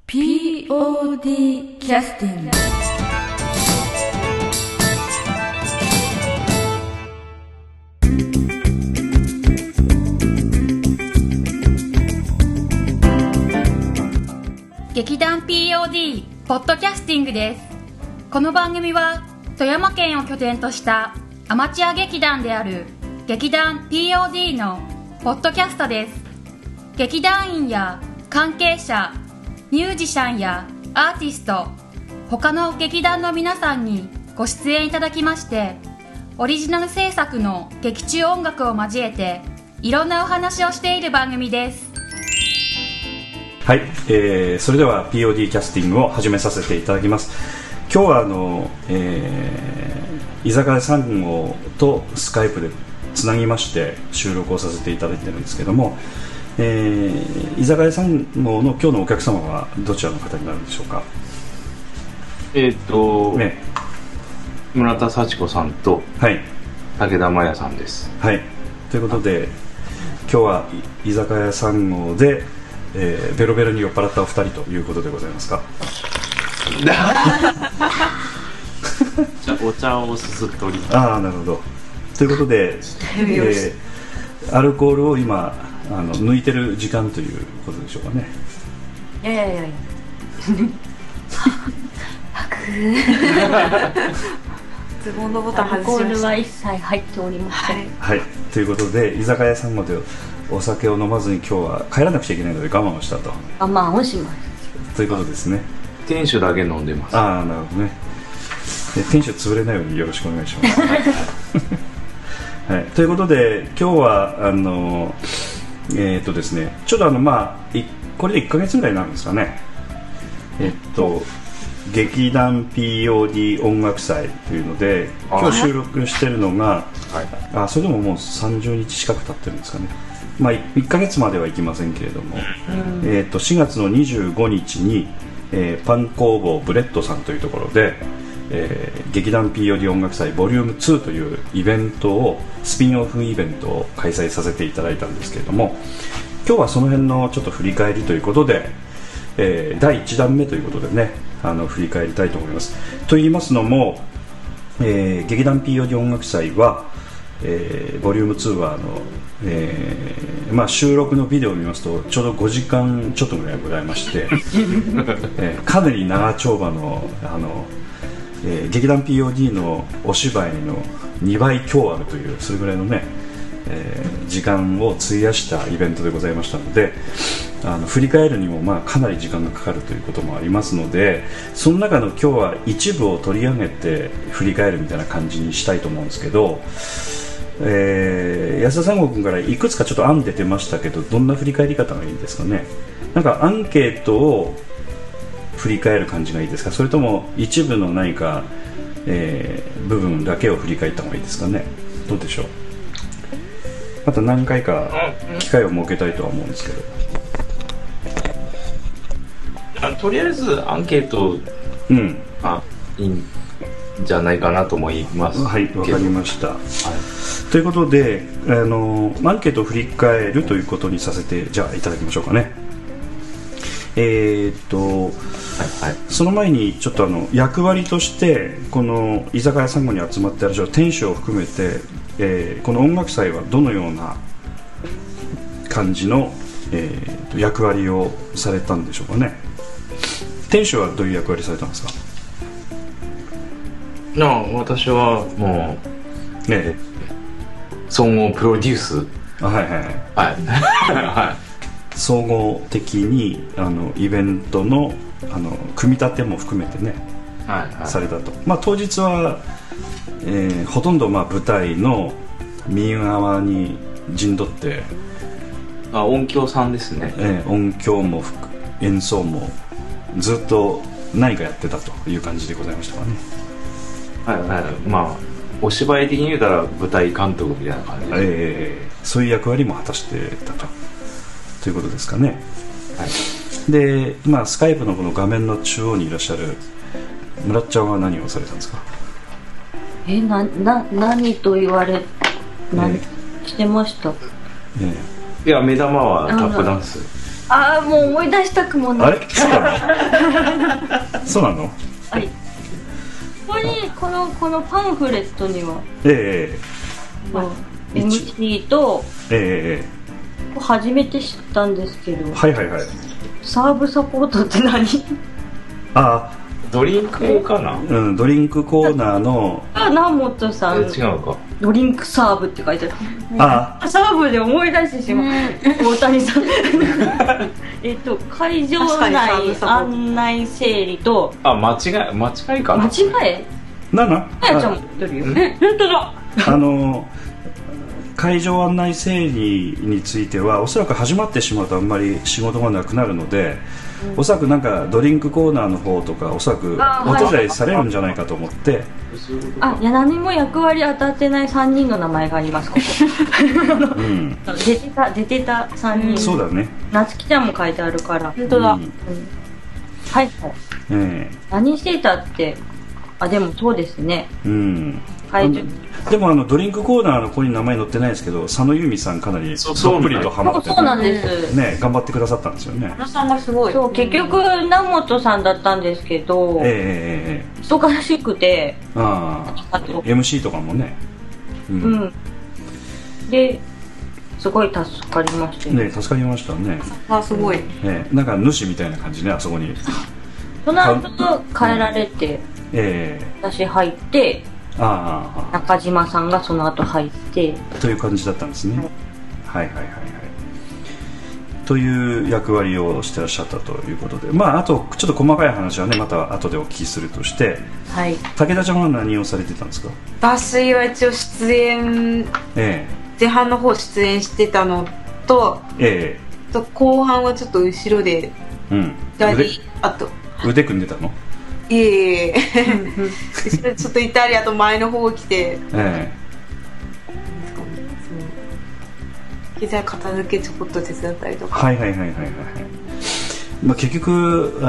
POD キャスティング。 劇団 POD ポッドキャスティングです。この番組は富山県を拠点としたアマチュア劇団である劇団 POD のポッドキャストです。劇団員や関係者、ミュージシャンやアーティスト、他の劇団の皆さんにご出演いただきまして、オリジナル制作の劇中音楽を交えていろんなお話をしている番組です。 はい、それでは POD キャスティングを始めさせていただきます。今日は居酒屋3号とスカイプでつなぎまして収録をさせていただいているんですけども、居酒屋3号の今日のお客様はどちらの方になるんでしょうか。 村田幸子さんと、はい、武田真也さんです。 はい、ということで今日は居酒屋3号で、ベロベロに酔っ払ったお二人ということでございますか。 じゃあお茶をすすっております。 ああ、なるほど。ということで、アルコールを今抜いてる時間ということでしょうかね。 いやズボンのボタン外しました。アルコールは一切入っておりません。 はい、ということで居酒屋さんまでお酒を飲まずに今日は帰らなくちゃいけないので我慢をしたと。 我慢をしますということですね。 店主だけ飲んでます。 ああ、なるほどね。店主潰れないようによろしくお願いします。はい、ということで今日はですね、ちょっとこれで1ヶ月ぐらいなんですかね。劇団 POD 音楽祭というので今日収録してるのが、それでももう30日近く経ってるんですかね。1ヶ月まではいきませんけれども、4月の25日に、パン工房ブレッドさんというところで、劇団 POD 音楽祭 Vol.2 というイベントをスピンオフイベントを開催させていただいたんですけれども、今日はその辺のちょっと振り返りということで、第1弾目ということでね、振り返りたいと思います。と言いますのも、劇団 POD 音楽祭は、Vol.2 は収録のビデオを見ますとちょうど5時間ちょっとぐらいございまして、かなり長丁場の劇団 POD のお芝居の2倍強あるというそれぐらいのね、時間を費やしたイベントでございましたので、振り返るにもかなり時間がかかるということもありますので、その中の今日は一部を取り上げて振り返るみたいな感じにしたいと思うんですけど、安田三郷君からいくつかちょっと案出てましたけど、どんな振り返り方がいいですかね。なんかアンケートを振り返る感じがいいですか、それとも一部の何か、部分だけを振り返った方がいいですかね。どうでしょう。また何回か機会を設けたいとは思うんですけど、 とりあえずアンケート、いいんじゃないかなと思います。 はい、わかりました。ということでアンケートを振り返るということにさせてじゃあいただきましょうかね。その前にちょっと役割としてこの居酒屋3号に集まっている店主を含めて、この音楽祭はどのような感じの、役割をされたんでしょうかね。店主はどういう役割されたんですか。 私はもう、総合プロデュース、 総合的にイベントの組み立ても含めてね、されたと。当日は、ほとんど舞台の右側に陣取って音響さんですね、 音響も演奏もずっと何かやってたという感じでございましたかね。 お芝居的に言うたら舞台監督みたいな感じで、 そういう役割も果たしてたということですかね。で、スカイプのこの画面の中央にいらっしゃる村ちゃんは何をされたんですか。 何と言われしてました。 いや、目玉はタップダンス。 ああ、もう思い出したくもない。 あれそうなのはい。ここにこのパンフレットにはMC と初めて知ったんですけど、 はいはいはい。 サーブサポートって何？ あ、ドリンクかな。 うん、ドリンクコーナーの南本さん、 違うか。 ドリンクサーブって書いてある。サーブで思い出してしまう。大谷さん会場内案内整理と、 間違いかな。 間違えなんあやちゃんも言ってるよ。本当だ。 会場案内整理についてはおそらく始まってしまうとあんまり仕事がなくなるので、おそらくなんかドリンクコーナーの方とかおそらくお手伝いされるんじゃないかと思って。 いや、何も役割当たってない3人の名前があります。ここ出てた3人。 そうだね。 なつきちゃんも書いてあるから。本当だ。はい。何してたって、でもそうですね。でもドリンクコーナーの子に名前載ってないですけど、佐野由美さんかなりどっぷりとハマって、 そうなんですね、頑張ってくださったんですよね。 佐野さんがすごい。そう、結局南本さんだったんですけど、忙しくて、 MC とかもね、 ですごい助かりましたね。 助かりましたね。 すごい。 なんか主みたいな感じね、あそこに。その後帰られて、私入って、中島さんがその後入ってという感じだったんですね。はいはいはいはい。という役割をしてらっしゃったということで、あとちょっと細かい話はね、また後でお聞きするとして、武田ちゃんは何をされてたんですか？ 私は一応出演、前半の方出演してたのと、後半はちょっと後ろであと腕組んでたの？ いえちょっといたり、あと前の方来て、機材片付けちょこっと手伝ったりとか。 結局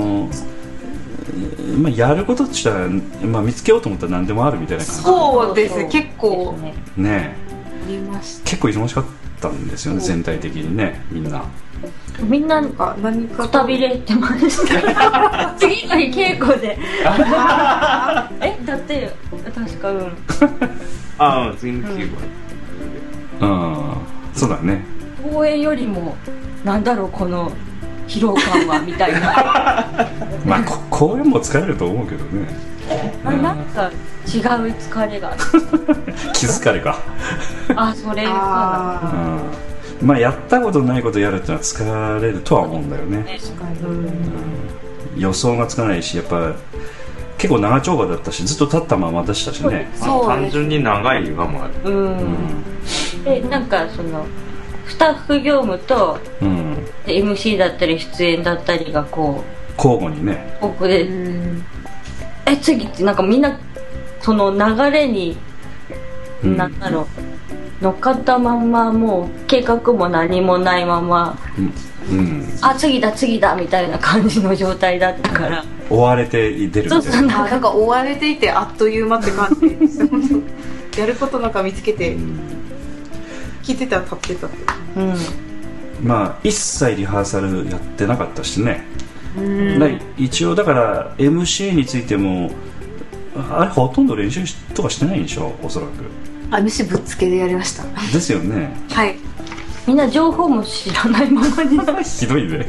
やることとしては、見つけようと思ったら何でもあるみたいな感じ。 そうです、結構ね、結構忙しかったんですよね、全体的にね、みんな。 みんなくたびれてました次の日稽古でだって確か次の日稽古そうだね。 公演よりもなんだろうこの疲労感はみたいな公演も疲れると思うけどね。 なんか違う疲れが気疲れかそれかな。やったことないことやるってのは疲れるとは思うんだよね。予想がつかないし、やっぱ結構長丁場だったし、ずっと立ったままでしたしね。 単純に長い岩もある。 なんかそのスタッフ業務と、MC だったり出演だったりがこう交互にね。 ここで次ってなんかみんなその流れになんだろう乗っかったまんま、もう計画も何もないまま、次だみたいな感じの状態だったから追われて出るみたいな。 なんか追われていてあっという間って感じやることなんか見つけて、聞いてたら立ってたって。 一切リハーサルやってなかったしね。一応だから MC についてもあれほとんど練習とかしてないんでしょ、おそらく。 MC ぶっつけでやりました。 ですよね。 みんな情報も知らないままにひどいね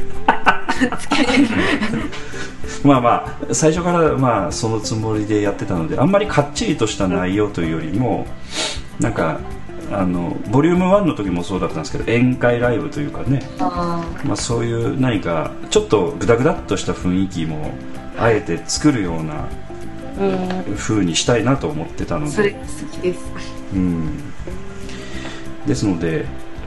最初からそのつもりでやってたので、あんまりかっちりとした内容というよりも、なんかボリューム1の時もそうだったんですけど、宴会ライブというかね、そういう何かちょっとグダグダっとした雰囲気もあえて作るような風にしたいなと思ってたので、 それ好きです。 ですので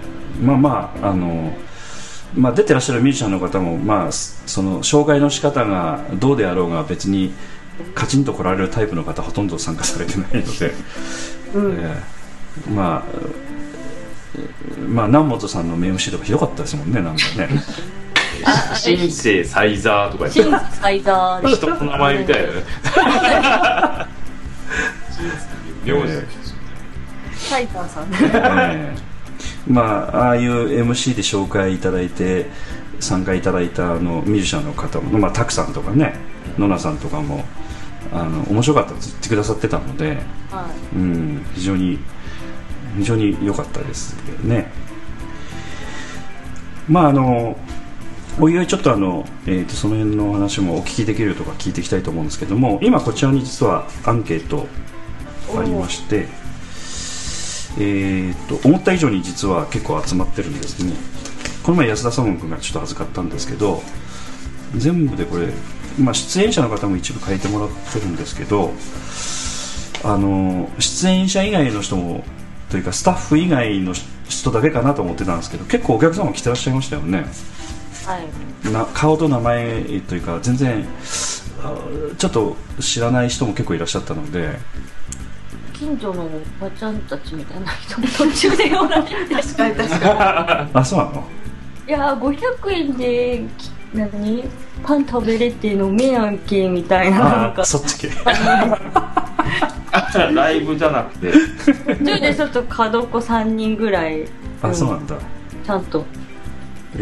出てらっしゃるミュージシャンの方も、その紹介の仕方がどうであろうが別にカチンと来られるタイプの方ほとんど参加されてないので、南本さんのメムシとかひどかったですもんね、なんかねシンセサイザーとかシンセサイザー人の名前みたいなサイザーさんああいう MC で紹介いただいて、 参加いただいたミュージシャンの方も、タクさんとかね、ノナさんとかも面白かったと言ってくださってたので、はい、非常に良かったですね。おいおいちょっとその辺の話もお聞きできるとか聞いていきたいと思うんですけども、今こちらに実はアンケートありまして、思った以上に実は結構集まってるんですね。この前安田左門君がちょっと預かったんですけど、全部でこれ、出演者の方も一部書いてもらってるんですけど、出演者以外の人もというかスタッフ以外の人だけかなと思ってたんですけど、結構お客様来てらっしゃいましたよね。はい、顔と名前というか全然ちょっと知らない人も結構いらっしゃったので、 近所のおばちゃんたちみたいな人も途中でおられて確かにあ、そうなの。 いや500円でパン食べれて飲めやんけみたいな、なんかそっち系ライブじゃなくて途中でちょっと角っこ3人ぐらい、 そうなんだ、 ちゃんとはい、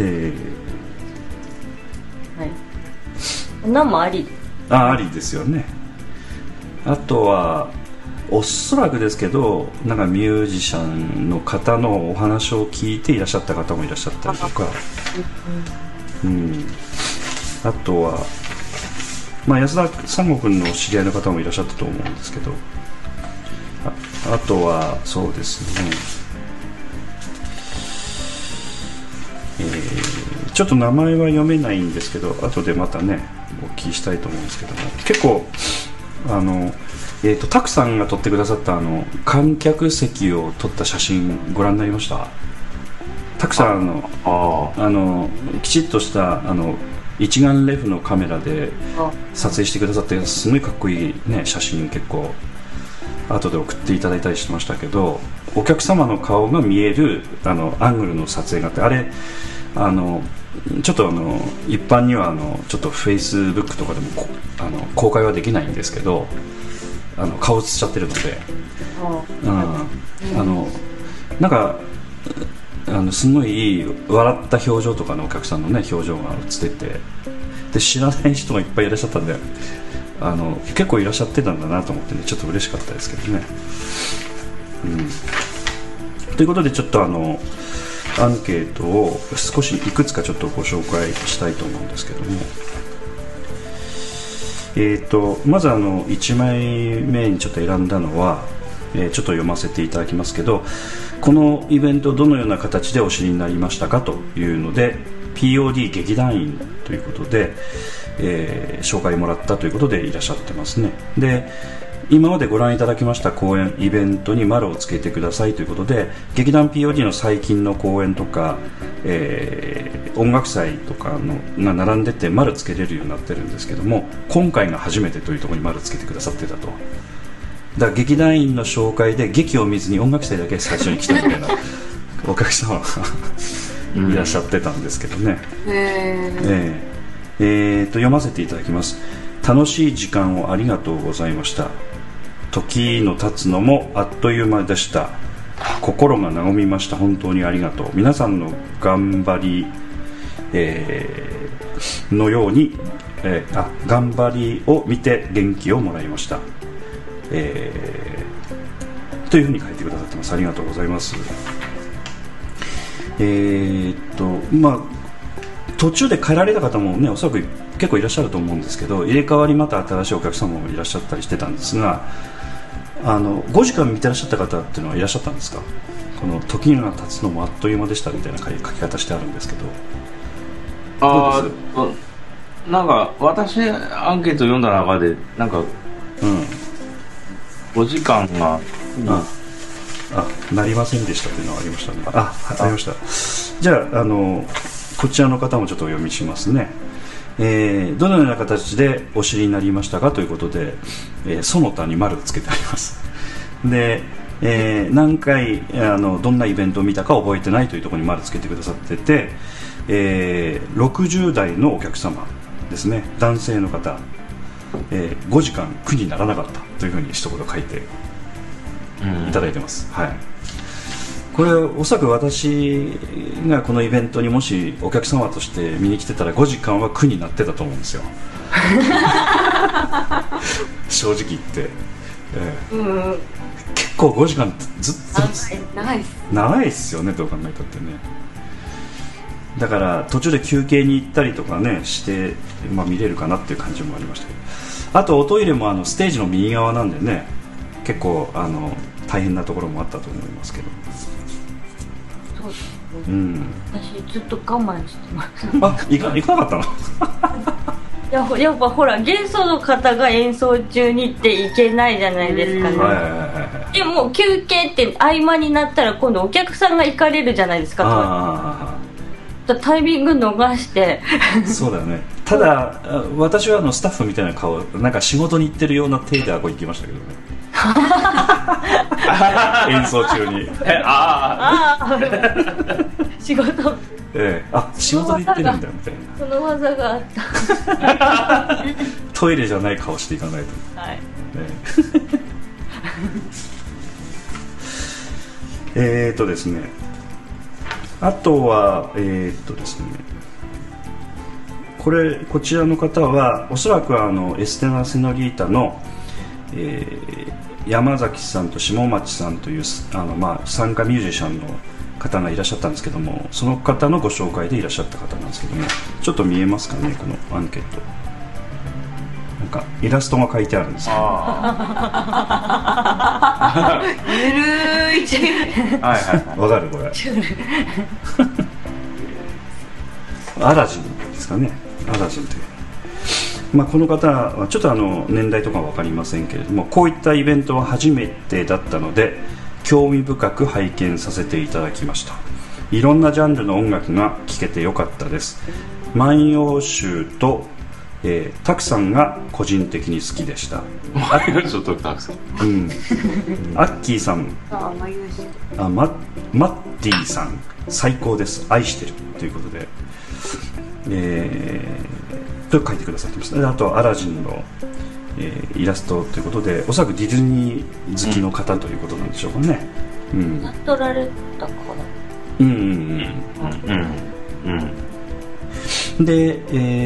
なんもありですよね。あとはおそらくですけど、なんかミュージシャンの方のお話を聞いていらっしゃった方もいらっしゃったりとか、あとは、安田三悟君の知り合いの方もいらっしゃったと思うんですけど、あとはそうですね、ちょっと名前は読めないんですけど、後でまたねお聞きしたいと思うんですけども、結構タクさんが撮ってくださった観客席を撮った写真ご覧になりました？タクさんきちっとした一眼レフのカメラで撮影してくださって、すごいかっこいい、ね、写真結構後で送っていただいたりしましたけど、お客様の顔が見えるアングルの撮影があって、あれちょっと一般にはちょっとフェイスブックとかでも公開はできないんですけど、顔映っちゃってるので、なんかすごい笑った表情とかのお客さんのね表情が映ってて、で知らない人がいっぱいいらっしゃったんで、結構いらっしゃってたんだなと思ってね、ちょっと嬉しかったですけどね。ということでちょっとアンケートを少しいくつかちょっとご紹介したいと思うんですけども、まず1枚目にちょっと選んだのは、ちょっと読ませていただきますけど、このイベントどのような形でお知りになりましたかというので、 POD 劇団員ということで、紹介もらったということでいらっしゃってますね。で、今までご覧いただきました公演イベントに丸をつけてくださいということで、劇団 POD の最近の公演とか、音楽祭とかが並んでて丸つけれるようになってるんですけども、今回が初めてというところに丸つけてくださってたと。だから劇団員の紹介で劇を見ずに音楽祭だけ最初に来たみたいなお客様がいらっしゃってたんですけどね。読ませていただきます。楽しい時間をありがとうございました。時の経つのもあっという間でした。心が和みました。本当にありがとう。皆さんの頑張り、のように、頑張りを見て元気をもらいました、というふうに書いてくださってます。ありがとうございます。途中で帰られた方もね、おそらく結構いらっしゃると思うんですけど、入れ替わりまた新しいお客様もいらっしゃったりしてたんですが、5時間見てらっしゃった方っていうのはいらっしゃったんですか？この時が経つのもあっという間でしたみたいな書き方してあるんですけど、 なんか私アンケート読んだ中でなんか、5時間がなりませんでしたというのがありましたね。ありました。じゃあ、こちらの方もちょっとお読みしますね。どのような形でお知りになりましたかということで、その他に丸をつけてあります。で、何回どんなイベントを見たか覚えてないというところに丸つけてくださってて、60代のお客様ですね、男性の方、5時間苦にならなかったというふうに一言書いていただいてます。はい。 これおそらく私がこのイベントにもしお客様として見に来てたら5時間は苦になってたと思うんですよ正直言って、結構5時間ずっと長いですよね、どう考えたってね。だから途中で休憩に行ったりとかねして、見れるかなっていう感じもありましたけど、あとおトイレもステージの右側なんでね、結構大変なところもあったと思いますけど。 そうですね、私ずっと我慢してます。 行かなかったのやっぱほらゲストの方が演奏中にっていけないじゃないですかね。でも休憩って合間になったら今度お客さんが行かれるじゃないですか。タイミング逃してそうだよね。ただ私はスタッフみたいな顔、なんか仕事に行ってるような手で行きましたけどね演奏中に仕事仕事で行ってるんだみたいな、 その技があったトイレじゃない顔していかないと。ですね、あとはですね、こちらの方はおそらくエステナ・セノリータの、山崎さんと下町さんという参加ミュージシャンの方がいらっしゃったんですけども、その方のご紹介でいらっしゃった方なんですけども、ちょっと見えますかね、このアンケート。なんかイラストが書いてあるんですよ。 ゆるいわかるこれアラジンですかね、アラジンという、この方はちょっと年代とかは分かりませんけれども、こういったイベントは初めてだったので興味深く拝見させていただきました。いろんなジャンルの音楽が聴けてよかったです。万葉集とたくさんが個人的に好きでした。 万葉集とたくさん、 アッキーさん、マッティさん最高です、愛してるということで、と書いてくださってました。あとアラジンの、イラストということで、おそらくディズニー好きの方ということなんでしょうかね。 撮られたからで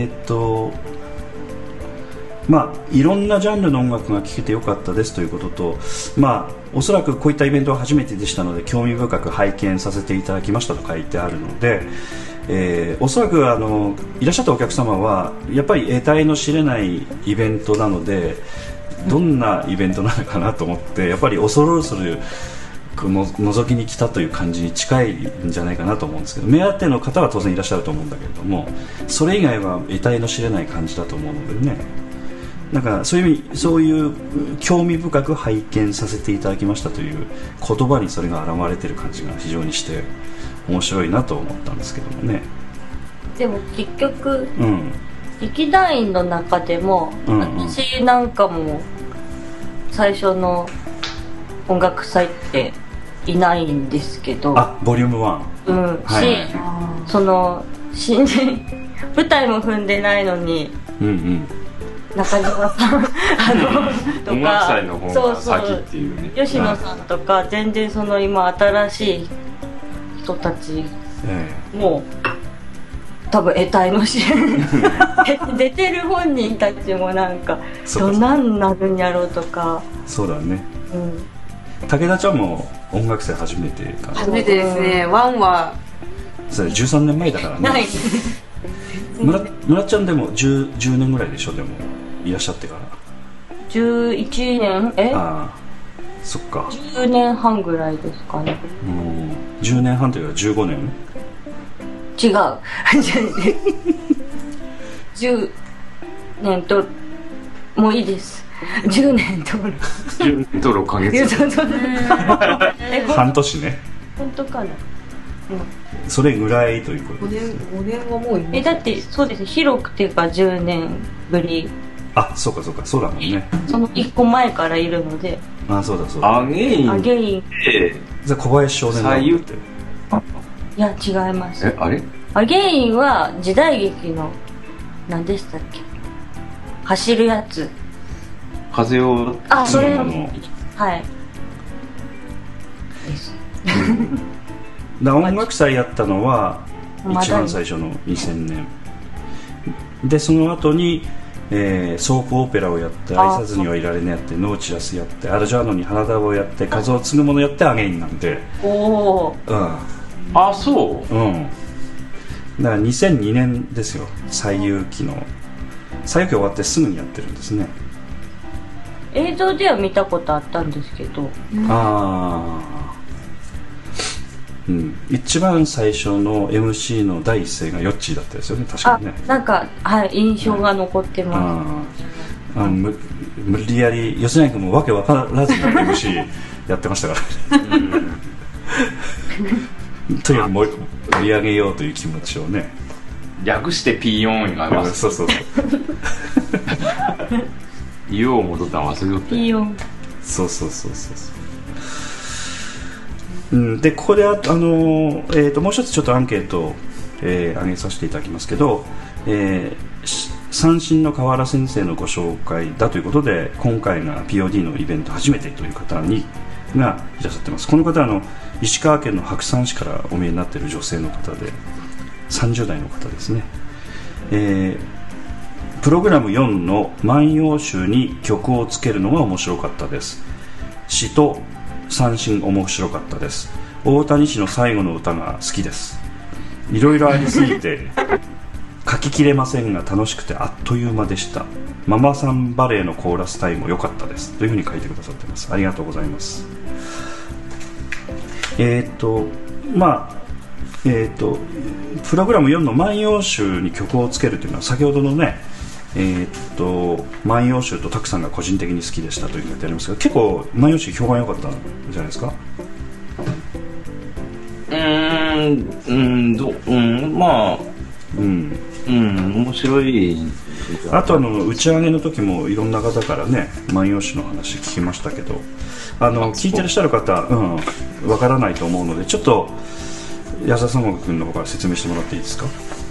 いろんなジャンルの音楽が聴けてよかったですということと、おそらくこういったイベントは初めてでしたので興味深く拝見させていただきましたと書いてあるので、おそらくいらっしゃったお客様はやっぱり得体の知れないイベントなので、どんなイベントなのかなと思って、やっぱり恐る恐る覗きに来たという感じに近いんじゃないかなと思うんですけど、目当ての方は当然いらっしゃると思うんだけれども、それ以外は得体の知れない感じだと思うのでね、なんかそういう興味深く拝見させていただきましたという言葉にそれが表れている感じが非常にして面白いなと思ったんですけどもね。 でも結局、劇団員の中でも、私なんかも最初の音楽祭っていないんですけど、 ボリューム1、 その新人舞台も踏んでないのに、中島さんと音楽祭の方が先っていうね、 吉野さんとか、全然その今新しい人たちも多分得体の知れない出てる本人たちもなんかどんなんなるんやろうとか。 そうだね、武田ちゃんも音楽祭初めてかな。 初めてですね。ワンはそれ13年前だからね。村ちゃんでも 10年ぐらいでしょ。でもいらっしゃってから 11年そっか、 10年半ぐらいですかね。 10年半というか15年違う10年ともういいです。10年と 6ヶ月半年ね。 本当かな、 それぐらいということですね。 5年はもうだってそうですね、広くていうか10年ぶり。 そうかそうだもんね。 その1個前からいるので。 そうだ。 アゲインじゃあ小林少年だって。 いや違います。 あれアゲインは時代劇の何でしたっけ、走るやつ、 風をそれはいです音楽祭やったのは一番最初の2000年で、その後に、ソープオペラをやって、愛さずにはいられねえやって、ノーチラスやって、アルジャーノに花束をやって、風を継ぐものやって、アゲインなんで。 おお、 うん、 あ、そう、 うん、だから2002年ですよ。西遊記終わってすぐにやってるんですね。 映像では見たことあったんですけど、 ああ、うん、一番最初の MC の第一声がヨッチーだったですよね、確かにね。 なんか、はい、印象が残ってます。 無理やり吉成君もわけわからずに MC やってましたからとにかく盛り上げようという気持ちをね、 略して P4 があります。 そうそうそう言おう戻ったの忘れとった。 P4、 そうそうそうそう、うん、でここでもう一つちょっとアンケートを、上げさせていただきますけど、三振の河原先生のご紹介だということで、今回が POD のイベント初めてという方がいらっしゃってます。この方は石川県の白山市からお見えになっている女性の方で、30代の方ですね。プログラム4の万葉集に曲をつけるのが面白かったです。詩と三振面白かったです。大谷氏の最後の歌が好きです。いろいろありすぎて書ききれませんが楽しくてあっという間でした。ママさんバレーのコーラスタイムも良かったですというふうに書いてくださってます。ありがとうございます。プログラム4の万葉集に曲をつけるというのは、先ほどのね、万葉集とたくさんが個人的に好きでしたというふうに書いてありますけど、結構万葉集評判良かったんじゃないですか。 まあ、面白い。 あと打ち上げの時もいろんな方からね、万葉集の話聞きましたけど、聞いてらっしゃる方、わからないと思うので、ちょっと安田三国君の方から説明してもらっていいですか。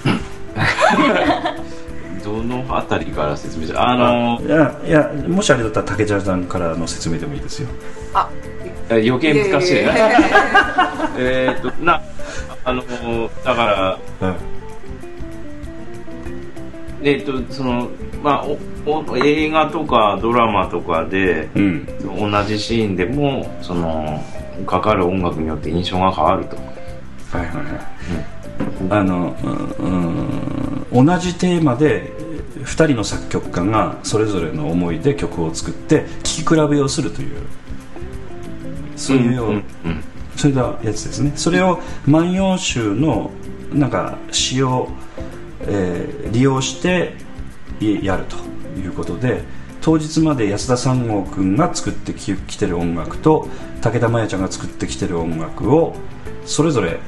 どのあたりから説明して、 いやもしあれだったら竹澤さんからの説明でもいいですよ。 余計難しい。だから、映画とかドラマとかで、同じシーンでもかかる音楽によって印象が変わると。 はいはいはい。同じテーマで2人の作曲家がそれぞれの思いで曲を作って聴き比べをするという、そういうそういったやつですね。それを万葉集のなんか詩を、利用してやるということで、当日まで安田三郷君が作ってきてる音楽と武田真弥ちゃんが作ってきてる音楽をそれぞれ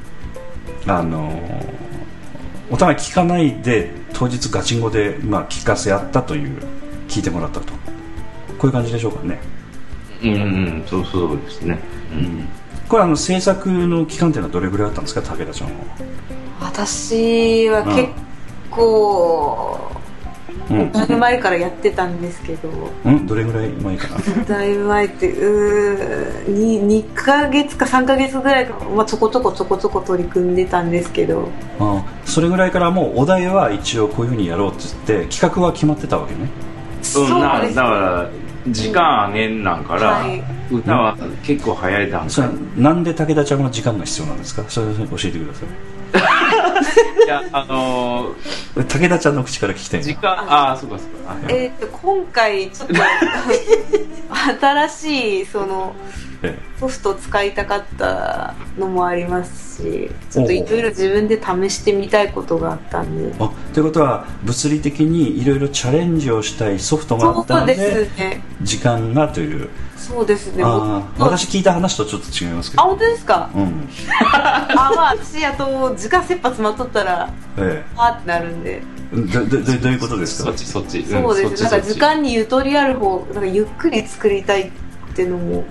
お互い聞かないで当日ガチンコで、聞かせ合ったという、聞いてもらったと、こういう感じでしょうかね。 そうですね。 これ制作の期間というのはどれぐらいあったんですか、武田ちゃんは。 私は結構、だいぶ前からやってたんですけど。 どれぐらい前かな。 だいぶ前って2ヶ月か3ヶ月ぐらいか、ちょこちょこ取り組んでたんですけど、 それぐらいからもうお題は一応こういうふうにやろうって言って企画は決まってたわけね。 だから時間あげんなんから、歌は結構早い段階。 なんで武田ちゃんは時間が必要なんですか、それ教えてください。 いや、 武田ちゃんの口から聞きたいな。 そうかそうか。 今回ちょっと新しいソフトを使いたかったのもありますし、ちょっといろいろ自分で試してみたいことがあったんで。 ということは物理的にいろいろチャレンジをしたいソフトがあったので、そうですね、時間がという。 そうですね。 私聞いた話とちょっと違いますけど。 本当ですか。私時間切羽詰まっとったらってなるんで。 どういうことですか。 そっち。 そうです。なんか時間にゆとりある方、なんかゆっくり作りたいっていうのも。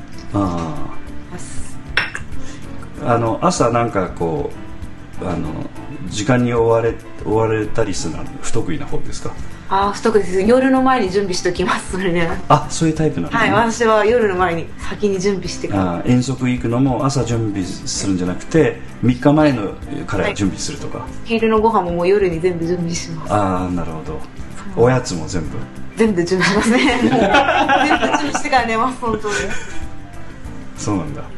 朝なんかこう時間に追われたりするのは不得意な方ですか。 不得です。夜の前に準備しておきます。それね。 そういうタイプなんだね。 はい、私は夜の前に先に準備してから。 遠足行くのも朝準備するんじゃなくて3日前のから準備するとか。 昼のご飯ももう夜に全部準備します。 なるほど。おやつも全部準備しますね。全部準備してから寝ます、本当に。 そうなんだ。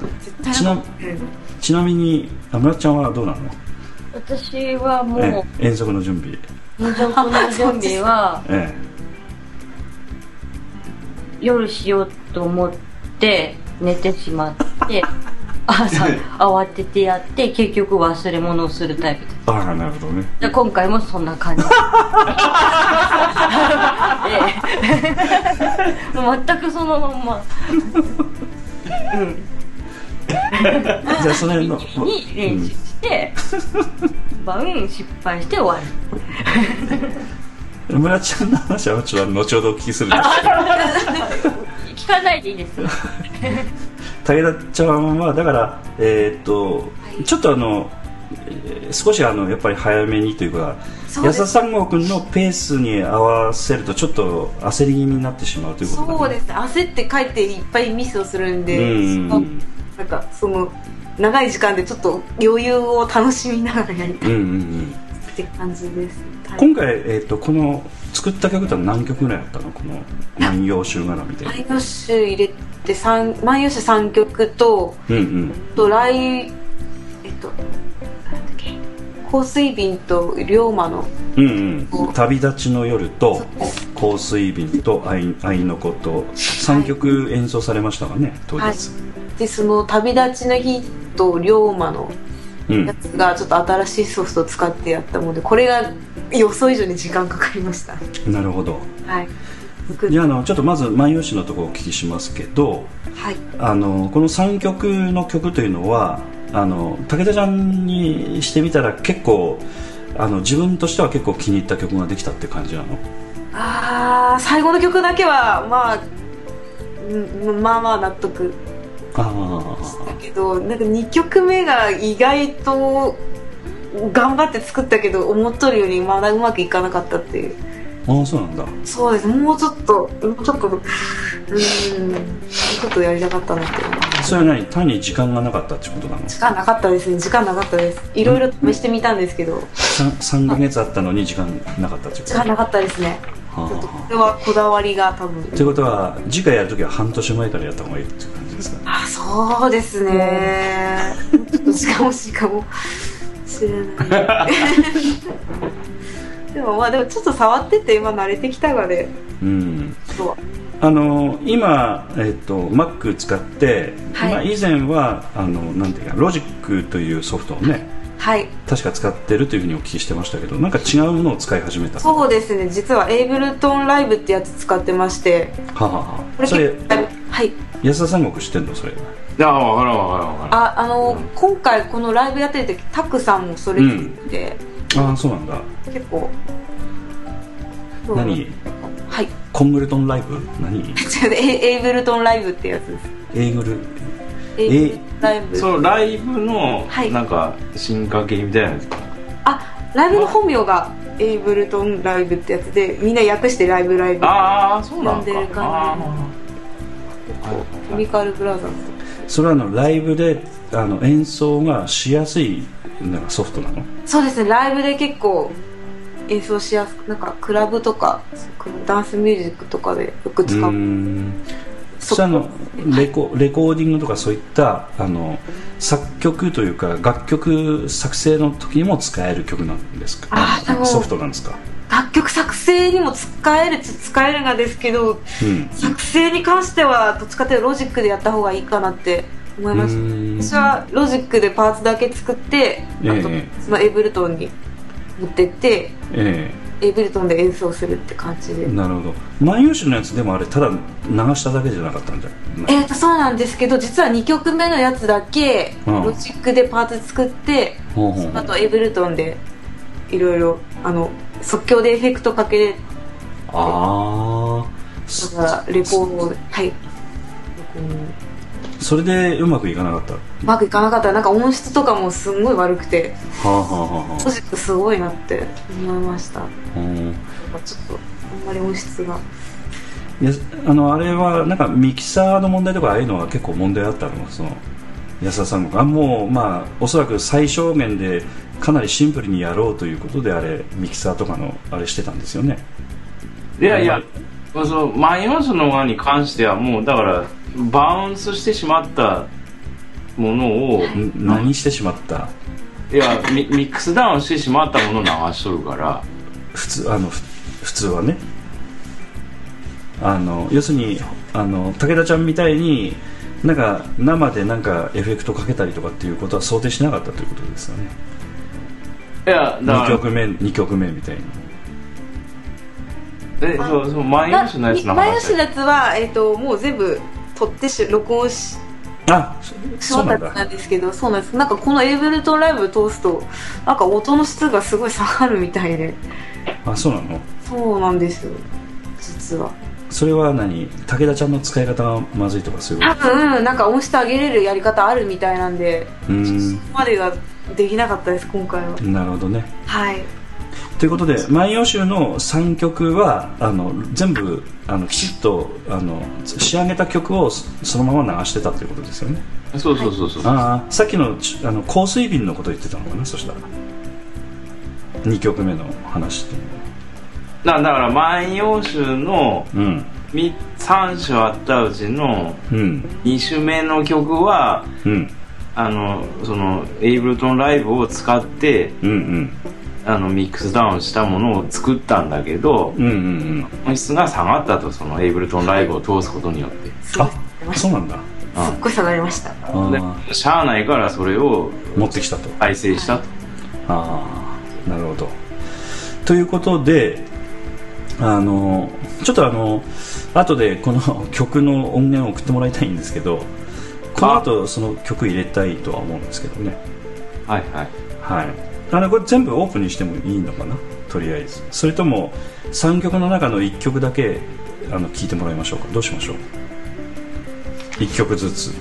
ちなみに村ちゃんはどうなの？ 私はもう遠足の準備。 遠足の準備は夜しようと思って寝てしまって朝慌ててやって結局忘れ物をするタイプです。 なるほどね。 今回もそんな感じ。全くそのまんま。 じゃあそれのに練習して晩失敗して終わる。 村ちゃんの話はちょっと後ほどお聞きするんです聞かないでいいです。 武田ちゃんはだからちょっと少しやっぱり早めにというか安田三郷君のペースに合わせるとちょっと焦り気味になってしまうということだね。 そうですね、焦って帰っていっぱいミスをするんで、なんかその長い時間でちょっと余裕を楽しみながらやりたいって感じです。 今回、この作った曲って何曲ぐらいあったの？この万葉集絡みで万葉集入れて万葉集3曲と、香水瓶と龍馬の、 旅立ちの夜と香水瓶と愛の子と3曲演奏されましたかね、当日。 でその旅立ちの日と龍馬のやつがちょっと新しいソフトを使ってやったので、これが予想以上に時間かかりました。 なるほど。 はい。 じゃあちょっとまず万葉集のところをお聞きしますけど、この3曲の曲というのは武田ちゃんにしてみたら結構自分としては結構気に入った曲ができたって感じなの？ 最後の曲だけはまあ納得したけど、なんか2曲目が意外と頑張って作ったけど思っとるよりまだうまくいかなかったっていう。 そうなんだ。 そうです。もうちょっとやりたかったなって。 それは何？単に時間がなかったってことなの？ 時間なかったですね。時間なかったです。いろいろ試してみたんですけど。 3ヶ月あったのに時間なかったってこと？ 時間なかったですね。これはこだわりが多分。 ということは次回やるときは半年前からやった方がいいっていう感じですか？ そうですね。ちょっと時間欲しいかもしれない。でもちょっと触ってて今慣れてきたがで。 今、Mac 使って、以前はなんていうかロジックというソフトをね、確か使ってるというふうにお聞きしてましたけど、なんか違うものを使い始めた。 そうですね、実はエイブルトンライブってやつ使ってまして。 それ安田三国知ってんの？それ。 分かる。 今回このライブやってる時タクさんもそれ聞いて、 そうなんだ。 結構何？コングルトンライブ？何？ エイブルトンライブってやつです。 エイブルライブ。 そのライブのなんか進化系みたいなやつか。 ライブの本名がエイブルトンライブってやつで、みんな訳してライブって呼んでる感じ。ケミカルブラザーズ。 それはライブで演奏がしやすいなんかソフトなの？そうですね、ライブで結構演奏しやすく、なんかクラブとかダンスミュージックとかでよく使う。 それレコーディングとかそういった作曲というか楽曲作成の時にも使える曲なんですか？ソフトなんですか？ 楽曲作成にも使えるがですけど、作成に関してはどっちかというとロジックでやった方がいいかなって思いました。私はロジックでパーツだけ作って、そのエイブルトンに持ってって、エイブルトンで演奏するって感じで。 なるほど。万葉集のやつでもあれただ流しただけじゃなかったんじゃ？ そうなんですけど、実は2曲目のやつだけロジックでパーツ作って、あとエイブルトンでいろいろ即興でエフェクトかけて、だからレコードで、 それでうまくいかなかった？うまくいかなかった。なんか音質とかもすんごい悪くて、ロジックすごいなって思いました。 かちょっとあんまり音質がいやあれはなんかミキサーの問題とかああいうのは結構問題あったのその安田さんがもうまあおそらく最小限でかなりシンプルにやろうということであれミキサーとかのあれしてたんですよね。 いやいやその万葉集の輪に関してはもうだからバウンスしてしまったものを何してしまった。 いやミックスダウンしてしまったものを流しとるから普通はね要するに武田ちゃんみたいになんか生でなんかエフェクトかけたりとかっていうことは想定しなかったということですよね。 いやだから 2曲目みたいにそう万葉集のやつの話。 万葉集のやつは、もう全部撮って録音しそうなんですけど、そうなんです。なんかこのエイブルトンライブ通すとなんか音の質がすごい下がるみたいで。 あ、そうなの。 そうなんですよ実は。 それは何、武田ちゃんの使い方がまずいとかそういうこと。 多分なんか音質上げれるやり方あるみたいなんで、そこまでができなかったです今回は。 なるほどね。 はい。 ということで万葉集の3曲は全部きちっと仕上げた曲をそのまま流してたということですよね。 そうそうそうそう。 ああ、さっきの香水瓶のこと言ってたのかな。そしたら2曲目の話ってだから万葉集の3首あったうちの2首目の曲は、そのエイブルトンライブを使って、ミックスダウンしたものを作ったんだけど、音質が下がったと、そのエイブルトンライブを通すことによって。 あ、そうなんだ。 すっごい下がりました。 でしゃあないからそれを持ってきたと、 再生したと。 ああ、なるほど。ということでちょっと後でこの曲の音源を送ってもらいたいんですけど、この後その曲入れたいとは思うんですけどね。 はいはいはい。これ全部オープンにしてもいいのかな、とりあえず。それとも3曲の中の1曲だけ聴いてもらいましょうか。どうしましょう。1曲ずつ。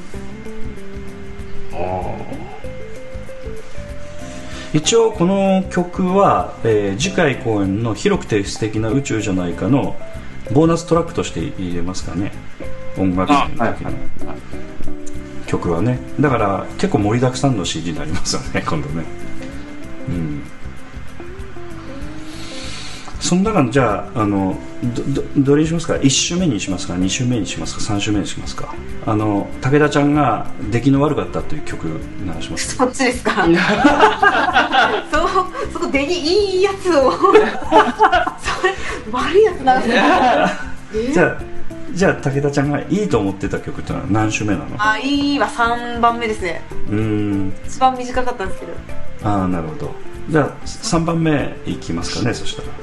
一応この曲は、次回公演の広くて素敵な宇宙じゃないかのボーナストラックとして入れますかね。音楽祭の時の曲はね。だから結構盛りだくさんの CD になりますよね今度ね。その中のじゃあどれにしますか。1週目にしますか、2週目にしますか、3週目にしますか。武田ちゃんが出来の悪かったという曲流します。 そっちですかそこ出来いいやつをそれ悪いやつ流すじゃあ武田ちゃんがいいと思ってた曲ってのは何週目なの。 いいは3番目ですね。一番短かったんですけど。 なるほど。じゃあ3番目いきますかね。そしたら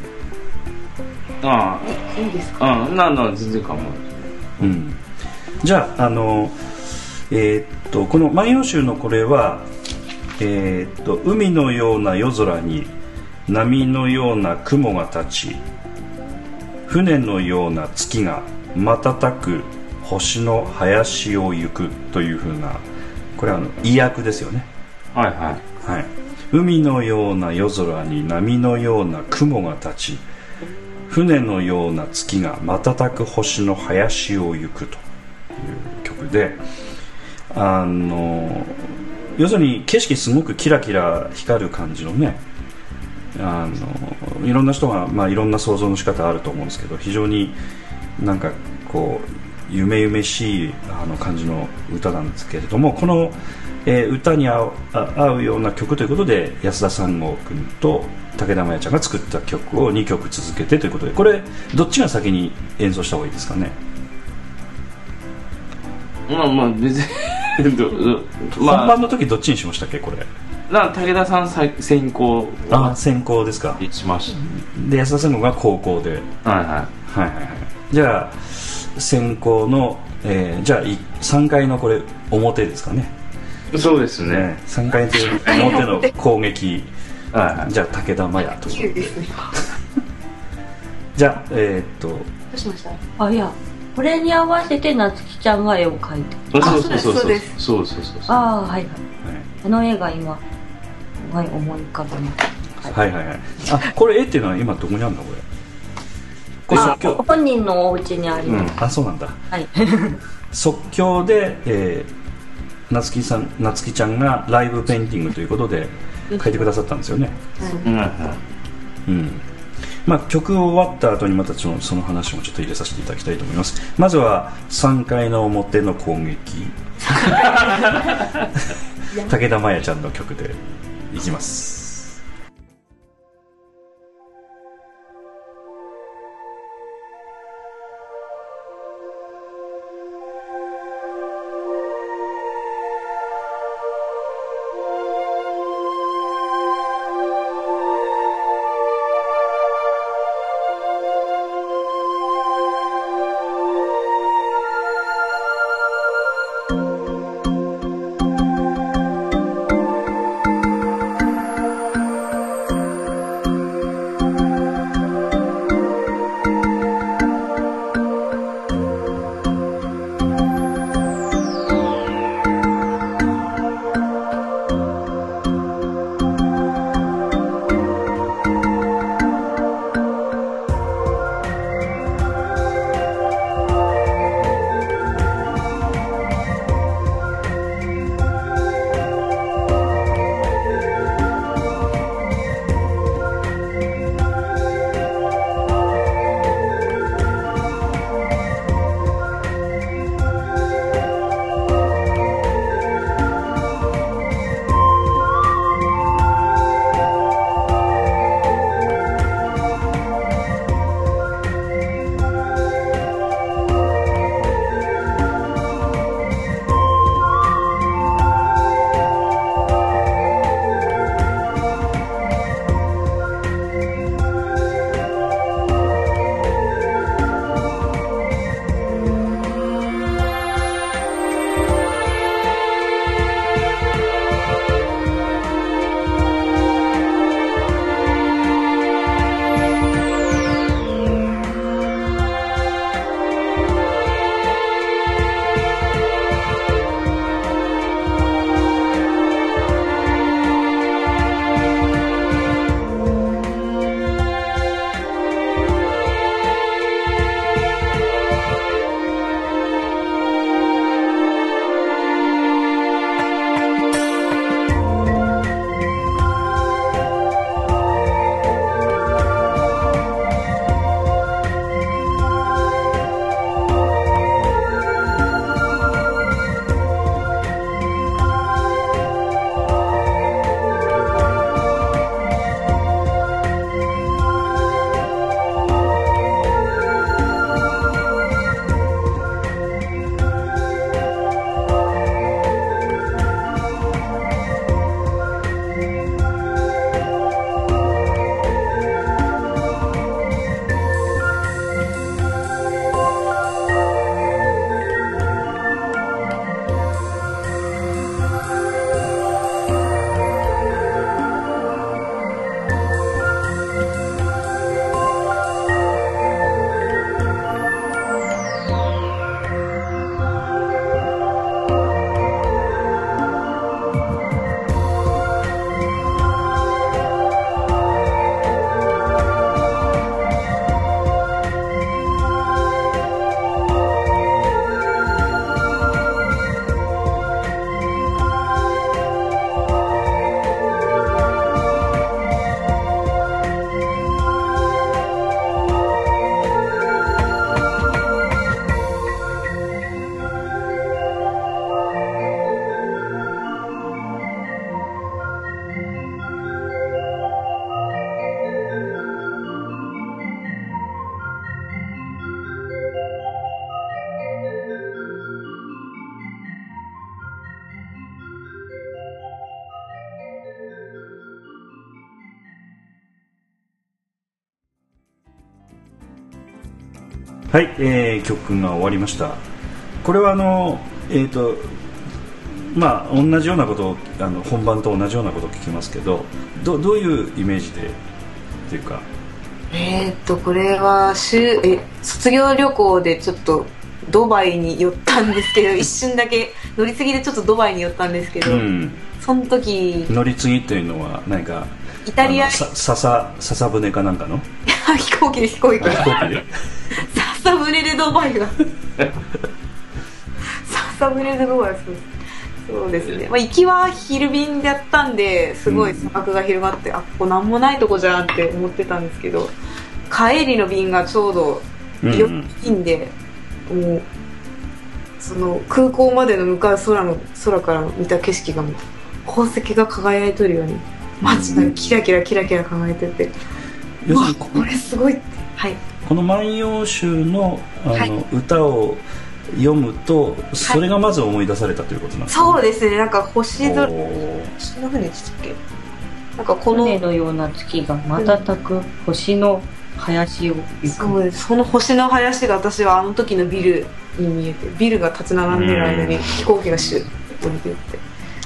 いいですか。 全然構わない。 じゃあこの万葉集のこれは海のような夜空に波のような雲が立ち、船のような月が瞬く星の林を行くというふうな、これは意訳ですよね。 はいはいはい。海のような夜空に波のような雲が立ち、船のような月が瞬く星の林を行くという曲で、要するに景色すごくキラキラ光る感じのね、いろんな人が、いろんな想像の仕方あると思うんですけど、非常になんかこう夢々しい感じの歌なんですけれども、この、歌に合うような曲ということで安田三郷君と武田真弥ちゃんが作った曲を2曲続けてということで、これどっちが先に演奏した方がいいですかね。 別に本番の時どっちにしましたっけ。これ武田さん先行。 先行ですか。 しました。 で安田三郷が後攻で。じゃあ先行の、じゃあ3階のこれ表ですかね。 そうですね。 3階の表の攻撃じゃあ武田真弥とじゃあどうしました。 いや、これに合わせて夏希ちゃんが絵を描いて。 そうです。 はい。絵が今思い浮かばない。 はいはいはい。あ、これ絵っていうのは今どこにあるのこれ？ 本人のお家にあります。 あ、そうなんだ。 はい。 即興で、なつきちゃんがライブペインティングということで描いてくださったんですよね。うん。まあ、曲終わった後にまたその話もちょっと入れさせていただきたいと思います。まずは3回の表の攻撃武田真弥ちゃんの曲でいきます。はい、曲が終わりました。これはまあ同じようなことを本番と同じようなことを聞きますけど、どういうイメージでっていうか。 これは卒業旅行でちょっとドバイに寄ったんですけど一瞬だけ乗り継ぎでちょっとドバイに寄ったんですけど、その時乗り継ぎというのは何かイタリア笹舟かなんかの飛行機で笹舟でドバイが笹舟でドバイはそうですね、行きは昼便でやったんですごい砂漠が広がって、ここなんもないとこじゃんって思ってたんですけど、帰りの便がちょうど4便で、もうその空港までの向かう空から見た景色が宝石が輝いとるように街がキラキラキラキラ輝いてて、うわこれすごいって、はい、この万葉集の、歌を読むとそれがまず思い出されたということなんですか、 そうですね。なんか星空、そんな風に言ってたっけ、なんかこの船のような月が瞬く星の林を行く、 そうです。その星の林が私はあの時のビルに見えて、ビルが立ち並んでる間に飛行機がシュッと降りていって、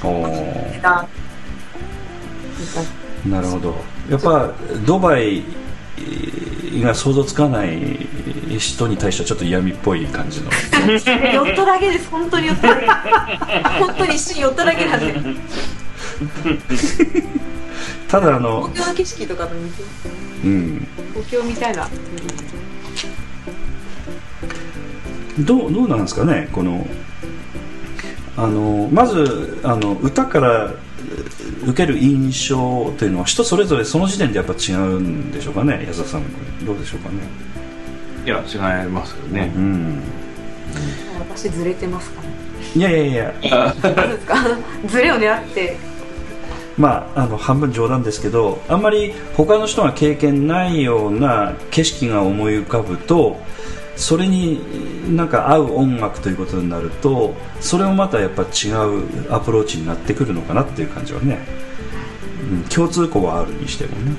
なるほど。やっぱドバイが想像つかない人に対してはちょっと嫌味っぽい感じの寄っただけです。本当に寄っただけ本当に一瞬寄っただけなんでただ東京の景色とかと似てますね、東京みたいな、 どうなんですかね、このまず歌から受ける印象というのは人それぞれその時点でやっぱ違うんでしょうかね。安田さんどうでしょうかね。 いや違いますよね、 私ずれてますかね。 いやどうですかずれを狙って、 半分冗談ですけど、あんまり他の人が経験ないような景色が思い浮かぶと、それになんか合う音楽ということになると、それもまたやっぱ違うアプローチになってくるのかなっていう感じはね、共通項はあるにしてもね、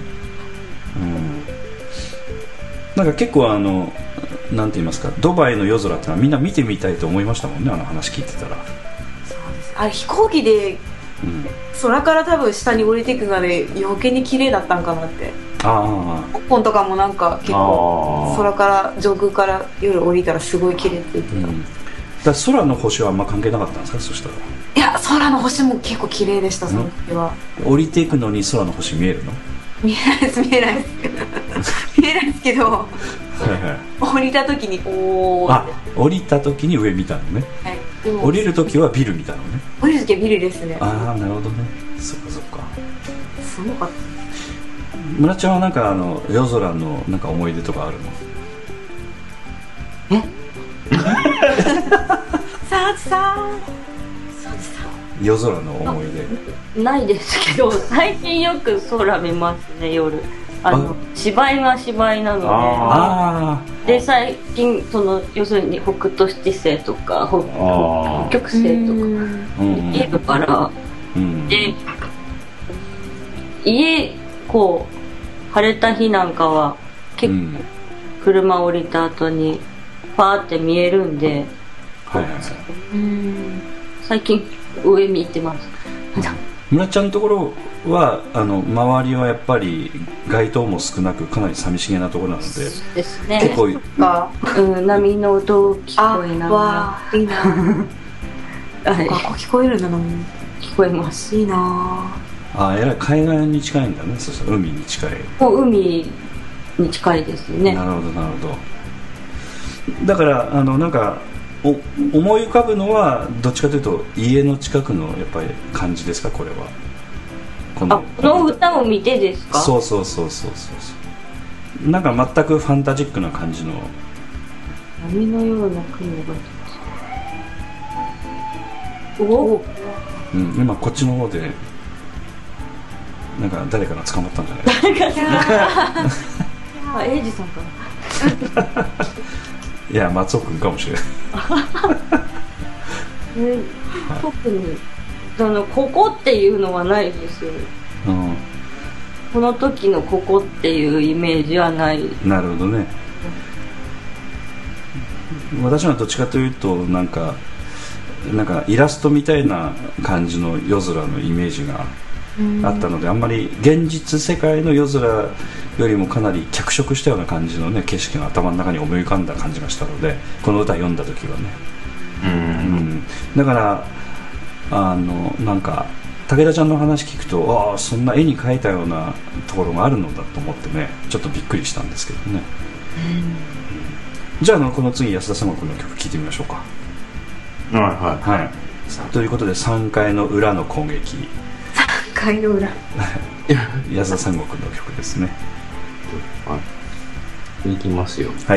なんか結構なんて言いますか、ドバイの夜空ってのはみんな見てみたいと思いましたもんね、話聞いてたら。 そうです。あれ飛行機で、空から多分下に降りていくがで余計に綺麗だったんかなって。香港とかもなんか結構空から上空から夜降りたらすごい綺麗って言ってた、 だ空の星はあんま関係なかったんですか、そしたら。 いや、空の星も結構綺麗でした、その時は。 降りていくのに空の星見えるの？ 見えないです見えないですけど降りた時に降りた時に上見たのね、でも降りる時はビル見たのね。 降りる時はビルですね。 なるほどね。そっかそっか。 すごかった。 村ちゃんはなんか夜空のなんか思い出とかあるの？夜空の思い出ないですけど、最近よく空見ますね、夜。芝居が芝居なので、最近要するに北斗七星とか北極星とか家だから、で家晴れた日なんかは結構車降りた後にパーって見えるんで、最近上見てます。 村ちゃんのところは周りはやっぱり街灯も少なくかなり寂しげなところなので、 ですね、 結構波の音を聞こえながら、 いいな聞こえるんだな。 聞こえます。 いいな。 えらい海岸に近いんだね。そしたら海に近い。 もう海に近いですね。 なるほどなるほど。だからなんか思い浮かぶのはどっちかというと家の近くのやっぱり感じですか、これは。 この歌を見てですか？ そうなんか全くファンタジックな感じの。 波のような雲が今こっちの方でなんか誰かが捕まったんじゃないエイジさんかな。 いや、松尾君かもしれない特にここっていうのはないですよね、この時のここっていうイメージはない。 なるほどね。私はどっちかというとなんかイラストみたいな感じの夜空のイメージがあったので、あんまり現実世界の夜空よりもかなり脚色したような感じのね景色が頭の中に思い浮かんだ感じがしたので、この歌読んだ時はね、だからなんか武田ちゃんの話聞くと、ああそんな絵に描いたようなところがあるのだと思ってね、ちょっとびっくりしたんですけどね。じゃあこの次安田三国の曲聴いてみましょうか。 はいはい、 ということで3回の裏の攻撃、 3回の裏安田三国の曲ですね。 いきますよ。 はい。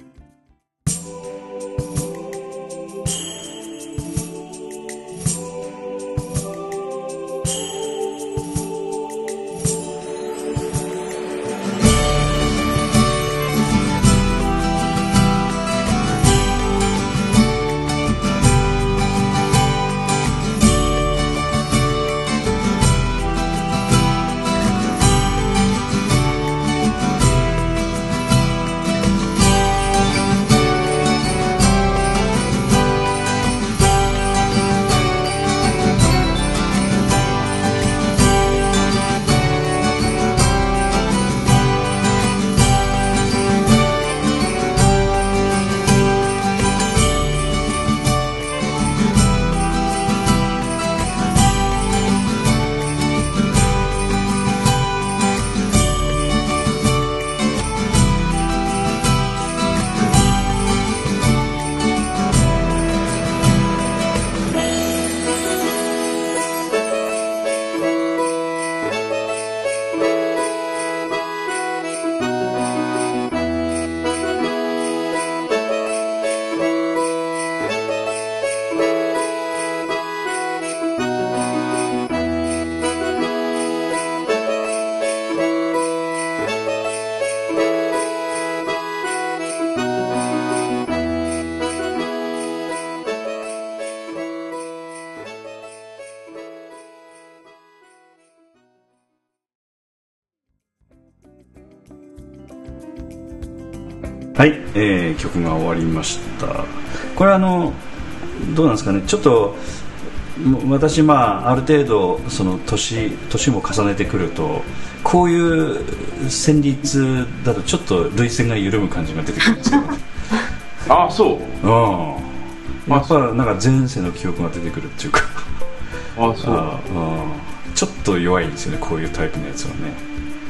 はい、曲が終わりました。これどうなんですかね、ちょっと私ある程度その年も重ねてくるとこういう旋律だとちょっと涙腺が緩む感じが出てくるんですけどねあ、そう。 やっぱなんか前世の記憶が出てくるっていうかあ、そう。 ちょっと弱いんですよね、こういうタイプのやつはね。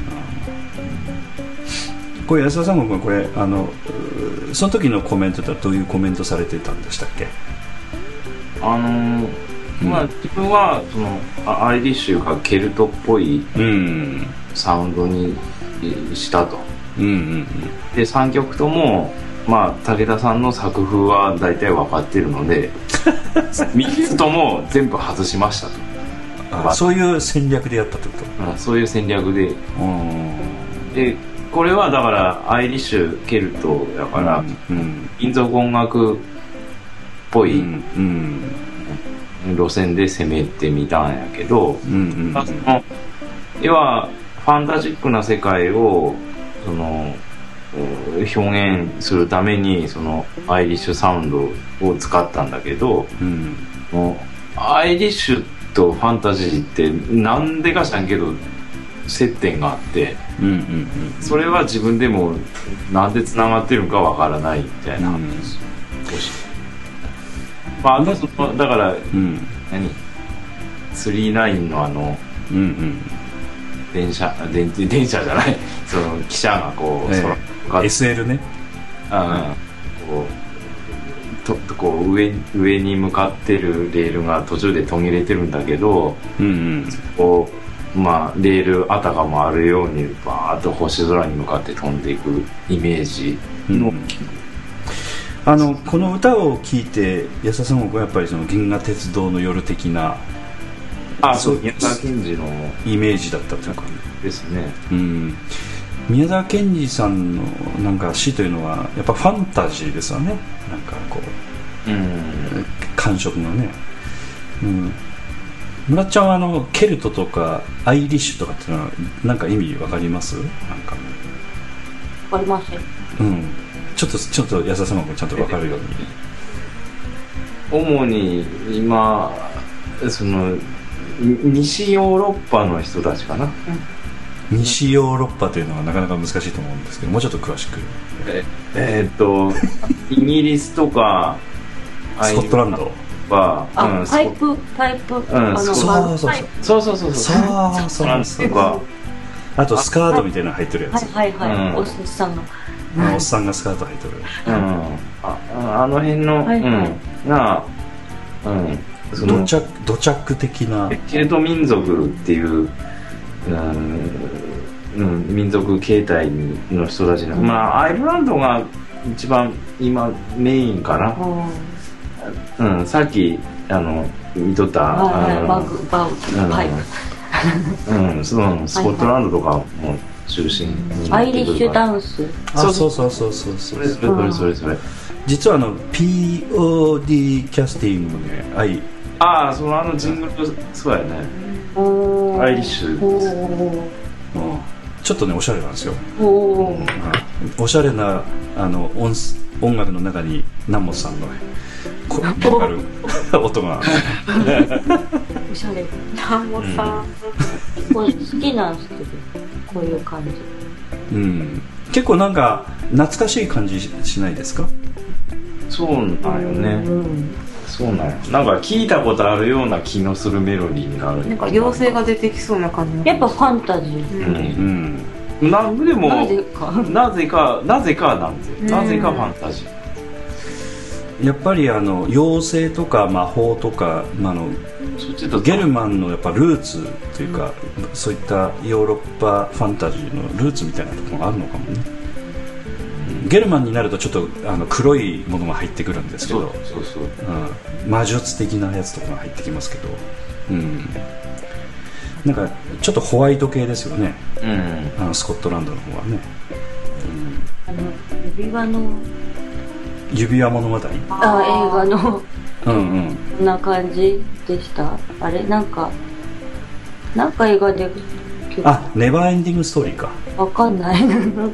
これ安田さんもこれその時のコメントではどういうコメントされてたんでしたっけ？ 自分はそのアイリッシュがケルトっぽいサウンドにしたと、で3曲とも武田さんの作風は大体分かってるので3つとも全部外しましたと。 そういう戦略でやったってこと？ そういう戦略で、でこれはだからアイリッシュケルトだから、民族音楽っぽい、路線で攻めてみたんやけど、要はファンタジックな世界を表現するためにそのアイリッシュサウンドを使ったんだけど、アイリッシュとファンタジーってなんでか知らんけど接点があって、それは自分でもなんでつながってるのかわからないみたいな話をして、だから、39の電車じゃないその汽車がこう、 SL ね、 こう上に向かってるレールが途中で途切れてるんだけど、こうレールあたかもあるようにバーッと星空に向かって飛んでいくイメージの、 この歌を聴いて安田さんはやっぱりその銀河鉄道の夜的な宮沢賢治のイメージだったというかですね。 宮沢賢治さんのなんか詩というのはやっぱファンタジーですよね。なんかこう、感触がね。村ちゃんはケルトとかアイリッシュとかっていうのはなんか意味わかります？なんかわかりません。 ちょっと安田さんもちゃんとわかるように。主に今その西ヨーロッパの人たちかな。 西ヨーロッパというのはなかなか難しいと思うんですけど、もうちょっと詳しく。 イギリスとかスコットランド、 は、 パイプ、 そうあとスカートみたいなの入ってるやつ、 おっさんがおっさんがスカート履いてる、 あの辺の、が、 土着的なケルト民族っていう、民族形態の人たちの、アイルランドが一番今メインかな、さっき見とったバグパイプスコットランドとかも中心にアイリッシュダンス、 そうそれ実はPOD キャスティングでジングルそうやね、アイリッシュちょっとねおしゃれなんですよ。おしゃれな音楽の中に南本さんの分かる音がおしゃれ。 南本さん、 これ好きなんですけど、こういう感じ。 結構なんか懐かしい感じしないですか？ そうなんよね。そうなんよ。なんか聞いたことあるような気のするメロディーになる。 なんか妖精が出てきそうな感じ。 やっぱファンタジー。 でもなぜかファンタジー。 やっぱり妖精とか魔法とか、ゲルマンのやっぱルーツというか、そういったヨーロッパファンタジーのルーツみたいなところがあるのかもね。ゲルマンになるとちょっと黒いものが入ってくるんですけど、魔術的なやつとかが入ってきますけど、なんかちょっとホワイト系ですよね、スコットランドの方はね。指輪物語、映画のこんな感じでした。あれなんか映画でネバーエンディングストーリーか、 わかんないなんか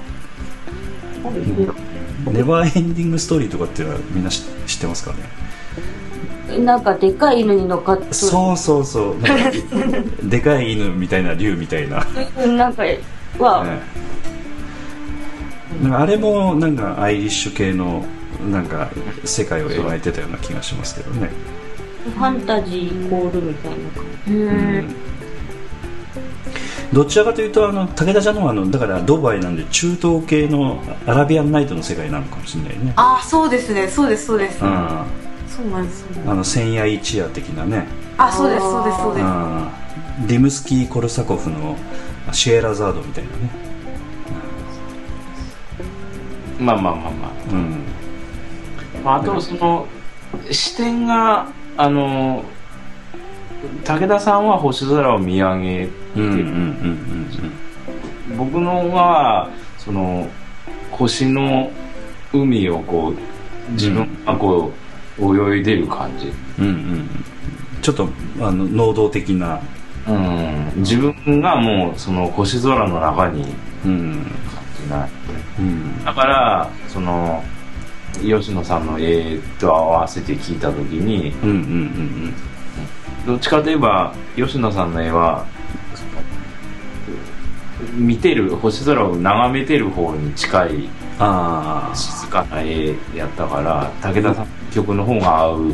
ネバーエンディングストーリーとかっていうのはみんな知ってますかね。 なんかでかい犬に乗っかって、 そうでかい犬みたいな竜みたいななんかは、 なんかあれもなんかアイリッシュ系のなんか世界を描いてたような気がしますけどね。 ファンタジーイコールみたいな感じ。 どちらかというと武田ちゃんのはだからドバイなんで中東系のアラビアンナイトの世界なのかもしれないね。 そうですね、そうですそうなんです。 千夜一夜的なね。 そうですリムスキー・コルサコフのシエラザードみたいなね。 あとその視点が武田さんは星空を見上げてる。僕のはその星の海をこう自分がこう泳いでる感じ。 ちょっと能動的な。 自分がもうその星空の中に感じない。だからその吉野さんの絵と合わせて聞いた時に、どっちかといえば吉野さんの絵は見てる星空を眺めてる方に近い静かな絵やったから武田さんの曲の方が合う。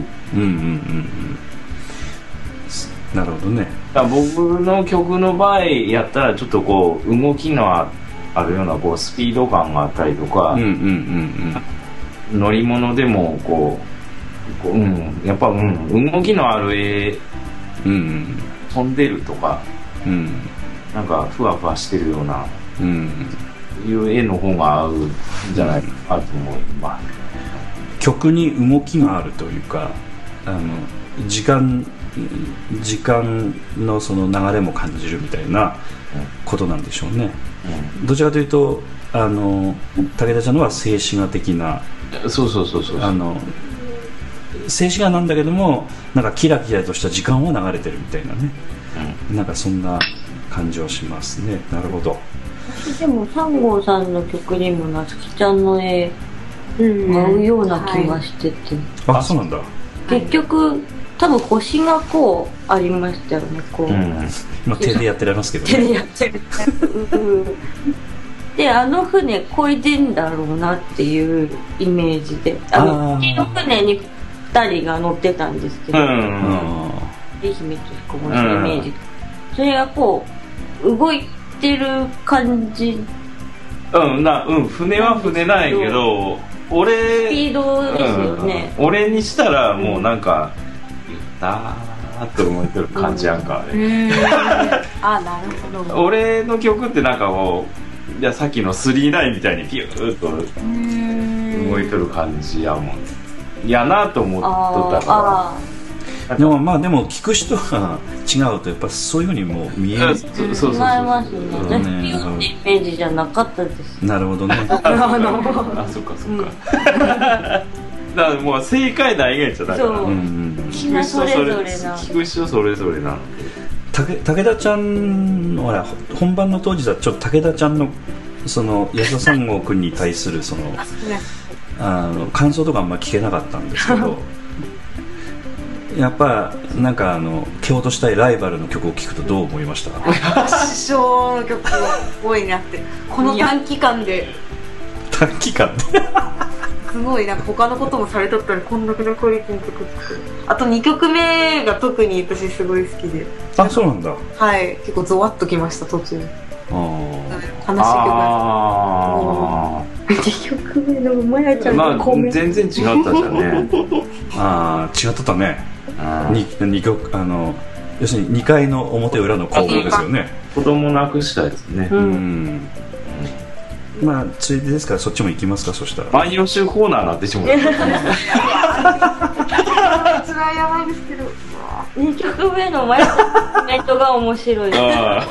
なるほどね。 僕の曲の場合やったらちょっとこう動きのあるようなこうスピード感があったりとか、乗り物でもやっぱ動きのある絵、飛んでるとか、なんかふわふわしてるような、いう絵の方が合うんじゃないかと思います。 曲に動きがあるというか、時間のその流れも感じるみたいなことなんでしょうね。どちらかというと武田ちゃんのは静止画的な、静止画なんだけどもなんかキラキラとした時間を流れてるみたいなね、なんかそんな感じはしますね。なるほど。 でも三郷さんの曲にもなつきちゃんの絵合うような気がしてて、 そうなんだ。 結局多分星がこうありましたよね、こう、 手でやってられますけどね。 手でやってるで船漕いでんだろうなっていうイメージで、月の船に2 2人が乗ってたんですけど、愛媛と彦星のイメージ、それがこう動いてる感じ。 船は船なんやけど、 スピードですよね。 俺にしたらもうなんか言ったーって思ってる感じやんか、 なるほど。 俺の曲ってなんかもう、じゃあさっきの39みたいにピューッと動いてる感じやもん。やなと思っとったから。 でも聞く人が違うとやっぱそういうふうにも見える。 違いますね。イメージじゃなかったです。 なるほどね。 あ、そっか。だからもう正解ないがんちゃだから。 聞く人それぞれなの。 武田ちゃんほら本番の当時だとちょっと武田ちゃんのその安田三郷君に対するその感想とかあんま聞けなかったんですけど。やっぱなんか蹴落としたいライバルの曲を聴くとどう思いました？ 師匠の曲が多いなって、この短期間ですごいなんか他のこともされとったらこんなクオリティの曲作る。あと2曲目が特に私すごい好きで。 あ、そうなんだ。 はい、結構ゾワッときました途中。悲しい曲が 2曲目のまやちゃんのコメント、 全然違ったじゃんね。 違ってたね。2曲要するに2階の表裏の攻防ですよね。 子供亡くしたやつね。 ついでですからそっちも行きますか。そしたら万葉集コーナーになってしまう。 一番やばいですけど、 2曲目のまやちゃんのコメントが面白い。面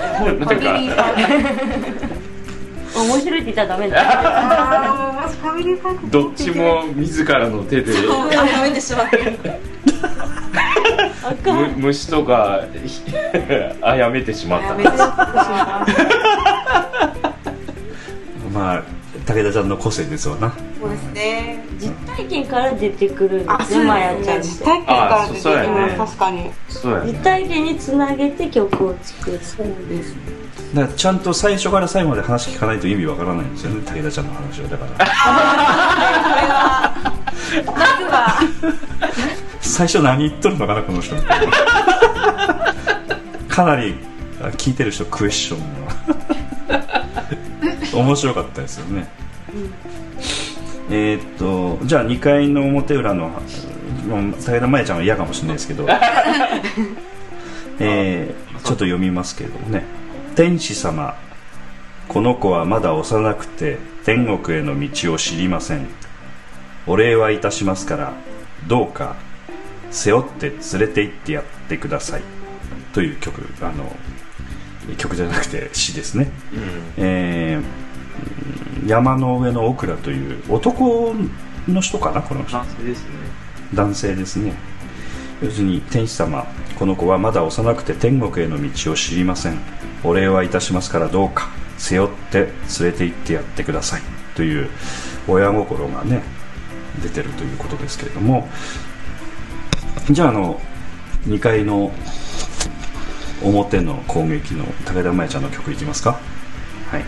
白いって言ったらダメだ。 どっちも自らの手でやめてしまって虫とかやめてしまった。 武田ちゃんの個性ですわな。 そうですね。 実体験から出てくるんですね、まやちゃんって。 実体験から出てくる。確かに。 実体験につなげて曲を作る。そうですね。 だからちゃんと最初から最後まで話聞かないと意味わからないんですよね、武田ちゃんの話は。だから最初何言っとるのかなこの人かなり聞いてる人クエスチョンが面白かったですよね。じゃあ2階の表裏の武田真弥ちゃんは嫌かもしれないですけどちょっと読みますけれどもね。天使様、この子はまだ幼くて天国への道を知りません。お礼はいたしますからどうか背負って連れて行ってやってくださいという曲、曲じゃなくて詩ですね。山の上のオクラという男の人かな、この人。男性ですね。要するに天使様、この子はまだ幼くて天国への道を知りません。お礼はいたしますからどうか背負って連れて行ってやってくださいという親心がね出てるということですけれども、じゃあ2階の表の攻撃の武田真弥ちゃんの曲いきますか。はい。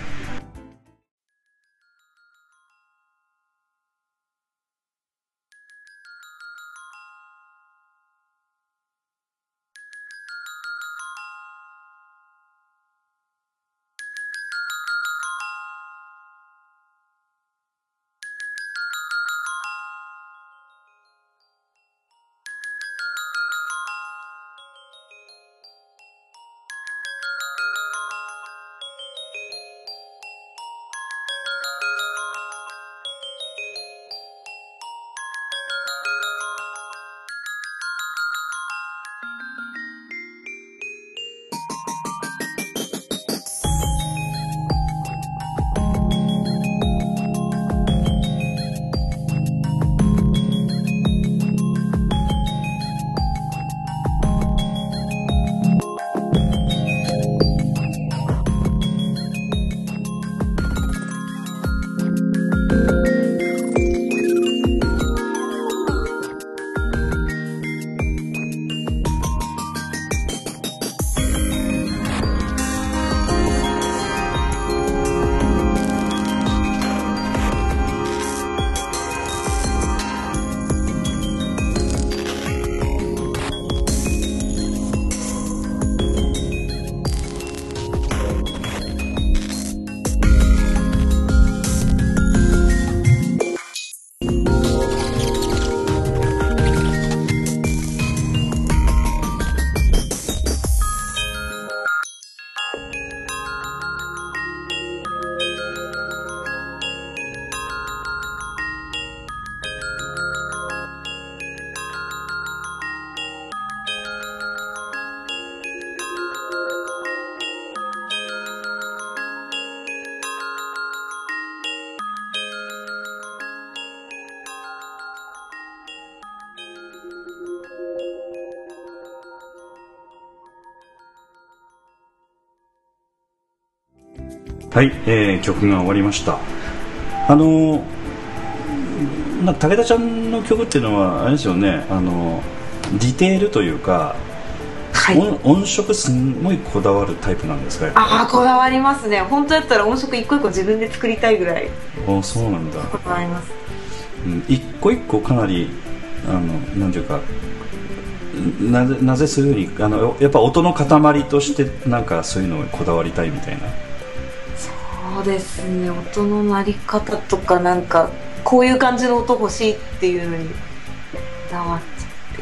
はい、曲が終わりました。武田ちゃんの曲っていうのはあれですよね、ディテールというか、はい、音色すごいこだわるタイプなんですか？ こだわりますね。本当だったら音色一個一個自分で作りたいぐらい。 そうなんだ。 こだわります。 一個一個かなりなんていうか、なぜそういうふうにやっぱ音の塊としてなんかそういうのをこだわりたいみたいな。 そうですね、音の鳴り方とか、なんかこういう感じの音欲しいっていうのにこだわっちゃって、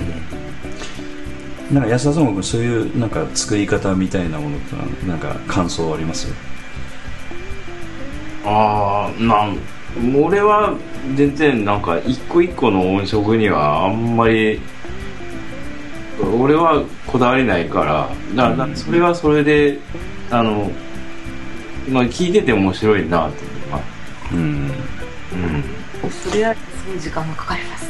なんか安田さんもそういうなんか作り方みたいなものってなんか感想あります？ 俺は全然なんか一個一個の音色にはあんまり俺はこだわりないから、それはそれで聞いてて面白いなと思います。 それはすごい時間がかかります。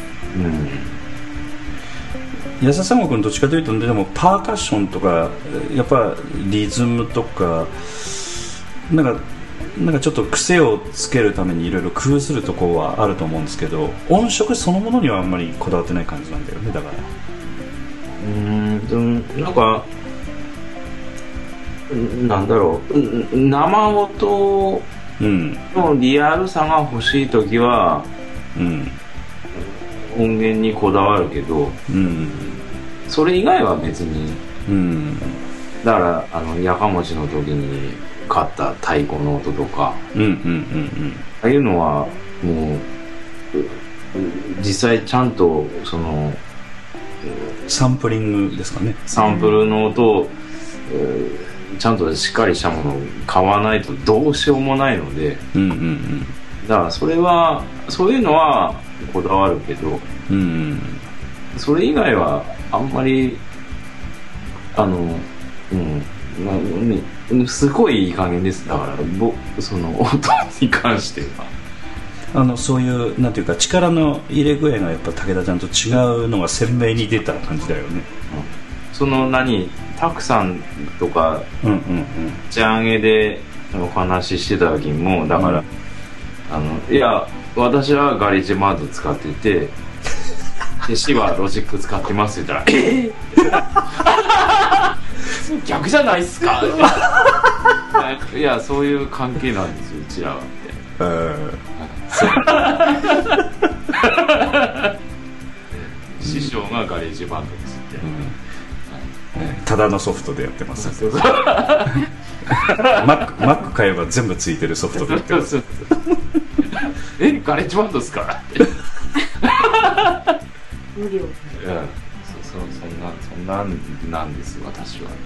安田三郷君どっちかというとでもパーカッションとかやっぱリズムとかなんかちょっと癖をつけるためにいろいろ工夫するところはあると思うんですけど、音色そのものにはあんまりこだわってない感じなんだよね。だからなんかなんだろう、生音のリアルさが欲しいときは、音源にこだわるけど、それ以外は別に、だからやかもちの時に買った太鼓の音とか、ああいうのはもう実際ちゃんとそのサンプリングですかね。 サンプルの音を、ちゃんとしっかりしたものを買わないとどうしようもないので、だからそういうのはこだわるけど、それ以外はあんまりすごいいい加減です。だからその音に関してはそういうなんていうか力の入れ具合がやっぱ武田ちゃんと違うのが鮮明に出た感じだよね。 たくさんとか打ち上げでお話ししてた時もだから、いや私はガレージバンド使っててシはロジック使ってますって言ったら逆じゃないっすかいやそういう関係なんですようちらはって師匠がガレージバンドですって、 ただのソフトでやってますマック買えば全部ついてるソフトでやってますガレージバンドですからって無理をそんなんです私は、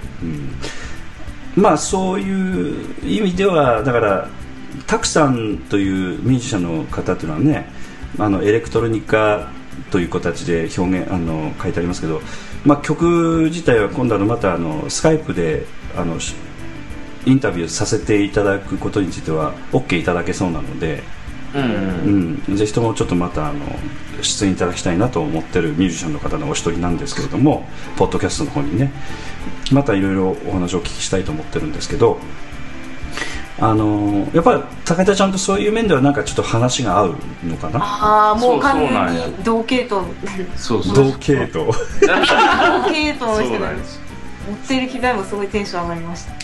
まあそういう意味ではだからたくさんというミュージシャンの方というのはねエレクトロニカという形で表現書いてありますけど、曲自体は今度またスカイプでインタビューさせていただくことについては OK いただけそうなので、ぜひともちょっとまた出演いただきたいなと思ってるミュージシャンの方のお一人なんですけれども、ポッドキャストの方にねまたいろいろお話をお聞きしたいと思ってるんですけど、やっぱり武田ちゃんとそういう面ではなんかちょっと話が合うのかな。 もう完全に同系統同系統の人なんです。持っている機材もすごいテンション上がりました。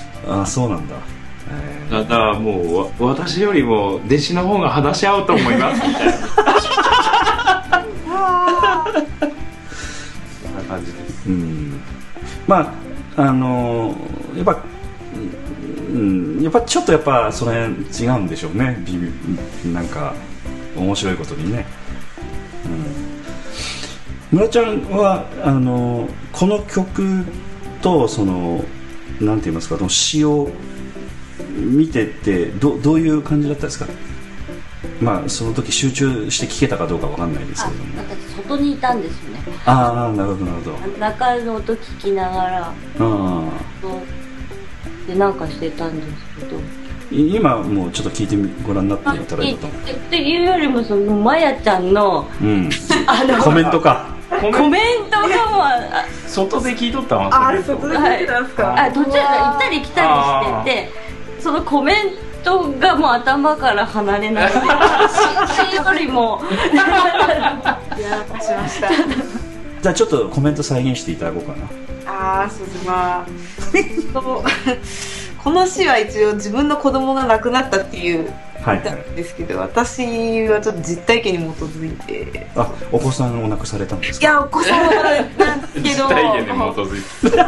そうなんだ。 だからもう私よりも弟子の方が話し合うと思いますみたいなそんな感じです。 やっぱちょっとやっぱその辺違うんでしょうね。なんか面白いことにね。村ちゃんはこの曲となんて言いますか、詩を見ててどういう感じだったですか？その時集中して聴けたかどうかわかんないですけども。 私外にいたんですよね。 なるほどなるほど。 中の音聞きながらでなんかしてたんですけど、 今もうちょっと聞いてご覧になっていただいたと。 っていうよりもまやちゃんの、 コメントか。 コメントが外で聞いとったんですか？外で聞いてたんですか？ 途中で行ったり来たりしてて、 そのコメントがもう頭から離れないで詩よりもいやーしましたじゃあちょっとコメント再現していただこうかな。 そうです。まあこの詩は一応自分の子供が亡くなったっていう歌なんですけど、私はちょっと実体験に基づいて。 お子さんを亡くされたんですか？ いや、お子さんはなんですけど実体験に基づいて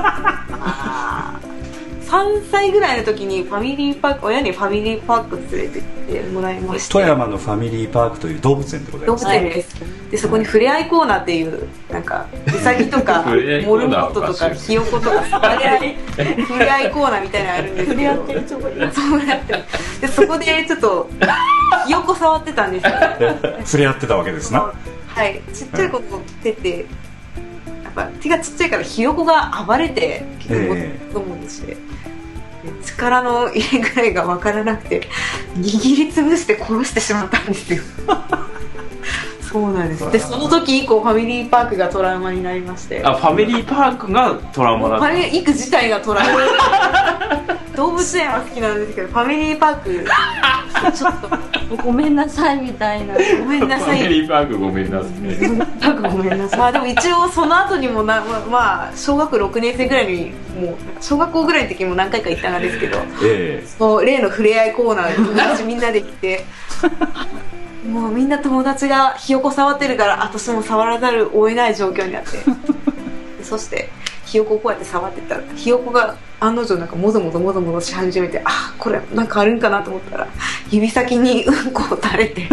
3歳ぐらいの時に親にファミリーパーク連れてってもらいまして、 富山のファミリーパークという動物園でございます。 動物園です。でそこにふれあいコーナーっていうなんかウサギとかモルモットとかヒヨコとかふれあいコーナーみたいなのあるんですけど、そうやってでそこでちょっとヒヨコ触ってたんですよ触れ合ってたわけですな。 はい、ちっちゃい子と手ってやっぱ手がちっちゃいからヒヨコが暴れて結構もんして、力の入れぐらいが分からなくて握りつぶして殺してしまったんですよそうなんです。でその時以降ファミリーパークがトラウマになりまして。 ファミリーパークがトラウマだった。 行く自体がトラウマ動物園は好きなんですけどファミリーパークちょっとごめんなさいみたいな。 ごめんなさい。 ファミリーパークごめんなさい。 ごめんなさい。でも一応その後にもまあ小学6年生ぐらいにもう小学校ぐらいの時にも何回か行ったんですけど、その例の触れ合いコーナーに友達みんなで行ってもうみんな友達がひよこ触ってるから私も触らざるを得ない状況になってそしてひよこをこうやって触ってたらひよこが案の定なんかもぞもぞし始めて、これなんかあるんかなと思ったら指先にうんこを垂れて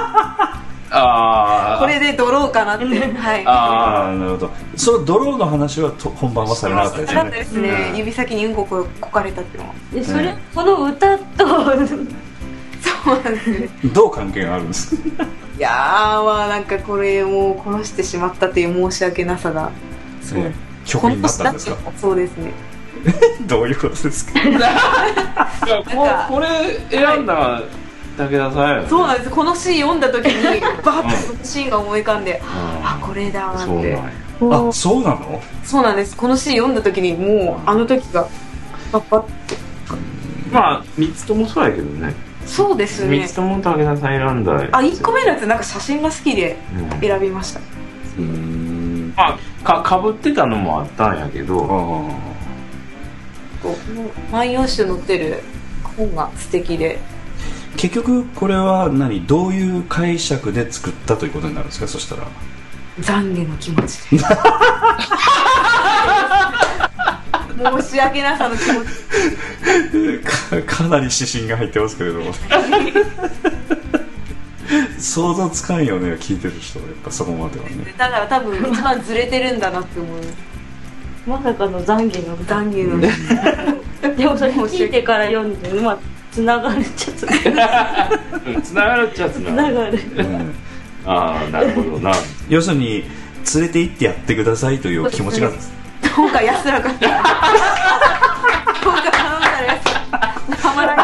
これでドローかなってはい。なるほど。そのドローの話は本番はされなかったですよね。 ですね、指先にうんこをこかれたっていうのはでそれ、この歌とそうなんですね。 どう関係があるんですか？ いやーなんかこれもう殺してしまったという申し訳なさが曲になったんですか？ そうですねどういうことですか？ これ選んだ武田さん。 そうなんです。このシーン読んだ時にバッとそのシーンが思い浮かんで、これだなって。 そうなの？ そうなんです。このシーン読んだ時にもうあの時がパッパッて。 まあ3つともそうやけどね。 そうですね。 3つとも武田さん選んだ。 1個目のやつなんか写真が好きで選びました。 かぶってたのもあったんやけど、 この万葉集載ってる本が素敵で。 結局これはどういう解釈で作ったということになるんですか？そしたら懺悔の気持ちで申し訳なさの気持ちかなり指針が入ってますけれども想像つかんよね、聞いてる人はやっぱそこまではね。 だから多分一番ずれてるんだなって思うまさかの懺悔のでもそれ聞いてから読んでつながるっちゃつながるなるほどな。 要するに連れて行ってやってくださいという気持ちがどうか安らかにどうか頼んだら安らかにたまら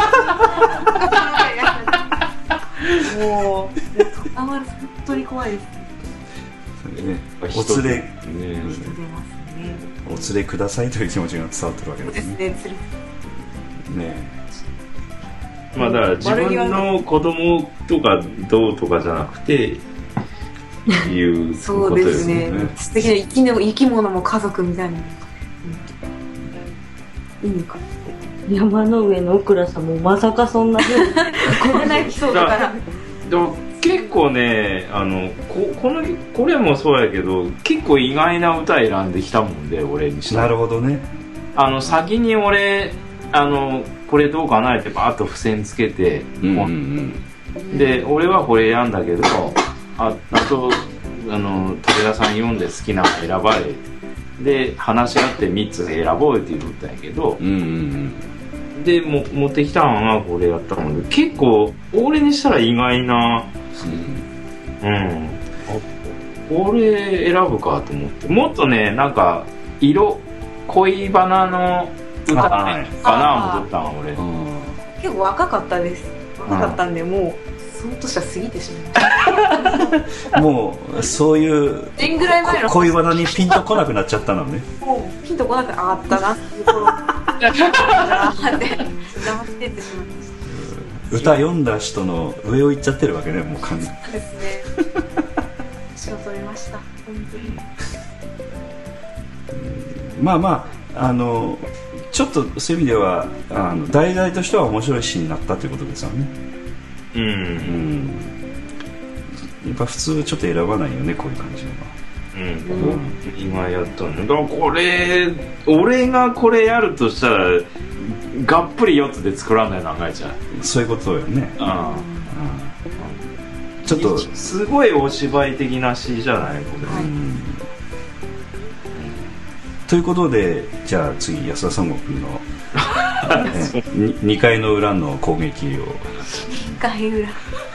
ないもうあまり本当に怖いですお連れお連れくださいという気持ちが伝わってるわけですね。 まあだから自分の子供とかどうとかじゃなくていうことですね。 素敵な生き物も家族みたいな。いいのか。 山の上のオクラさんもまさかそんな風にこれなエピソードから。 でも結構ねこれもそうやけど結構意外な歌選んできたもんで俺にした。 なるほどね。 先に俺これどうかなってバーッと付箋つけて、で俺はこれ選んだけどあと武田さん読んで好きなの選ばれで話し合って3つ選ぼうって言ったんやけど、で持ってきたのがこれやったので結構俺にしたら意外なこれ選ぶかと思って、もっとねなんか恋バナの歌かな思ったん俺。 結構若かったです。若かったんでもうその年は過ぎてしまいましたもうそういう恋バナにピンとこなくなっちゃったのね。 もうピンとこなくなったなっていう頃騙してってしまいました。 歌読んだ人の上を行っちゃってるわけね、もう完全に。 そうですね。年を取りました、本当に。 まあまあ、ちょっとそういう意味では題材としては面白い詩になったということですよね。やっぱ普通ちょっと選ばないよね、こういう感じのは。 今やったのだからこれ俺がこれやるとしたらがっぷり4つで作らないの考えちゃう。 そういうことよね。ちょっとすごいお芝居的な詩じゃないこれ。 ということで、じゃあ次安田三郷君の2回の裏の攻撃を。2 回裏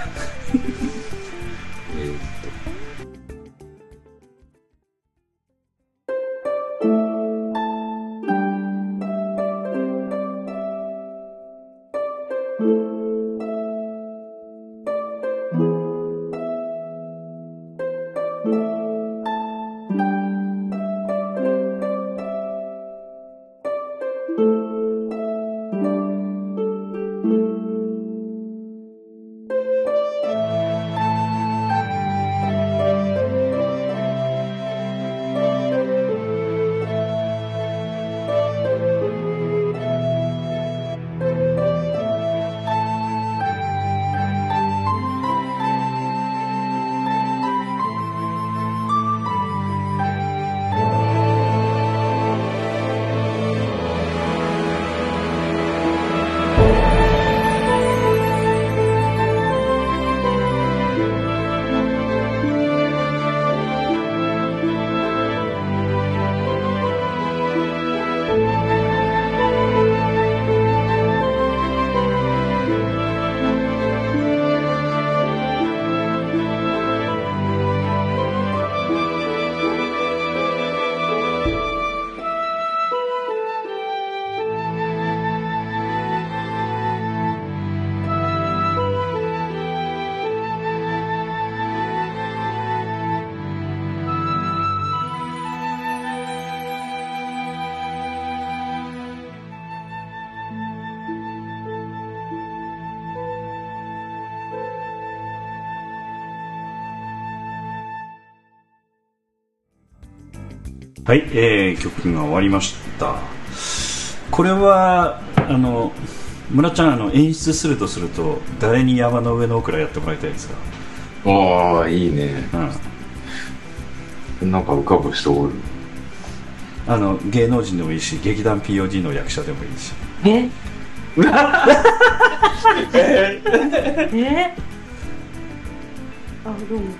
はい、曲が終わりました。これは村ちゃん演出するとすると誰に山の上のオクラやってもらいたいですか？ ああいいね、なんか浮かぶ人おる？ 芸能人でもいいし劇団 POD の役者でもいいし。 あ、どうも。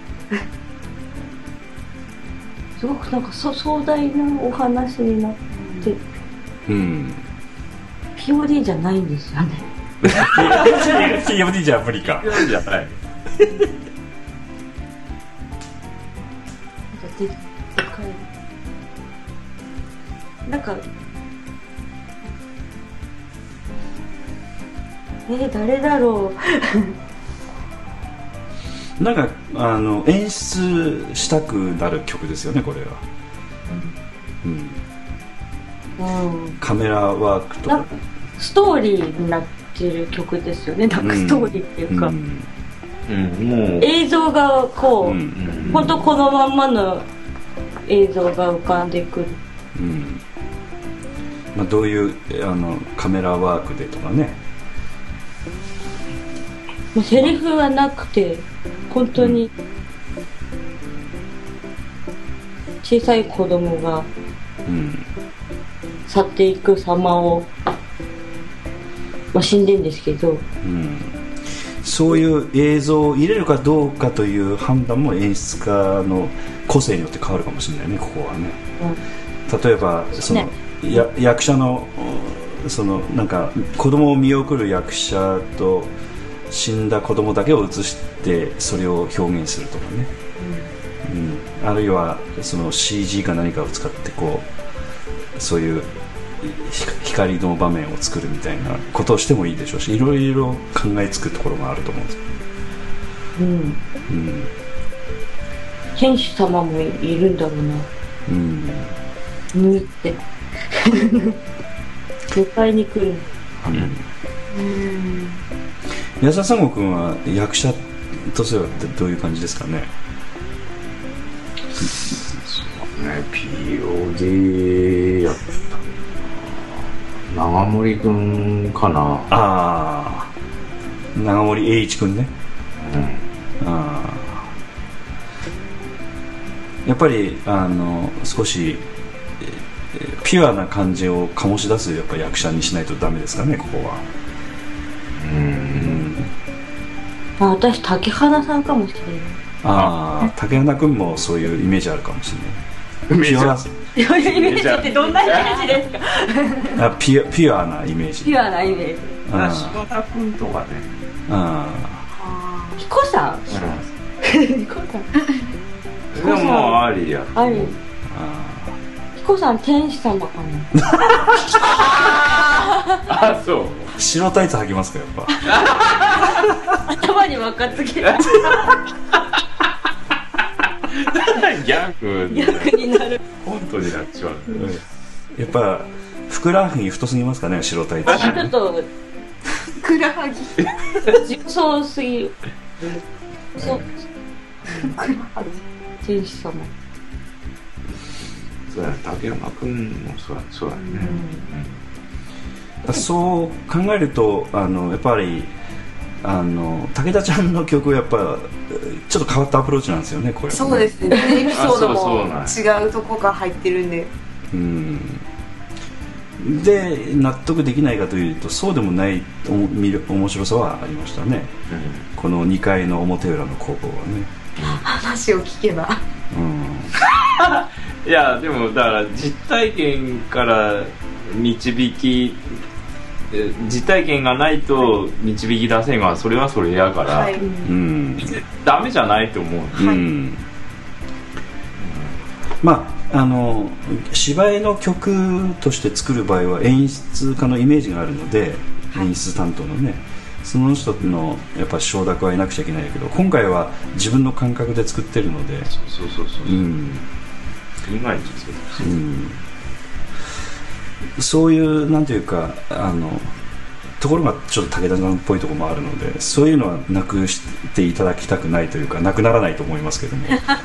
すごくなんか壮大なお話になって、POD じゃないんですよね。 POD じゃ無理か。 POD じゃない。 なんか誰だろう。なんか演出したくなる曲ですよね、これは。カメラワークとかストーリーになってる曲ですよね。なんかストーリーっていうか、もう映像がこう、本当このまんまの映像が浮かんでくる。 どういうカメラワークでとかね。 もうセリフはなくて本当に小さい子供が去っていく様を、死んでんですけど、 そういう映像を入れるかどうかという判断も演出家の個性によって変わるかもしれないね、ここはね。例えば役者のなんか子供を見送る役者と死んだ子供だけを映してそれを表現するとかね、あるいはCG か何かを使ってそういう光の場面を作るみたいなことをしてもいいでしょうし、いろいろ考えつくところがあると思うんです。 天使様もいるんだろうな。って迎えに来る。 安田三悟君は役者としてはどういう感じですかね。 そうね、POD やった長森君かな。 ああ、長森栄一君ね。ああ、やっぱり少しピュアな感じを醸し出すやっぱ役者にしないとダメですかね、ここは。 私竹花さんかもしれない。 ああ、竹花君もそういうイメージあるかもしれない。 イメージってどんなイメージですか。 ピュアなイメージ。 ピュアなイメージ。 柴田君とかね。 彦さん。彦さん。 でもありや。 あり。彦さん天使様かな。 あ、そう。 白タイツ履きますか、やっぱ。 頭に輪っかつけて。 逆になる。 コントになっちまう。 やっぱふくらはぎ太すぎますかね、白タイツ。 ちょっとふくらはぎ重そうすぎる。そうふくらはぎ天使様。 そうや、竹山君もそうやね。 そう考えるとやっぱり武田ちゃんの曲はやっぱちょっと変わったアプローチなんですよね、これ。 そうですね、エピソードも違うとこが入ってるんで。 で納得できないかというとそうでもない面白さはありましたね、この2階の表裏の攻防はね。 話を聞けばいやでもだから実体験から実体験がないと導き出せんが、それはそれやから、はい、ダメじゃないと思う、 まあ芝居の曲として作る場合は演出家のイメージがあるので、演出担当のね、その人のやっぱ承諾は得なくちゃいけないけど、今回は自分の感覚で作ってるので、 意外と作ってる、そういうなんていうかところがちょっと武田さんっぽいところもあるので、そういうのはなくしていただきたくないというか、なくならないと思いますけども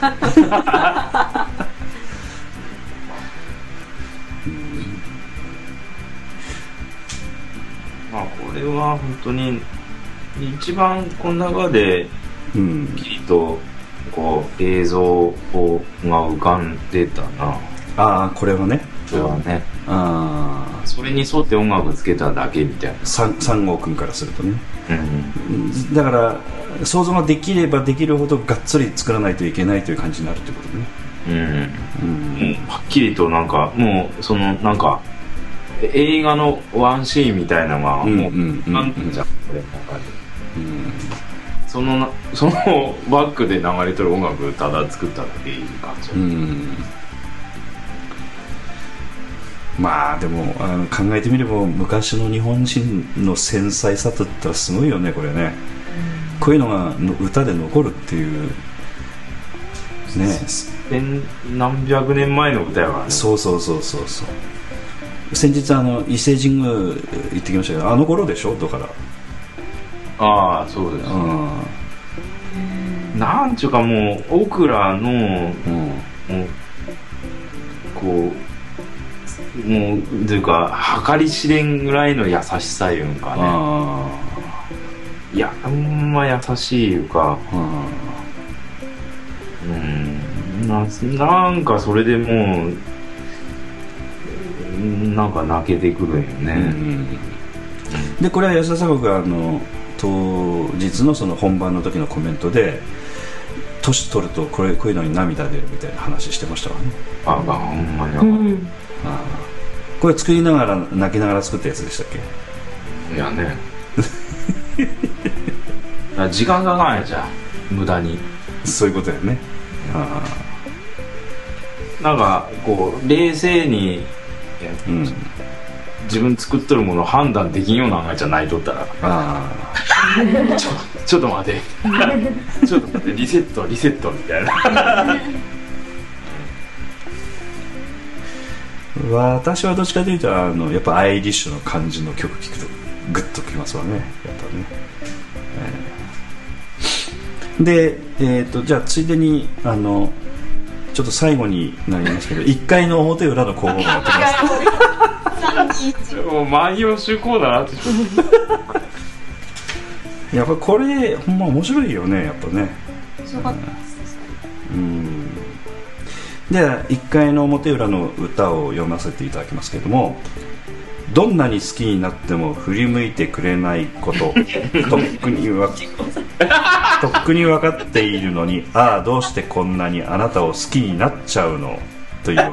まあこれは本当に一番この中できりとこう映像が浮かんでたな。 ああ、これはね、 それはね、それに沿って音楽つけただけみたいな。 三郷君からするとね、だから想像ができればできるほどがっつり作らないといけないという感じになるということね。 はっきりとなんかもうそのなんか映画のワンシーンみたいなのがもうなんていうんじゃん、そのバックで流れてる音楽ただ作っただけいい感じ。 まあでも考えてみれば昔の日本人の繊細さといったらすごいよね、これね。こういうのが歌で残るっていうね、 何百年前の歌やからね。 そう先日伊勢神宮行ってきましたけど、あの頃でしょ、だから。 ああ、そうです、なんちゅうかもうオクラの、もうこうもうというか計り知れんぐらいの優しさいうんかね。いや、ほんま優しいいうか、なんかそれでもうなんか泣けてくるんよね。 でこれは安田さんが当日のその本番の時のコメントで、年取るとこういうのに涙出るみたいな話してましたわね。 ほんまに。 これ作りながら泣きながら作ったやつでしたっけ？ いやね時間がかかないじゃん、無駄に。 そういうことやね。 なんかこう冷静に、自分作っとるものを判断できんような考えじゃないとったらちょっと待てちょっと待って、リセットみたいな私はどっちかというとやっぱアイリッシュの感じの曲聴くとグッときますわね、やっぱね。で、じゃあついでにちょっと最後になりますけど、1階の表裏の工房がやってきます。 もう万葉集コーナーってやっぱこれほんま面白いよね、やっぱね。 面白かったですね。 で1階の表裏の歌を読ませていただきますけれども、どんなに好きになっても振り向いてくれないこととっくに分かっているのに、ああどうしてこんなにあなたを好きになっちゃうのという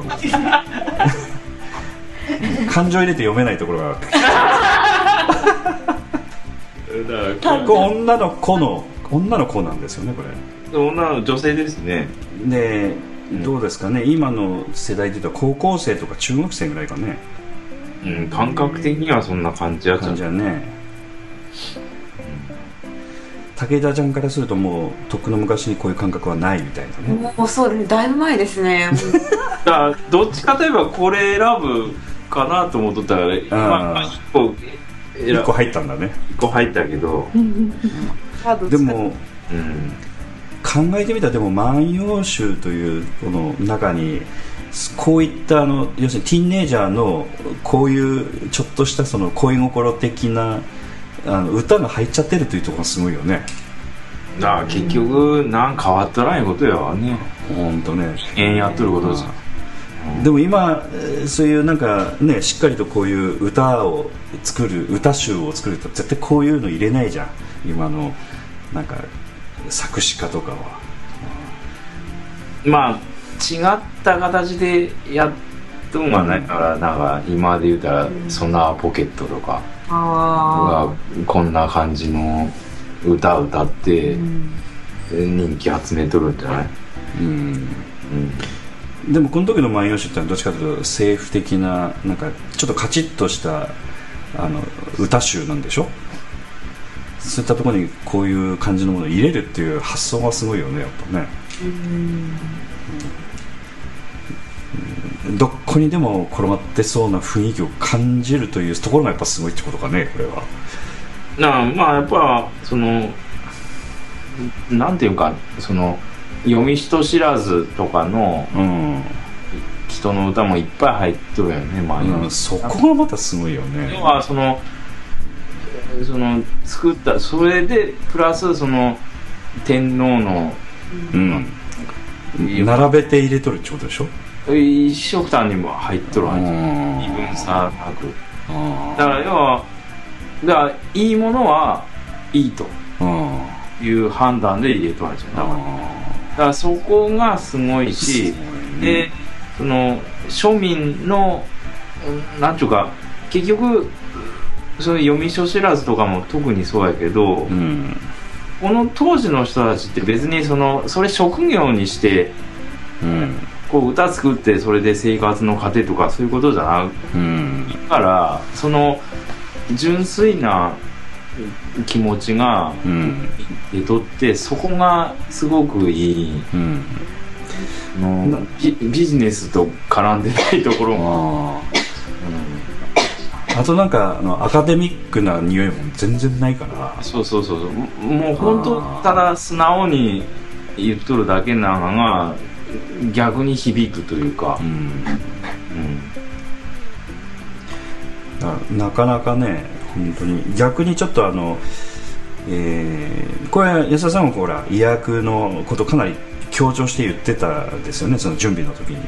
感情入れて読めないところがこれ女の子なんですよね、これ。 女の女性ですね。 でどうですかね、今の世代でいうと高校生とか中学生ぐらいかね。 感覚的にはそんな感じやったんじゃね。 武田ちゃんからするともうとっくの昔にこういう感覚はないみたいなね。 もうそうですね、だいぶ前ですね。 だからどっちかといえばこれ選ぶかなと思っとったから、1個入ったんだね。 1個入ったけどでも、考えてみたら、でも万葉集というこの中にこういった要するにティーンネイジャーのこういうちょっとしたその恋心的な歌が入っちゃってるというところがすごいよね。 だから結局なんか変わったらないことやわね。 本当ね。 やっとることさ。 でも今そういうなんかね、しっかりとこういう歌を作る、歌集を作ると絶対こういうの入れないじゃん、今のなんか作詞家とかは。 まあ違った形でやっとんがないから、なんか今で言うたらソナーポケットとかがこんな感じの歌を歌って人気集めとるんじゃない？ でもこの時の万葉集ってのはどっちかというと政府的な、なんかちょっとカチッとした歌集なんでしょ。そういったところにこういう感じのものを入れるっていう発想がすごいよね、やっぱね。どこにでも転がってそうな雰囲気を感じるというところがやっぱすごいってことかね、これは。 まあやっぱそのなんていうか、その読み人知らずとかの人の歌もいっぱい入っとるよね、 そこがまたすごいよね。 要はその作ったそれでプラスその天皇の、 並べて入れとるってことでしょ。 一緒くたんにも入っとるわけ。二分差なく。だから要はいいものはいいという判断で入れとるわけじゃん。だからそこがすごいし、でその庶民のなんていうか、結局その読み書知らずとかも特にそうやけど、この当時の人たちって別にそれ職業にして、こう歌作ってそれで生活の糧とかそういうことじゃない、から、その純粋な気持ちが出とって、そこがすごくいい、ビジネスと絡んでないところが、 あとなんかアカデミックな匂いも全然ないから。 そうもう本当ただ素直に言っとるだけなのが逆に響くというか、 なかなかね、本当に逆にちょっとこれ安田さんもほら医薬のことかなり強調して言ってたんですよね、その準備の時に。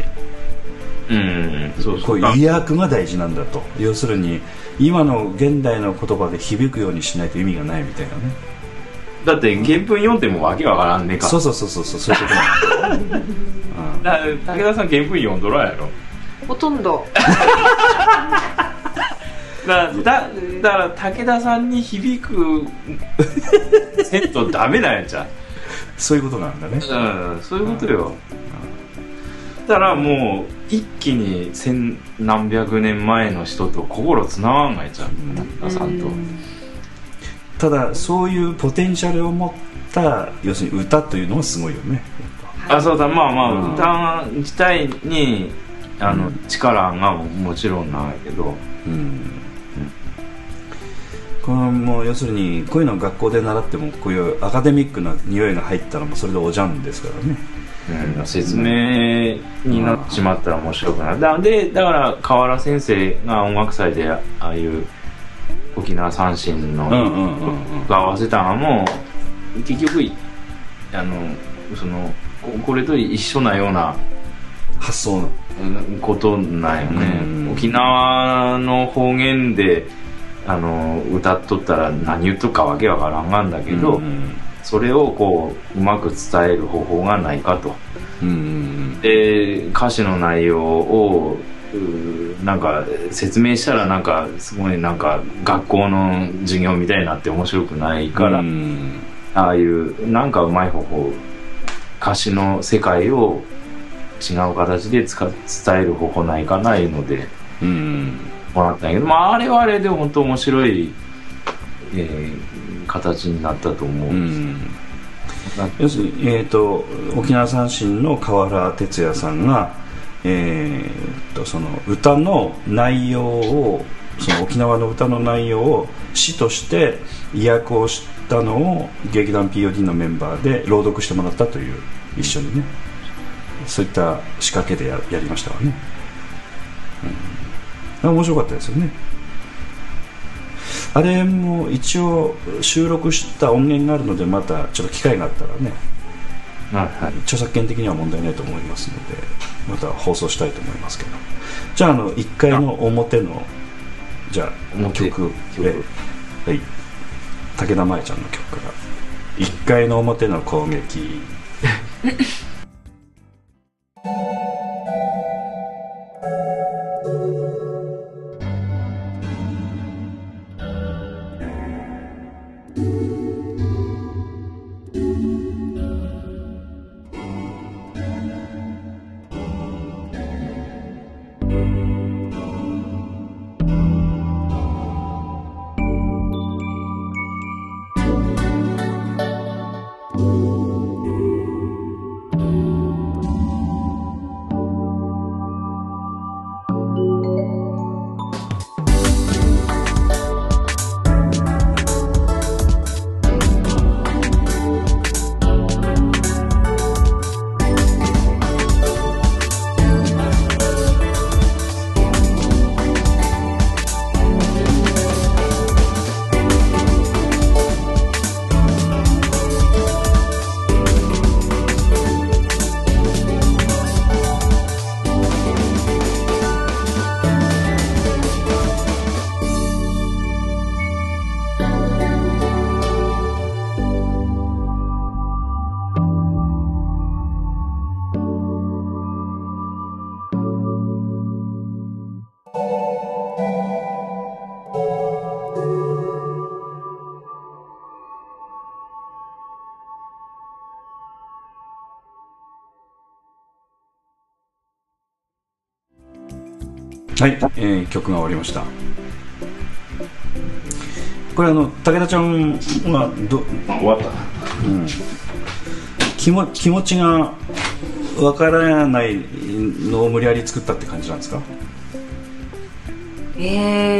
こういう医薬が大事なんだと。要するに今の現代の言葉で響くようにしないと意味がないみたいなね。 だって原文読んでもわけわからんねえか。 そういうことなんだ。武田さん原文読んどらやろ。 ほとんど。 だから武田さんに響くセットダメなんやじゃん。 そういうことなんだね。 そういうことよ。だからもう一気に千何百年前の人と心つながんがいちゃう、武田さんと。 ただそういうポテンシャルを持った要するに歌というのはすごいよね。 そうだ、歌自体に力がもちろんなんやけど、 このもう要するにこういうのを学校で習ってもこういうアカデミックな匂いが入ったらもうそれでおじゃんですからね。 説明になってしまったら面白くない。だから河原先生が音楽祭でああいう沖縄三線のが合わせたのも結局これと一緒なような発想のことなんよね。沖縄の方言で歌っとったら何言っとくかわけわからんがんだけど、それをこううまく伝える方法がないかと。で歌詞の内容をなんか説明したらなんかすごいなんか学校の授業みたいになって面白くないから、ああいうなんかうまい方法、歌詞の世界を違う形で伝える方法ないかないうのでもらったんやけど、あれはあれで本当面白い、形になったと思う。 要するに、沖縄三線の河原哲也さんが、その歌の内容を、その沖縄の歌の内容を詩として意訳をしたのを劇団 POD のメンバーで朗読してもらったという、一緒にね、そういった仕掛けで やりましたわね。面白かったですよね。あれも一応収録した音源があるので、またちょっと機会があったらね、著作権的には問題ないと思いますので、また放送したいと思いますけど。じゃあ1回の表のじゃあ曲で、はい、武田真弥ちゃんの曲から1回の表の攻撃はい、曲が終わりました。これ武田ちゃんは終わった、 気持ちがわからないのを無理やり作ったって感じなんですか？ い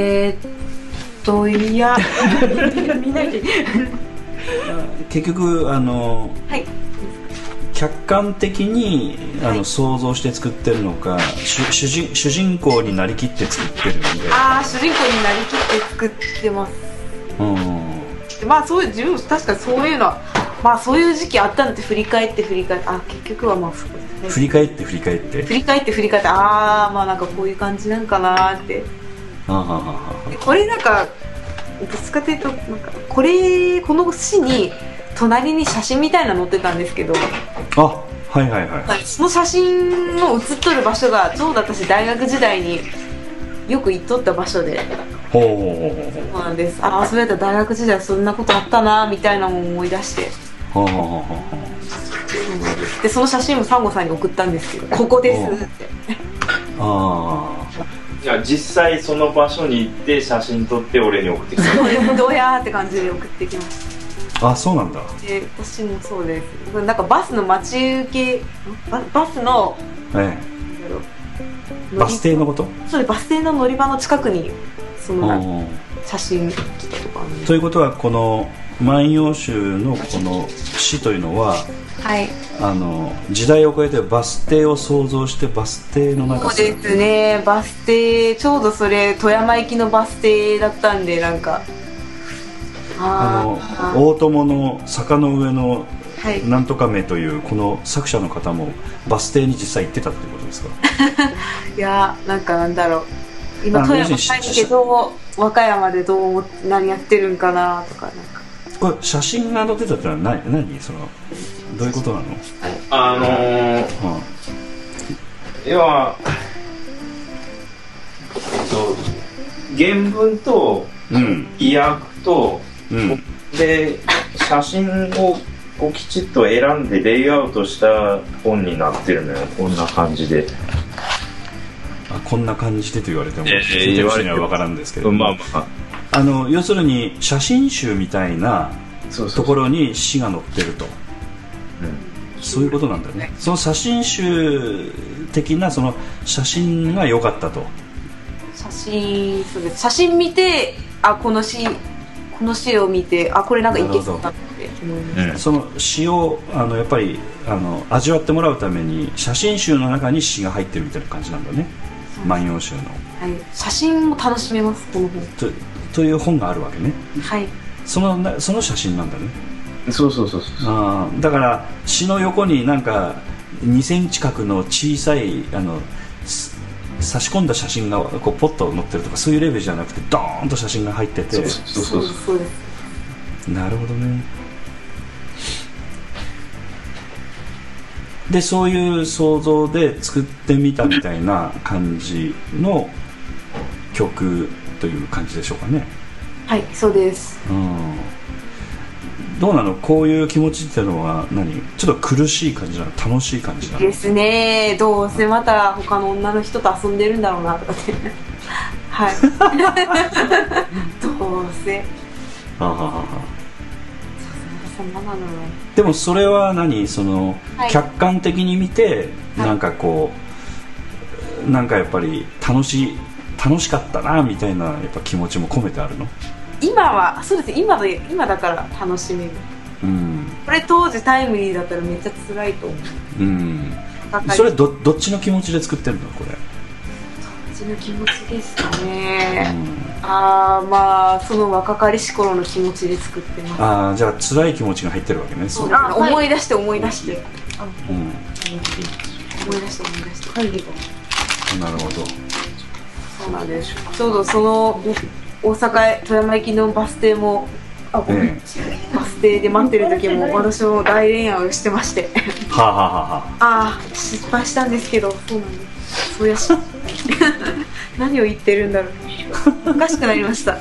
や見なきゃ結局はい、客観的に想像して作ってるのか、主人公になりきって作ってるんで。 主人公になりきって作ってます。まあそういう自分も確かそういうのは、まあそういう時期あったのって振り返って結局はまあ振り返ってまあなんかこういう感じなんかなって。これなんかどっちかというとなんかこの詩に隣に写真みたいなの載ってたんですけど、その写真の写っとる場所がちょうど私大学時代によく行っとった場所で、そうなんです。そうやったら大学時代そんなことあったなみたいなのを思い出して、でその写真もサンゴさんに送ったんですけど、ここですって。 いや実際その場所に行って写真撮って俺に送ってきた。 どうやーって感じで送ってきました。 そうなんだ。 私もそうです。なんかバスの待ち受け、バスの、 バス停のこと？ そうです。バス停の乗り場の近くにその写真撮ったとかということはこの万葉集のこの詩というのは、 はい、 時代を超えてバス停を想像してバス停の中そうですね、バス停ちょうどそれ富山行きのバス停だったんで、なんか大友の坂の上のなんとか名というこの作者の方もバス停に実際行ってたってことですか？ いやなんかなんだろう、今富山ないけど和歌山で何やってるんかなとか、なんかこれ写真が載ってたってのは何そのどういうことなの？ 要は原文と意訳と、で写真をこうきちっと選んでレイアウトした本になってるのよ。こんな感じで。 こんな感じでと言われても聞いてる人には分からんですけど、要するに写真集みたいなところに詩が載ってると、そういうことなんだよね。その写真集的なその写真が良かったと。 写真見て、この詩を見て、これなんかいけそうだって思いました。 その詩をやっぱり味わってもらうために写真集の中に詩が入ってるみたいな感じなんだね、万葉集の。 はい、写真も楽しめますこの本という本があるわけね。 はい、 その写真なんだね。 そうだから詩の横になんか2センチ角の小さい差し込んだ写真がこうポッと載ってるとか、そういうレベルじゃなくてドーンと写真が入ってて。 そうです。 なるほどね。でそういう想像で作ってみたみたいな感じの曲という感じでしょうかね。 はい、そうです。 どうなの、こういう気持ちっていうのはちょっと苦しい感じなの、楽しい感じなの？ ですね。どうせまた他の女の人と遊んでるんだろうなとかってはいどうせでもそれは客観的に見て、なんかこうなんかやっぱり楽しかったなみたいなやっぱ気持ちも込めてあるの？ 今はそうです。今だから楽しめる。これ当時タイムリーだったらめっちゃ辛いと思う。 それどっちの気持ちで作ってるのこれ？どっちの気持ちですかね。その若かりし頃の気持ちで作ってます。 じゃあ辛い気持ちが入ってるわけね。 そうですね。思い出して思い出してなるほど。 そうなんです。ちょうどその大阪富山行きのバス停もバス停で待ってる時も私も大恋愛をしてまして失敗したんですけど、そうなんです。そうやし何を言ってるんだろうおかしくなりました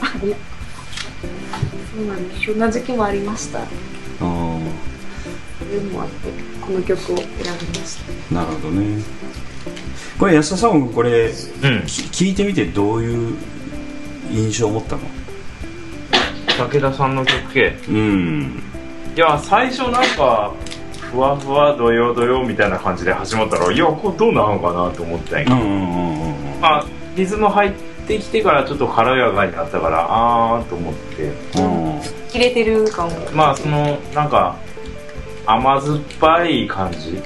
そうなんです。そんな時期もありました。それもあってこの曲を選びました。 なるほどね。これ安田さん、これ、聞いてみてどういう印象を持ったの？ 武田さんの曲系。いや最初なんかふわふわどよどよみたいな感じで始まったら、いやこれどうなのかなと思ったんやけど、リズム入ってきてからちょっと軽やかになったからと思って、 切れてるかも。 そのなんか甘酸っぱい感じ。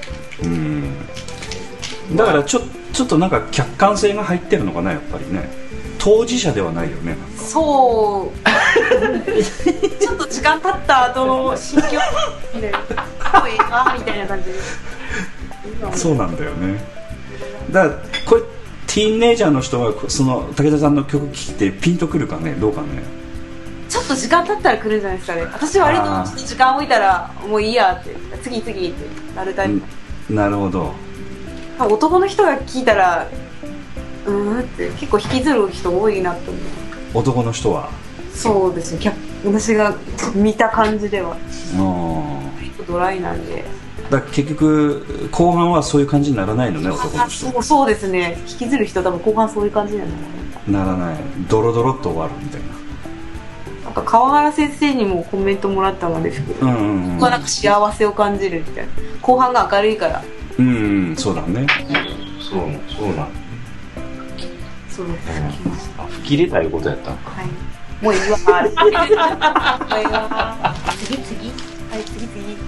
だからちょっとなんか客観性が入ってるのかな、やっぱりね。当事者ではないよね。 そうちょっと時間経った後の心境みたいなみたいな感じでそうなんだよね。だからこれティーンネイジャーの人がその武田さんの曲聴いてピンとくるかね、どうかね。 ちょっと時間経ったら来るんじゃないですかね。私は割とちょっと時間置いたらもういいやって次ってなるタイプ。 なるほど。 男の人が聴いたらって結構引きずる人多いなと思う。 男の人はそうですね。私が見た感じでは結構ドライなんで。 だから結局後半はそういう感じにならないのね、男の人。 そうですね。引きずる人は多分後半そういう感じにはならない。ドロドロっと終わるみたいな。 なんか川原先生にもコメントもらったのですけど、なんか幸せを感じるみたいな。後半が明るいから。 そうだね。 そうなん。 そうです。 吹き入れたいことやったのか。 もういいわ次はい次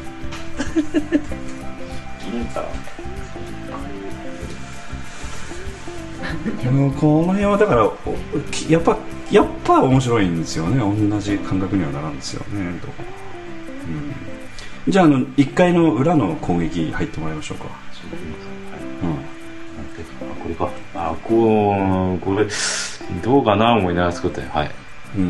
この辺はだからやっぱ面白いんですよね。同じ感覚にはならんですよね。じゃあ1階の裏の攻撃入ってもらいましょうか。 これか。これどうかな思いながら作ったよ。はい。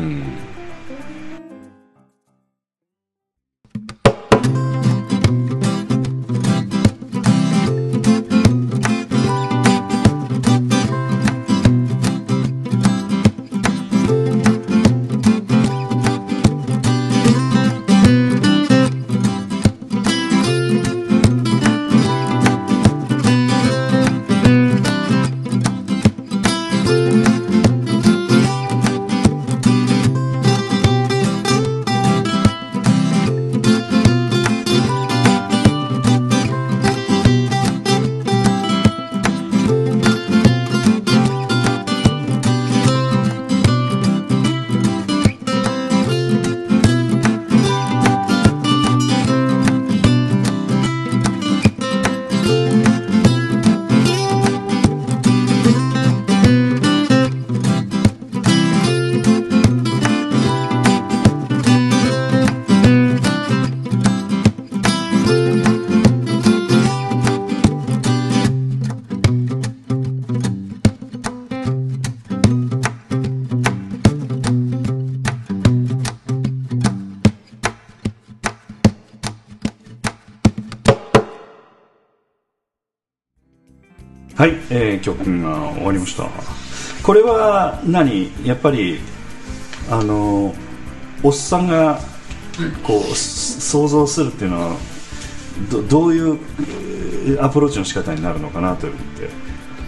はい、曲が終わりました。これはやっぱりおっさんがこう想像するっていうのはどういうアプローチの仕方になるのかなと思って。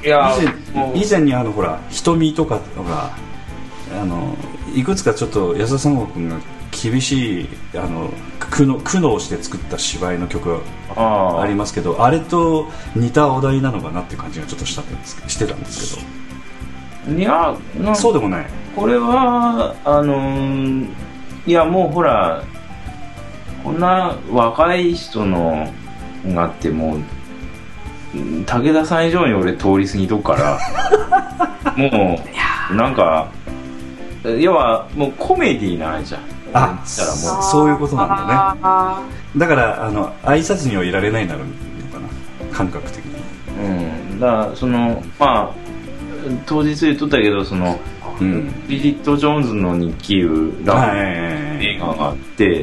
以前にほら瞳とかがいくつかちょっと安田三郷君が厳しい苦悩して作った芝居の曲がありますけど、あれと似たお題なのかなっていう感じがちょっとしてたんですけど。いやそうでもない。 これはいやもうほらこんな若い人のがあっても武田さん以上に俺通り過ぎとくからもうなんか要はもうコメディーなんじゃん。 そういうことなんだね。だから挨拶にはいられないなるのかな、感覚的に。 だから当日言っとったけどビリット・ジョーンズの日記いうラブ映画があって、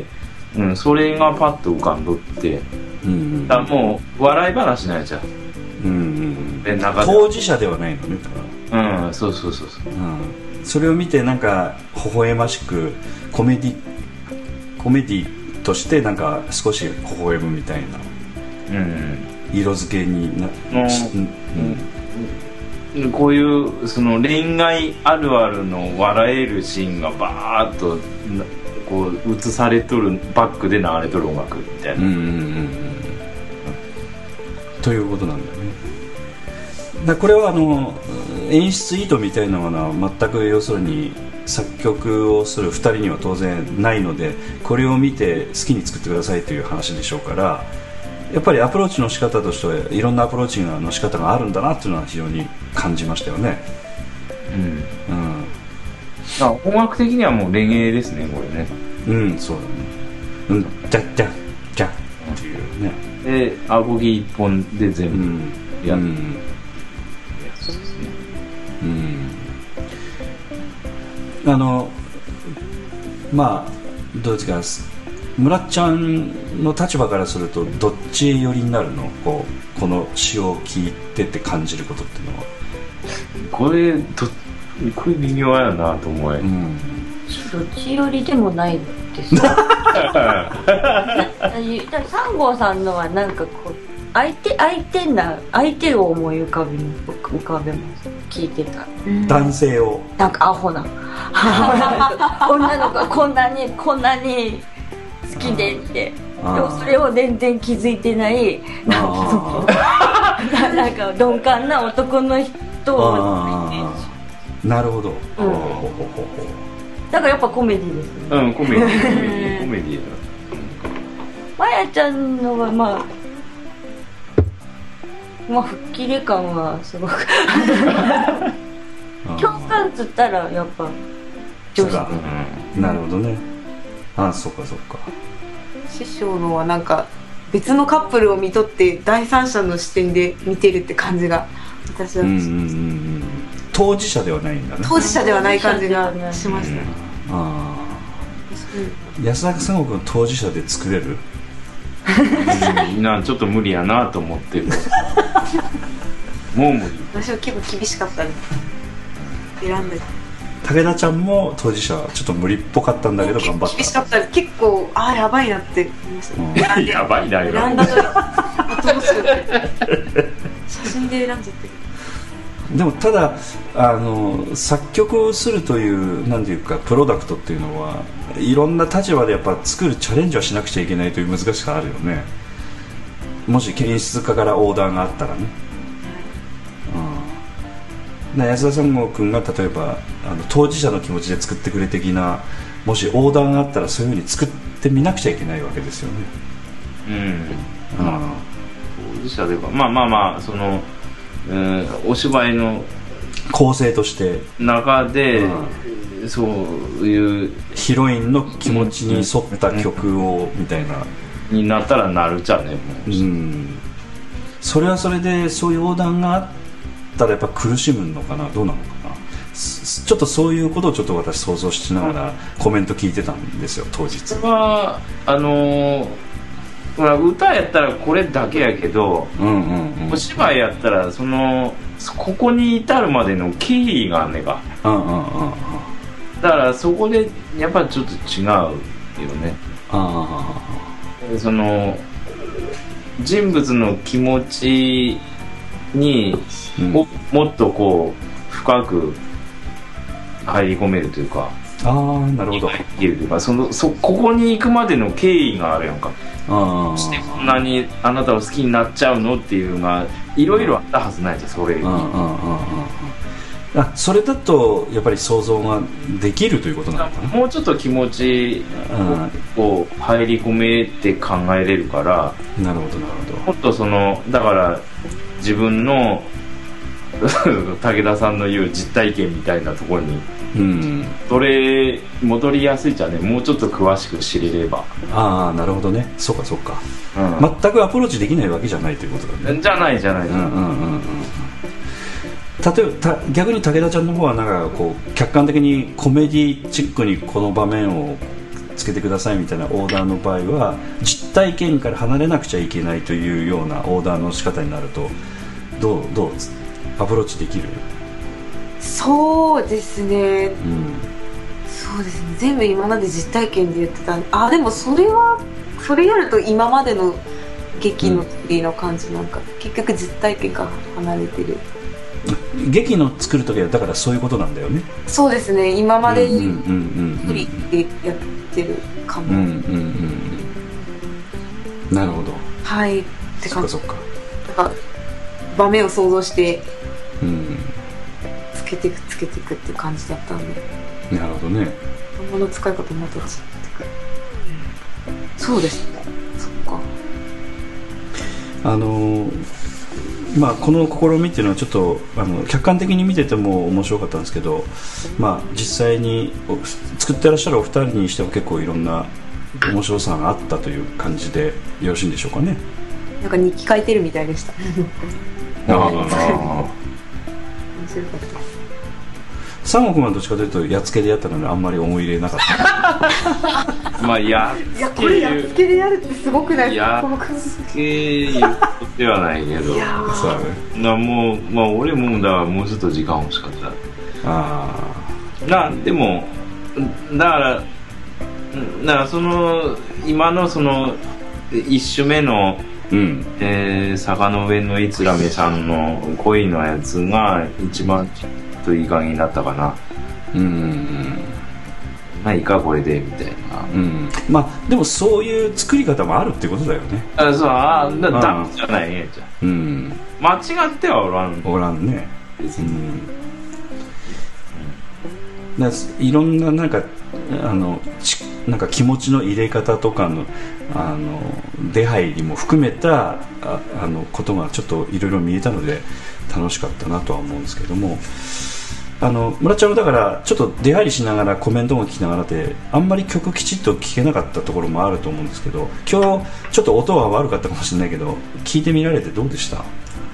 それがパッと浮かんどって、だからもう笑い話なんじゃん。 当事者ではないのね。 そう、 それを見てなんか微笑ましくコメディとしてなんか少し微笑むみたいな色付けになこういう恋愛あるあるの笑えるシーンがバーッとこう映されとるバックで流れとる音楽みたいなということなんだよね。これは演出意図みたいなものは全く要するに作曲をする2人には当然ないので、これを見て好きに作ってくださいという話でしょうから、やっぱりアプローチの仕方としてはいろんなアプローチの仕方があるんだなっていうのは非常に感じましたよね。 音楽的にはもうレゲエですねこれね。 そうだね。じゃっていうね。 でアコギ一本で全部やってるやつですね。 どうですか、村っちゃんの立場からするとどっち寄りになるの？この詩を聞いてって感じることっていうのは。 これ微妙やなと思え。 どっち寄りでもないですよ。三郷さんのはなんかこう相手を思い浮かべます。聞いてた男性をなんかアホな女の子がこんなに好きでってでもそれを全然気づいてないなんか鈍感な男の人をなるほど、 だからやっぱコメディですね。 うん、コメディコメディだ。 まやちゃんのはまあ吹っ切れ感はすごく共感っつったらやっぱ上手。 なるほどね。あ、そっかそっか。 師匠のはなんか別のカップルを見とって第三者の視点で見てるって感じが私は、 当事者ではないんだね。 当事者ではない感じがしましたね。 安田三国の当事者で作れる？ ちょっと無理やなと思ってる。もう無理。 私は結構厳しかったです。選んで武田ちゃんも当事者ちょっと無理っぽかったんだけど頑張った。 厳しかったです。結構やばいなって思いました、 やばいなよ。 選んだとどうしようって写真で選んじゃってる。 でもただ作曲をするというなんていうかプロダクトっていうのはいろんな立場でやっぱ作るチャレンジはしなくちゃいけないという難しさあるよね。もし演出家からオーダーがあったらね。安田三郷君が例えば当事者の気持ちで作ってくれ的なもしオーダーがあったらそういうふうに作ってみなくちゃいけないわけですよね。 当事者ではまあそのお芝居の構成として中で、そういうヒロインの気持ちに沿った曲をみたいなになったらなるじゃね。 それはそれでそういうオーダーがあったらやっぱ苦しむのかな、どうなのかな。ちょっとそういうことをちょっと私想像しながらコメント聞いてたんですよ当日。 それは歌やったらこれだけやけど、お芝居やったらここに至るまでの経緯があんねんか。だからそこでやっぱりちょっと違うよね。その人物の気持ちに、もっとこう深く入り込めるというか、 なるほど。 できるというか、ここに行くまでの経緯があるやんか。してこんなにあなたを好きになっちゃうのっていうのがいろいろあったはずないじゃん、それ。 それだとやっぱり想像ができるということなのかな。 もうちょっと気持ちを入り込めて考えれるから。 なるほどなるほど。もっとだから自分の武田さんの言う実体験みたいなところに戻りやすいじゃね。もうちょっと詳しく知れれば。 なるほどね。そうかそうか、全くアプローチできないわけじゃないということだね。 じゃない。 例えば逆に武田ちゃんの方はなんかこう客観的にコメディチックにこの場面をつけてくださいみたいなオーダーの場合は実体験から離れなくちゃいけないというようなオーダーの仕方になるとどうアプローチできる？ そうですね、そうですね。全部今まで実体験で言ってた。でもそれやると今までの劇の作りの感じなんか、結局実体験から離れてる。 劇の作る時はだからそういうことなんだよね。 そうですね。今までに無理でやってるかも。 なるほど。 はいって感じ。 そっか。 だから場面を想像してつけていくっていう感じだったんで。 なるほどね。 頭の使い方また違ってくる。そうですね。そっか。 この試みっていうのはちょっと客観的に見てても面白かったんですけど、実際に作ってらっしゃるお二人にしても結構いろんな面白さがあったという感じでよろしいんでしょうかね。 なんか日記書いてるみたいでした。面白かった。 三国はどっちかというとやっつけでやったのであんまり思い入れなかった。 これやっつけでやるってすごくないですか。 やっつけではないけど。もう俺もだからもうちょっと時間欲しかった。でもだからその今のその一種目の坂の上のいつらめさんの恋のやつが一番ちょっといい加減になったかな。ないかこれでみたいな。 でもそういう作り方もあるってことだよね。 ダメじゃないねじゃ間違ってはおらんね。いろんななんかなんか気持ちの入れ方とかの出入りも含めたことがちょっといろいろ見えたので楽しかったなとは思うんですけども、村ちゃんはだからちょっと出入りしながらコメントも聞きながらであんまり曲きちっと聴けなかったところもあると思うんですけど、今日ちょっと音は悪かったかもしれないけど聴いてみられてどうでした？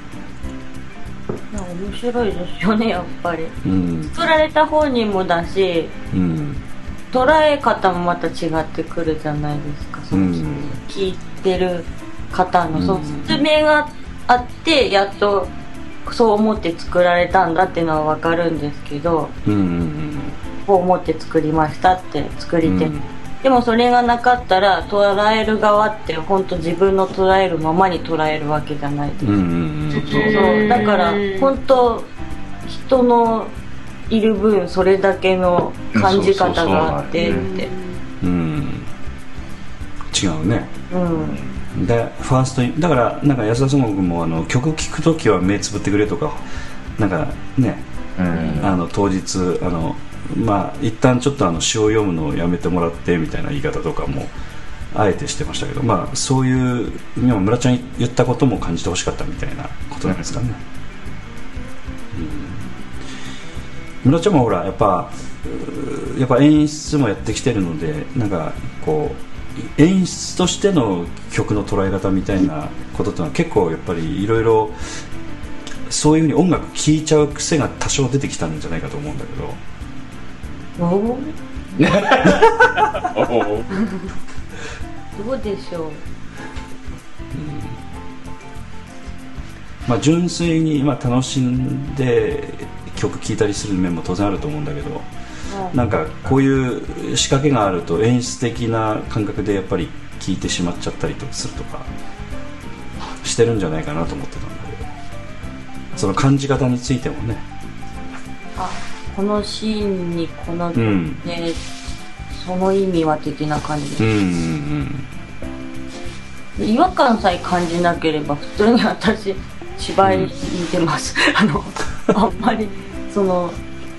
面白いですよね、やっぱり、作られた本人もだし、捉え方もまた違ってくるじゃないですか。その聞いてる方のその説明があってやっとそう思って作られたんだっていうのは分かるんですけど、こう思って作りましたって作り手、でもそれがなかったら捉える側って本当自分の捉えるままに捉えるわけじゃないですか。そうだから本当人のいる分それだけの感じ方があってって違うね。でファーストだからなんか安田孫悟君も曲聴くときは目つぶってくれとかなんかね、当日まあ一旦ちょっと詩を読むのをやめてもらってみたいな言い方とかもあえてしてましたけど、まあそういう今村ちゃん言ったことも感じてほしかったみたいなことなんですかね。村ちゃんもほらやっぱ演出もやってきてるのでなんかこう演出としての曲の捉え方みたいなことってのは結構やっぱりいろいろそういうふうに音楽聴いちゃう癖が多少出てきたんじゃないかと思うんだけど。 どうでしょう。 まあ純粋に楽しんで曲聴いたりする面も当然あると思うんだけど、なんかこういう仕掛けがあると演出的な感覚でやっぱり聴いてしまっちゃったりとかするとかしてるんじゃないかなと思ってたんだけど、その感じ方についてもね、 このシーンにこの曲で、その意味は的な感じです、違和感さえ感じなければ普通に私芝居に出ます、あんまりその、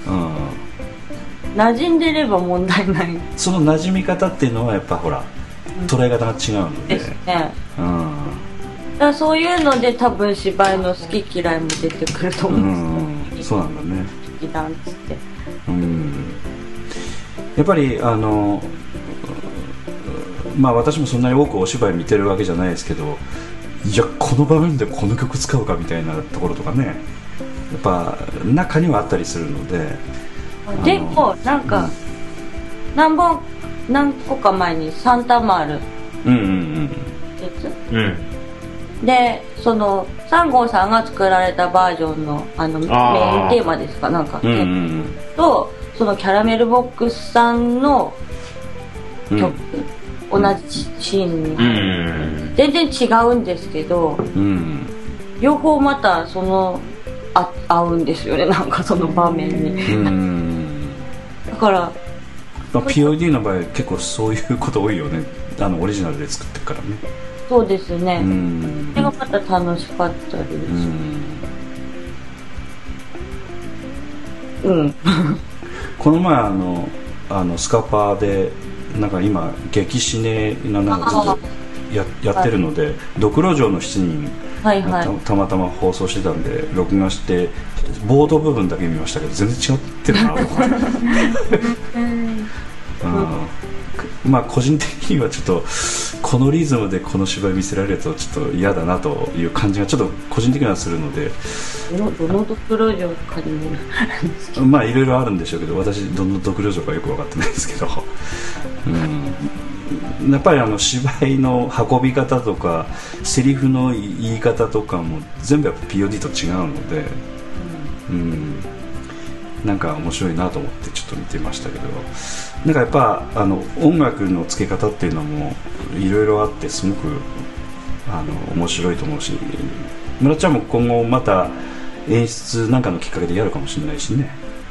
馴染んでれば問題ない。 その馴染み方っていうのはやっぱほら、捉え方が違うのでですね、だからそういうので多分芝居の好き嫌いも出てくると思うんですよ、 そうなんだね、 劇団っつって、 やっぱりまあ私もそんなに多くお芝居見てるわけじゃないですけど、いやこの場面でこの曲使うかみたいなところとかねやっぱ中にはあったりするので、 でもなんか、何個か前にサンタマールやつ、でその三郷さんが作られたバージョンのメインテーマですかなんか、とそのキャラメルボックスさんの曲、同じシーンに、全然違うんですけど、両方また合うんですよね、なんかその場面にだから、 POD の場合結構そういうこと多いよね、オリジナルで作ってるからね。 そうですね、それがまた楽しかったです。 この前スカパーでなんか今激シネななんかちょっとやってるので、ドクロ城の7人たまたま放送してたんで録画してボード部分だけ見ましたけど全然違ってるなと思ってまあ個人的にはちょっとこのリズムでこの芝居見せられるとちょっと嫌だなという感じがちょっと個人的にはするので、 どのドクロ城かにもまあいろいろあるんでしょうけど、私どのドクロ城かよく分かってないですけど、やっぱり芝居の運び方とかセリフの言い方とかも全部やっぱ POD と違うので、なんか面白いなと思ってちょっと見てましたけど、なんかやっぱ音楽の付け方っていうのもいろいろあってすごく面白いと思うし、村ちゃんも今後また演出なんかのきっかけでやるかもしれないしね。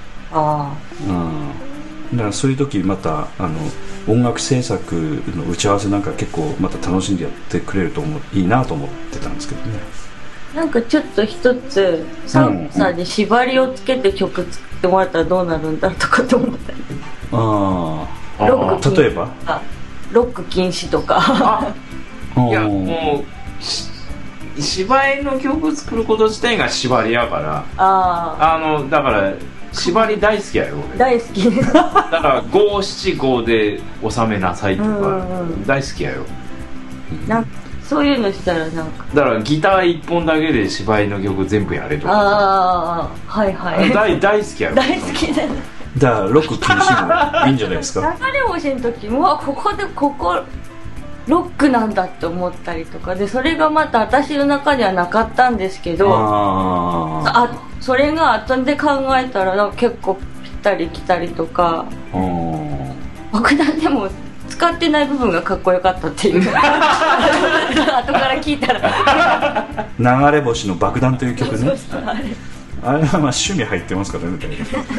だからそういう時また音楽制作の打ち合わせなんか結構また楽しんでやってくれるといいなと思ってたんですけどね。 なんかちょっと一つサンさんに縛りをつけて曲作ってもらったらどうなるんだとかと思ったり、 ロック例えばロック禁止とかいやもう芝居の曲作ること自体が縛りやからだから縛り大好きやよ俺大好きだから五七五で収めなさいとか大好きやよなんかそういうのしたらなんかだからギター一本だけで芝居の曲全部やれとかはいはい大好きやろ大好きだねだからロック禁止もいいんじゃないですか流れ星の時もここロックなんだって思ったりとかでそれがまた私の中にはなかったんですけどそれが後で考えたらなんか結構ぴったりきたりとか爆弾でも使ってない部分がかっこよかったっていう後から聞いたら流れ星の爆弾という曲ねあれはまあ趣味入ってますからね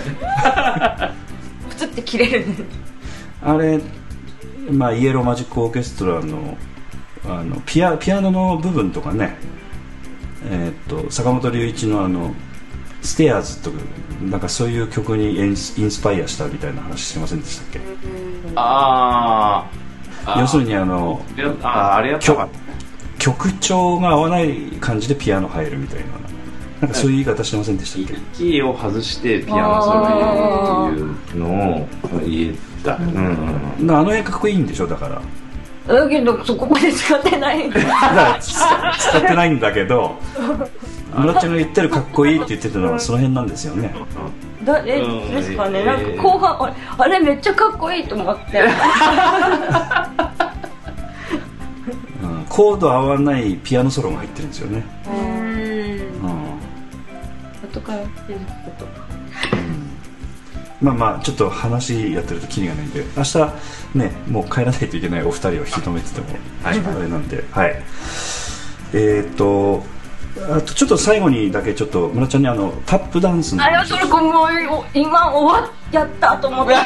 プツって切れるねあれまあイエローマジックオーケストラのピアノの部分とかね坂本龍一のステアーズとかなんかそういう曲にインスパイアしたみたいな話してませんでしたっけ要するにあれやったか曲調が合わない感じでピアノ入るみたいななんかそういう言い方してませんでしたっけキーを外してピアノソロっていうのを言えたあの辺かっこいいんでしょだからだけどそこまで使ってないだから使ってないんだけど村ちゃんが言ってるかっこいいって言ってたのはその辺なんですよねですかねなんか後半あれめっちゃかっこいいと思ってコード合わないピアノソロが入ってるんですよね後からっていうことまあちょっと話やってるとキリがないんで明日ねもう帰らないといけないお二人を引き止めててもあれなんではいあとちょっと最後にだけちょっと村ちゃんにタップダンスのそれもう今終わっちゃったと思って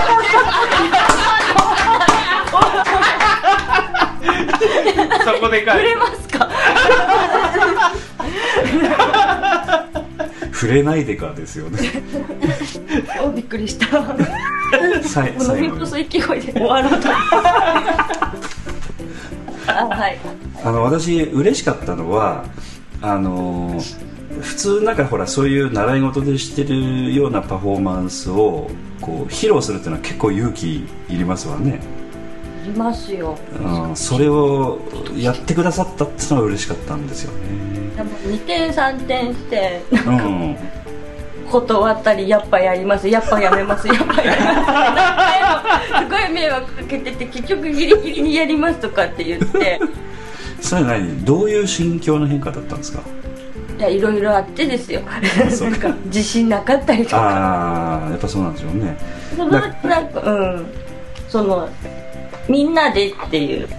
そこでかい触れますか触れないでかですよねびっくりした最後に勢いで終わろうとはい私嬉しかったのは普通なんかほらそういう習い事でしてるようなパフォーマンスをこう披露するっていうのは結構勇気いりますわねいますよそれをやってくださったっていうのは嬉しかったんですよねでも2点3点して断ったりやっぱやりますやっぱやめますやっぱやめますすごい迷惑かけてて結局ギリギリにやりますとかって言ってそれはどういう心境の変化だったんですかいやいろいろあってですよなんか自信なかったりとかやっぱそうなんですよねなんかみんなでっていう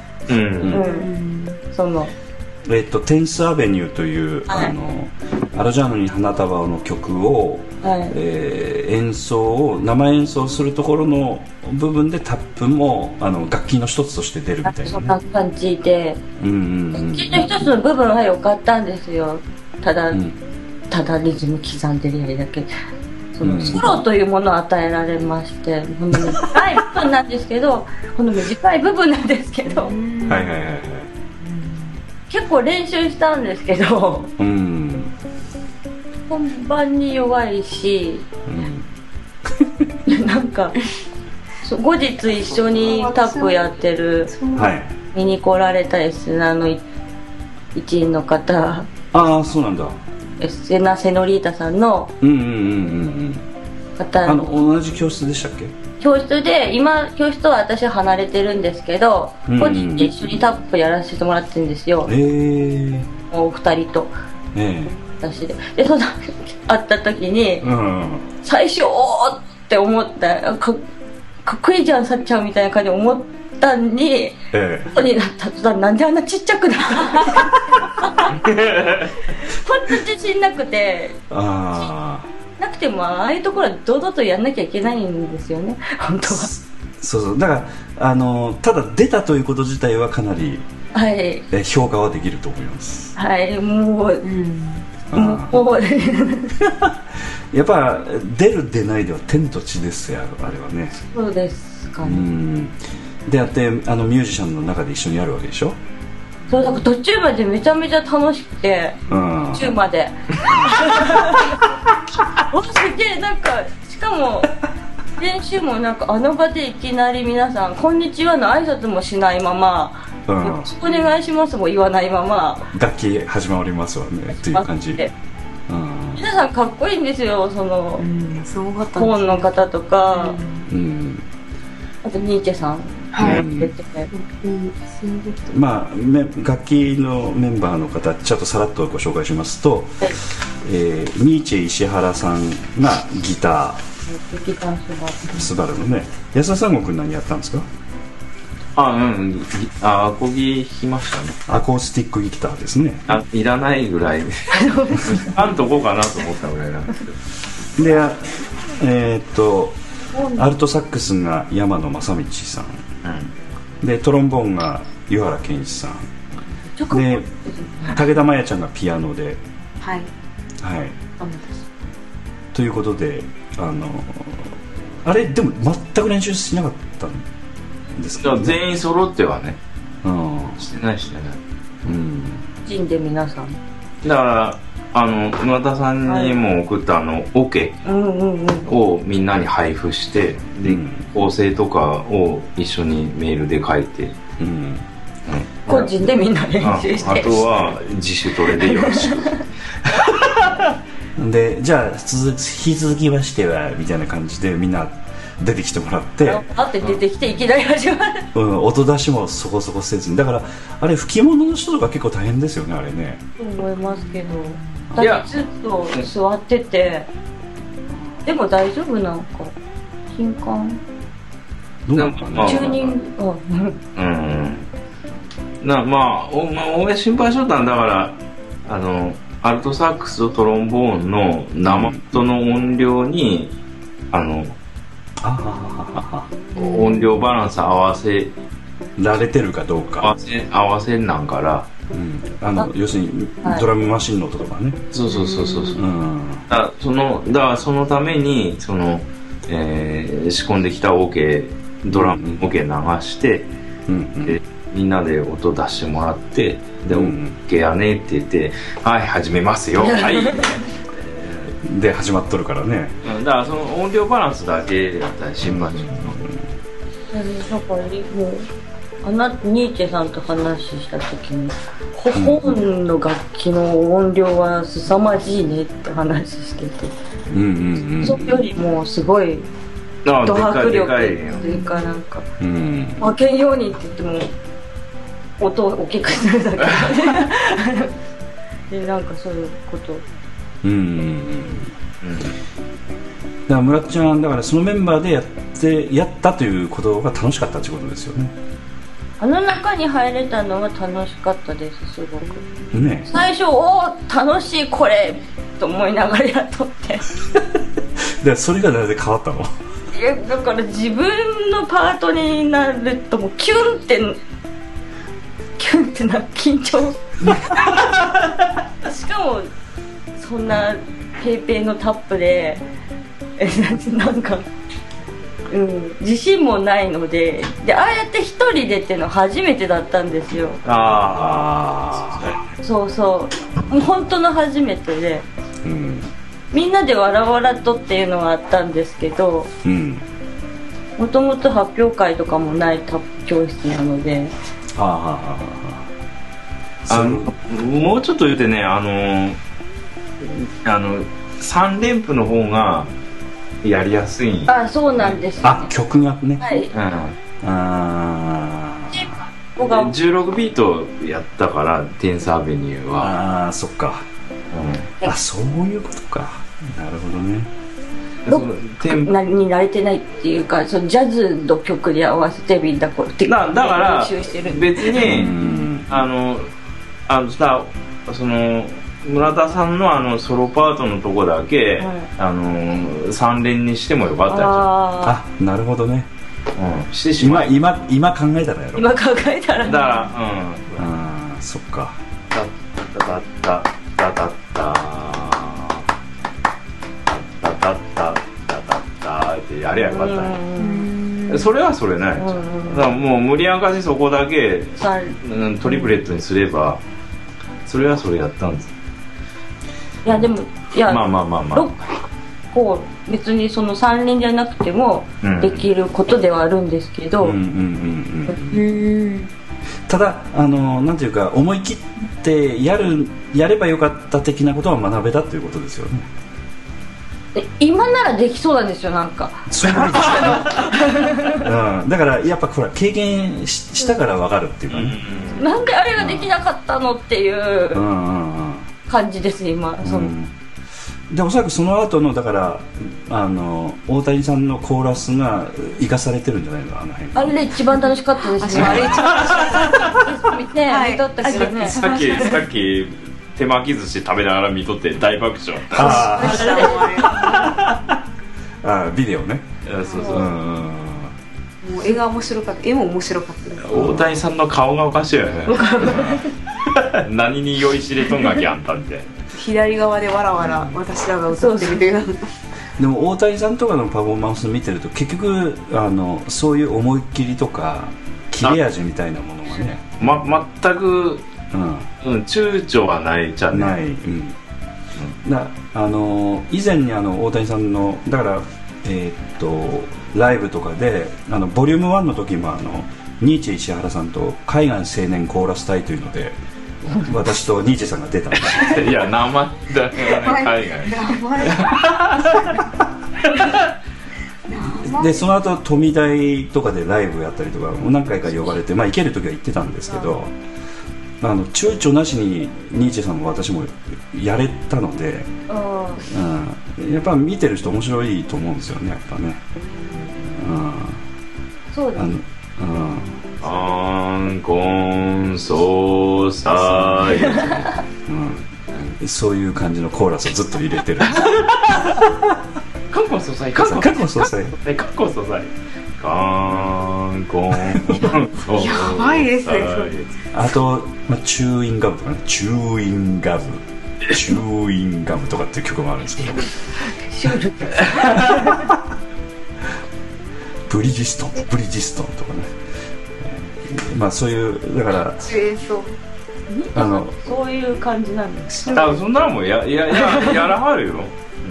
テンスアベニューという、アルジャーノに花束の曲を、演奏を生演奏するところの部分でタップも楽器の一つとして出るみたいな、ね、 そんな感じで楽器の一つの部分は良かったんですよただリズム刻んでるやりだけソロというものを与えられましてこの短い部分なんですけど結構練習したんですけど、本番に弱いし、なんか後日一緒にタップやってる、見に来られたリスナーの一員の方そうなんだセノリータさんの方同じ教室でしたっけ教室で今教室とは私は離れてるんですけど個人で一緒にタップやらせてもらってるんですよお二人と私でその会った時に最初おーって思ったかっこいいじゃんさっちゃんみたいな感じで思ったのに後になった途端なんであんなちっちゃくなった本当自信なくてなくてもああいうところは堂々とやんなきゃいけないんですよね本当はそうだからただ出たということ自体はかなり、評価はできると思いますもうやっぱ出る出ないでは天と地ですよあれはねそうですですかね。 でやってミュージシャンの中で一緒にやるわけでしょ。 そうだから途中までめちゃめちゃ楽しくて、途中までおすげえ、なんかしかも練習もなんかあの場でいきなり皆さん「こんにちは」の挨拶もしないまま「よろしくお願いします」も言わないまま楽器始まりますわねっていう感じ。 皆さんかっこいいんですよ、そのコーンの方とか、あとニーチェさん出てて、 まあ楽器のメンバーの方ちょっとさらっとご紹介しますと、ニーチェ石原さんがギター、スバルのね。安田三郷君何やったんですか？ アコギ弾きましたね。 アコースティックギターですね。 いらないぐらいあんとこうかなと思ったぐらいなんですけど。 でアルトサックスが山野正道さん、でトロンボーンが湯原健一さんで、武田真弥ちゃんがピアノで、はいということで、あれでも全く練習しなかったんですか、ね、 全員揃ってはね、してない。 陣で皆さんだから村田さんにも送ったオケをみんなに配布して、で構成とかを一緒にメールで書いて、 個人でみんな練習して、 あとは自主トレでよろしくでじゃあ引き続きましてはみたいな感じでみんな出てきてもらって、 出てきていきなり始まる、 音出しもそこそこせずに、だからあれ吹き物の人とか結構大変ですよね、あれね。 と思いますけど、だってずっと座ってて、でも大丈夫なんか金管どうなんかね、 チューニングまあ俺心配しとったんだから、アルトサックスとトロンボーンの生音の音量に音量バランス合わせられてるかどうか、 合わせなんから、 要するにドラムマシンの音とかね、 そう、だからそのために仕込んできたオケ、ドラムオケ流して、でみんなで音出してもらって、でオケやねって言って、はい始めますよはいで始まっとるからね。 だからその音量バランスだけだったら心配しない。 なんかもうニーチェさんと話した時に、本の楽器の音量は凄まじいねって話してて、それよりもすごいド迫力っていうか、なんか負けんようにって言っても音を大きくするだけでなんかそういうことだから村ちゃんだからそのメンバーでやったということが楽しかったってことですよね。 あの中に入れたのが楽しかったです、すごくね。 最初楽しいこれと思いながらやっとってでそれがなぜ変わったの？ いやだから自分のパートになるともうキュンってな緊張しかもそんなペーペーのタップでなんか、自信もないので、ああやって一人でっていうのは初めてだったんですよ。そうもう本当の初めてで、みんなでわらわらとっていうのがあったんですけど、もともと発表会とかもないタップ教室なので、 もうちょっと言うてね、3連符の方がやりやすい。 そうなんですよ、ね。 曲がね。 はい。 16ビートやったからテンスアベニューは。 そっか。そういうことか。なるほどね。 に慣れてないっていうか、そのジャズの曲に合わせてみんなこうだから別にその村田さんのソロパートのとこだけ、3連にしてもよかったじゃん。なるほどね。 してしま今考えたらやろ。 今考えたらだからそっか。 タッタッタタタッタタタッタタタッタってやりゃよかったね。 それはそれない、だからもう無理やかしそこだけトリプレットにすればそれはそれやったんです。 いやでもまあこう別にその3輪じゃなくてもできることではあるんですけど、 ただなんていうか思い切ってやればよかった的なことは学べたということですよね。 今ならできそうなんですよ、なんかそういうことですよね、だからやっぱこれ経験したから分かるっていうかね、 なんであれができなかったのっていう感じです今。 でおそらくその後のだから大谷さんのコーラスが生かされてるんじゃないの、あの辺。 あれ一番楽しかったですね。あれ一番楽しかったですね。見とったけどね。 さっき手巻き寿司食べながら見とって大爆笑。 ビデオね。 そうそう。 もう絵が面白かった。絵も面白かったです。 大谷さんの顔がおかしいよね。何に酔いしれとんがきあんたみたいな。 左側でわらわら私らが歌ってるっていう。 でも大谷さんとかのパフォーマンス見てると結局そういう思いっきりとか切れ味みたいなものがね、 全く、躊躇はないじゃんね。ない、 以前に大谷さんのだからライブとかでボリューム1の時もニーチェ石原さんと海外青年コーラス隊というので私とニーチェさんが出たんですいや名前だ海外でその後富大とかでライブやったりとか何回か呼ばれて、行ける時は行ってたんですけど、躊躇なしにニーチェさんも私もやれたので、やっぱ見てる人面白いと思うんですよね、やっぱね。 そうだね。 アンコンソーサイ、そういう感じのコーラスをずっと入れてる。 カンコンソーサイ、 カンコンソーサイ、 カンコンソーサイ、カンコンソーサイ。 やばいですね。 あとチューインガムとかね、チューインガムとかっていう曲もあるんですけど。ブリヂストンとかね。そういうだからそういう感じなんです。 多分そんなのもやらはるよ。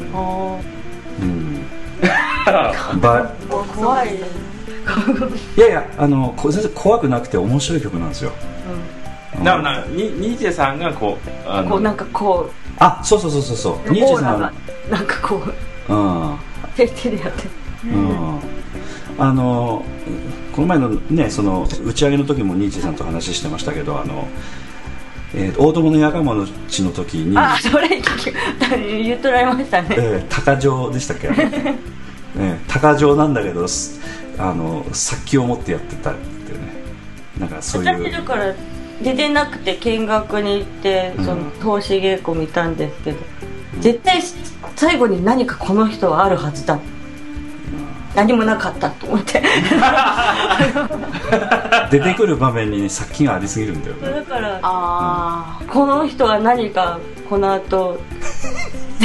怖い。 いや全然怖くなくて面白い曲なんですよ。 だからニーチェさんがこうなんかこうそうニーチェさんなんかこう手でやってる。 この前のねその打ち上げの時もニーチェさんと話してましたけど大友のやかまの地の時にそれ言っとられましたね。 鷹匠でしたっけ鷹匠なんだけど殺気を持ってやってたっていうね、なんかそういう。 私だから出てなくて見学に行ってその通し稽古見たんですけど、絶対最後に何かこの人はあるはずだ、何もなかったと思って出てくる場面に殺気がありすぎるんだよね。 だからこの人は何かこの後す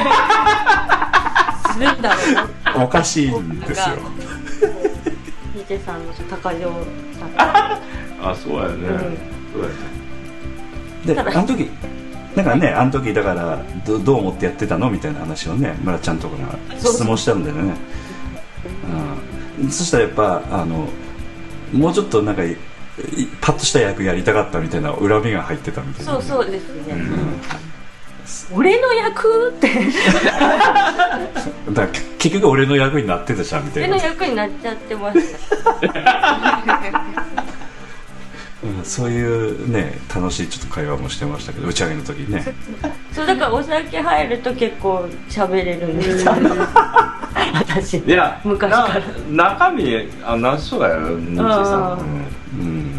るんだろうな。 おかしいんですよ。 ニーチェさんの鷹匠さんそうやね、 であの時だからね、あの時だからどう思ってやってたのみたいな話をね、村ちゃんとかが質問したんだよね。そしたらやっぱもうちょっとなんかパッとした役やりたかったみたいな恨みが入ってたみたいな、ね、 そうですね、俺の役ってだから結局俺の役になってたじゃんみたいな。 俺の役になっちゃってましたそういうね楽しいちょっと会話もしてましたけど、打ち上げの時にねそうだからお酒入ると結構喋れるんです私。 いや昔から中身何しそうだよニーチェさん。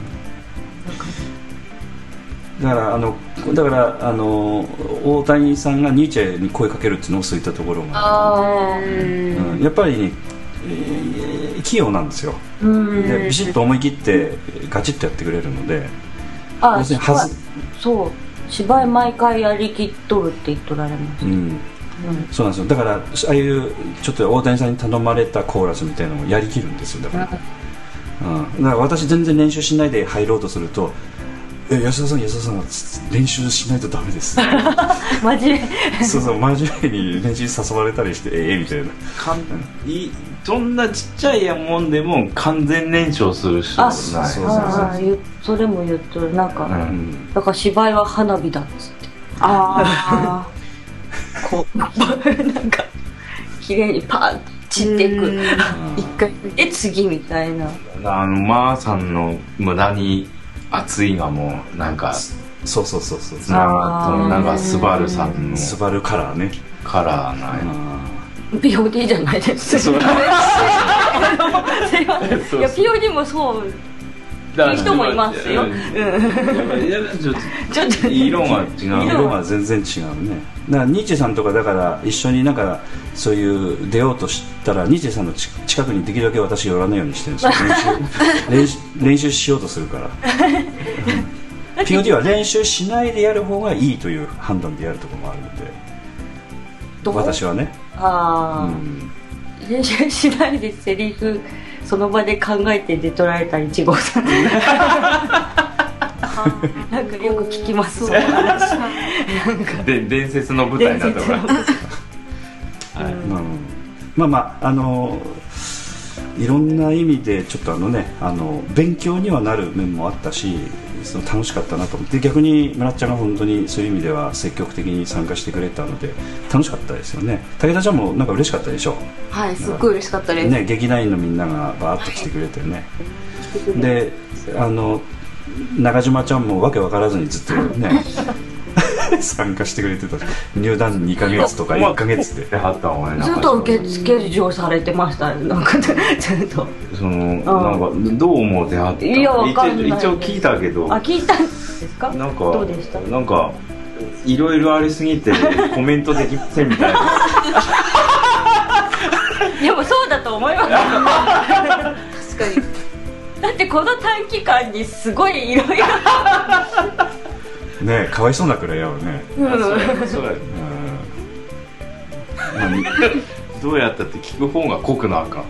だから大谷さんがニーチェに声かけるっていうのもそういったところがやっぱり、ね器用なんですよ。でビシッと思い切ってガチッとやってくれるので、 そう芝居毎回やりきっとるって言っとられます。 そうなんですよ。だからああいうちょっと大谷さんに頼まれたコーラスみたいなのをやりきるんですよ。だから、だから私全然練習しないで入ろうとすると、安田さん練習しないとダメです真面目そう真面目に練習誘われたりしてみたいな、 どんなちっちゃいもんでも完全燃焼する人はない。 それも言っとる。なんか、だから芝居は花火だっつって、こうなんか綺麗にパーン散っていく、一回で次みたいな。 マーさんの無駄に熱いがもうなんかそうなんかスバルさんのスバルカラーね、 カラーない POD じゃないですいや POD もそういう人もいますよ。 ちょっと色が違う。 色が全然違うね。だからニーチェさんとかだから一緒になんかそういう出ようとしたらニーチェさんの近くにできるだけ私寄らないようにしてるんですよ。練習しようとするからPOD は練習しないでやる方がいいという判断でやるところもあるので、私はね。 練習しないでセリフその場で考えて出取られた1号さんなんかよく聞きます。 伝説の舞台だとかいろんな意味でちょっと勉強にはなる面もあったし、楽しかったなと思って、逆に村ちゃんが本当にそういう意味では積極的に参加してくれたので楽しかったですよね。武田ちゃんもなんか嬉しかったでしょ。 はい、すっごい嬉しかったですね。劇団員のみんながバーッと来てくれてね、で中島ちゃんもわけ分からずにずっとね参加してくれてたし、入団2ヶ月とか1ヶ月でずっと受付嬢されてましたね。なんかずっとなんかどう思うてはった。 いや分かんない。 一応聞いたけど。 聞いたんですか。 なんかどうでした。 なんかいろいろありすぎてコメントできませんみたいなでもそうだと思います確かに。だってこの短期間にすごいいろいろね、かわいそうなくらいやわね。 そうやどうやったって聞く方が濃くなあか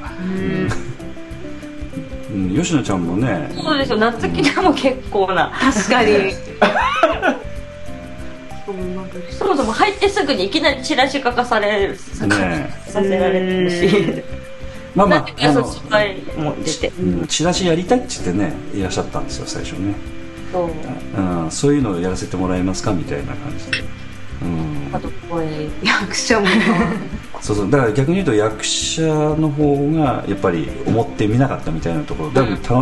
ん。吉野ちゃんもね。 そうですよ。夏希でも結構な。 確かにそもそも入ってすぐにいきなりチラシ書かされる、させられるし、 チラシやりたいって言ってねいらっしゃったんですよ最初ね。そういうのをやらせてもらえますかみたいな感じで。 あと役者もそうだから逆に言うと役者の方がやっぱり思ってみなかったみたいなところ、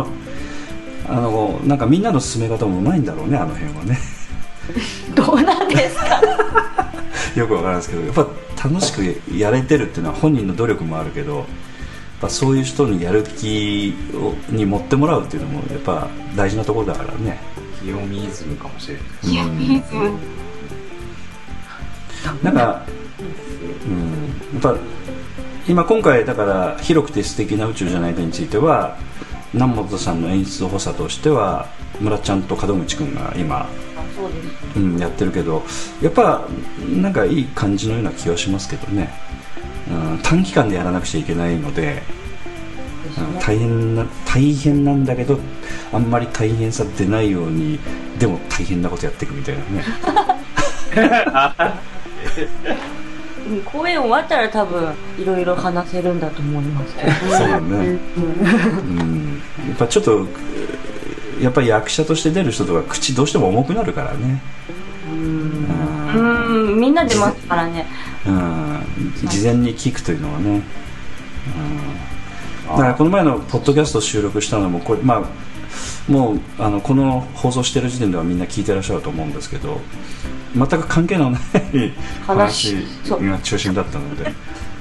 なんかみんなの進め方もうまいんだろうね、あの辺はねどうなんですかよくわからないですけど、やっぱ楽しくやれてるっていうのは本人の努力もあるけど、やっぱそういう人にやる気に持ってもらうっていうのもやっぱ大事なところだからね。 清水イズムかもしれない。 清水イズムなんか、やっぱ今回だから広くて素敵な宇宙じゃないかについては南本さんの演出補佐としては村ちゃんと門口くんが今やってるけど、やっぱなんかいい感じのような気はしますけどね。短期間でやらなくちゃいけないので、大変なんだけどあんまり大変さ出ないようにでも大変なことやっていくみたいなね公演終わったら多分いろいろ話せるんだと思いますけどそうだねやっぱちょっとやっぱり役者として出る人とか口どうしても重くなるからね。 みんな出ますからね。 事前に聞くというのはね。だからこの前のポッドキャスト収録したのもこれ、もうこの放送してる時点ではみんな聞いてらっしゃると思うんですけど、全く関係のない話が中心だったので、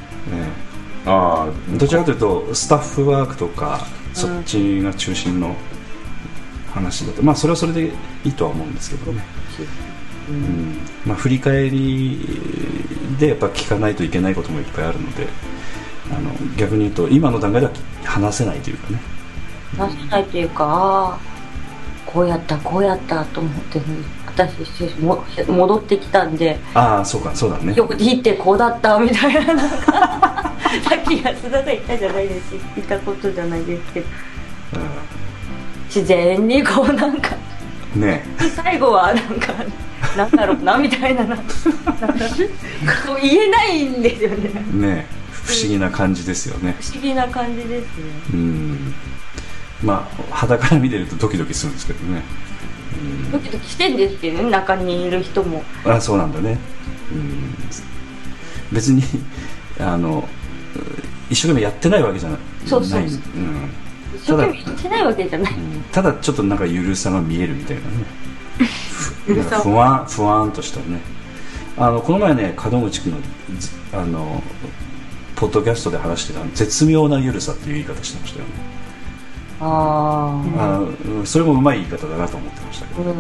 どちらかというとスタッフワークとかそっちが中心の話だと、それはそれでいいとは思うんですけどね。振り返りでやっぱ聞かないといけないこともいっぱいあるので、逆に言うと今の段階では話せないというかね。 話せないというか、こうやったと思ってったし戻ってきたんで、 ああそうかそうだね、 よく聞いてこうだったみたいな、なんかさっき安田が言ったじゃないです言ったことじゃないですけど、自然にこうなんかね、最後はなんかなんだろうなみたいな、なんかそう言えないんですよね。 ね、不思議な感じですよね。 不思議な感じですね。 まあ肌から見てるとドキドキするんですけどね。 ドキドキしてんですけどね、中にいる人も。 あ、そうなんだね。別に一生懸命やってないわけじゃない。 そうそうそう、一生懸命やってないわけじゃない、 ただちょっとなんかゆるさが見えるみたいなねふわんとしたね。この前ね門口君のポッドキャストで話してた絶妙なゆるさっていう言い方してましたよね。それもうまい言い方だなと思ってましたけど、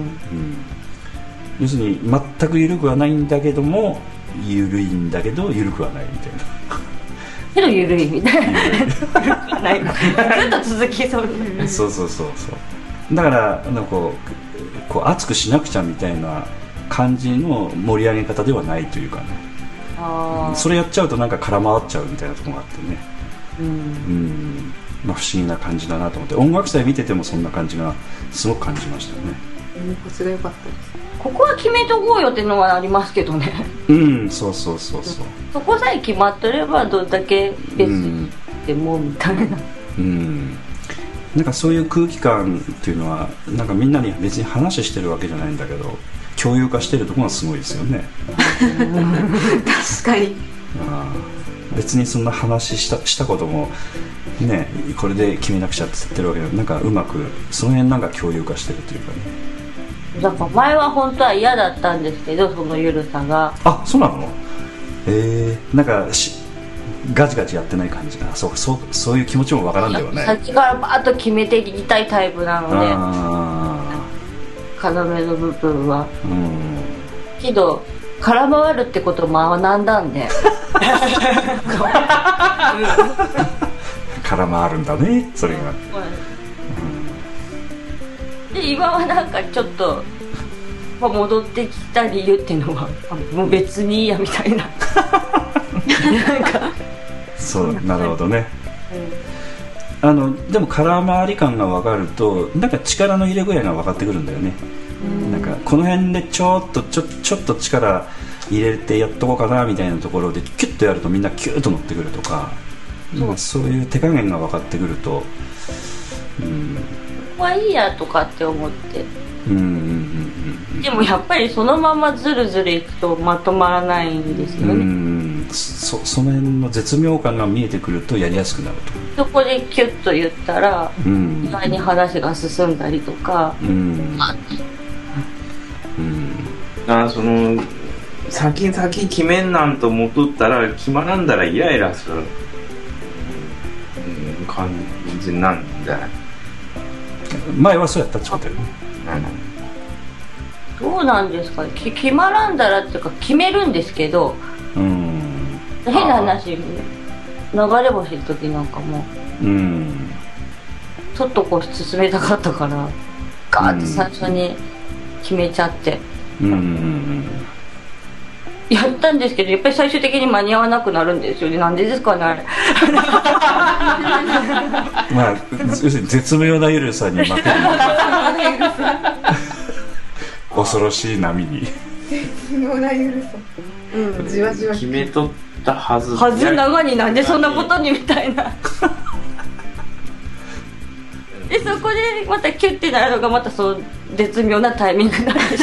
要するに全くゆるくはないんだけどもゆるいんだけどゆるくはないみたいなけどゆるいみたいなゆるくはないずっと続きそうそうだからなんかこう熱くしなくちゃみたいな感じの盛り上げ方ではないというかね、それやっちゃうとなんか空回っちゃうみたいなところがあってね、まあ、不思議な感じだなと思って、音楽祭見ててもそんな感じがすごく感じましたね。 こちが良かったです。 ここは決めとこうよっていうのはありますけどね。そうそこさえ決まってればどんだけベースでもみたいな、 なんかそういう空気感っていうのはなんかみんなに別に話してるわけじゃないんだけど共有化してるところがすごいですよね。 確かに。 別にそんな話したこともね、これで決めなくちゃって言ってるわけでなんかうまくその辺なんか共有化してるというかね。 だから前は本当は嫌だったんですけど、そのゆるさが。 あ、そうなの？なんかガチガチやってない感じが、そういう気持ちもわからんではない。 先からバーッと決めていきたいタイプなので、要の部分は。けど空回るってことを学んだんで空回るんだね、それが。 で今はなんかちょっと、戻ってきた理由っていうのはもう別にいいやみたいななんかそうなるほどね、でも空回り感が分かるとなんか力の入れ具合が分かってくるんだよね。なんかこの辺でちょっと力入れてやっとこうかなみたいなところでキュッとやるとみんなキュッと乗ってくるとか、そういう手加減が分かってくると、ここはいいやとかって思って、でもやっぱりそのままずるずるいくとまとまらないんですよね。 その辺の絶妙感が見えてくるとやりやすくなると。そこでキュッと言ったら、意外に話が進んだりとか、 その先決めんなんと思っとったら決まらんだらイライラする、感じなんじゃない？ 前はそうやったってことだよね。 どうなんですかね。決まらんだらっていうか決めるんですけど、変な話、流れ星の時なんかも、ちょっとこう進めたかったからガーッて最初に決めちゃって、やったんですけどやっぱり最終的に間に合わなくなるんですよね。なんでですかね、あれまあ要するに絶妙なゆるさに負ける恐ろしい波に絶妙なゆるさ、じわじわ決めとったはずなのになんでそんなことにみたいなでそこでまたキュッてなるのがまたそう絶妙なタイミングなんでし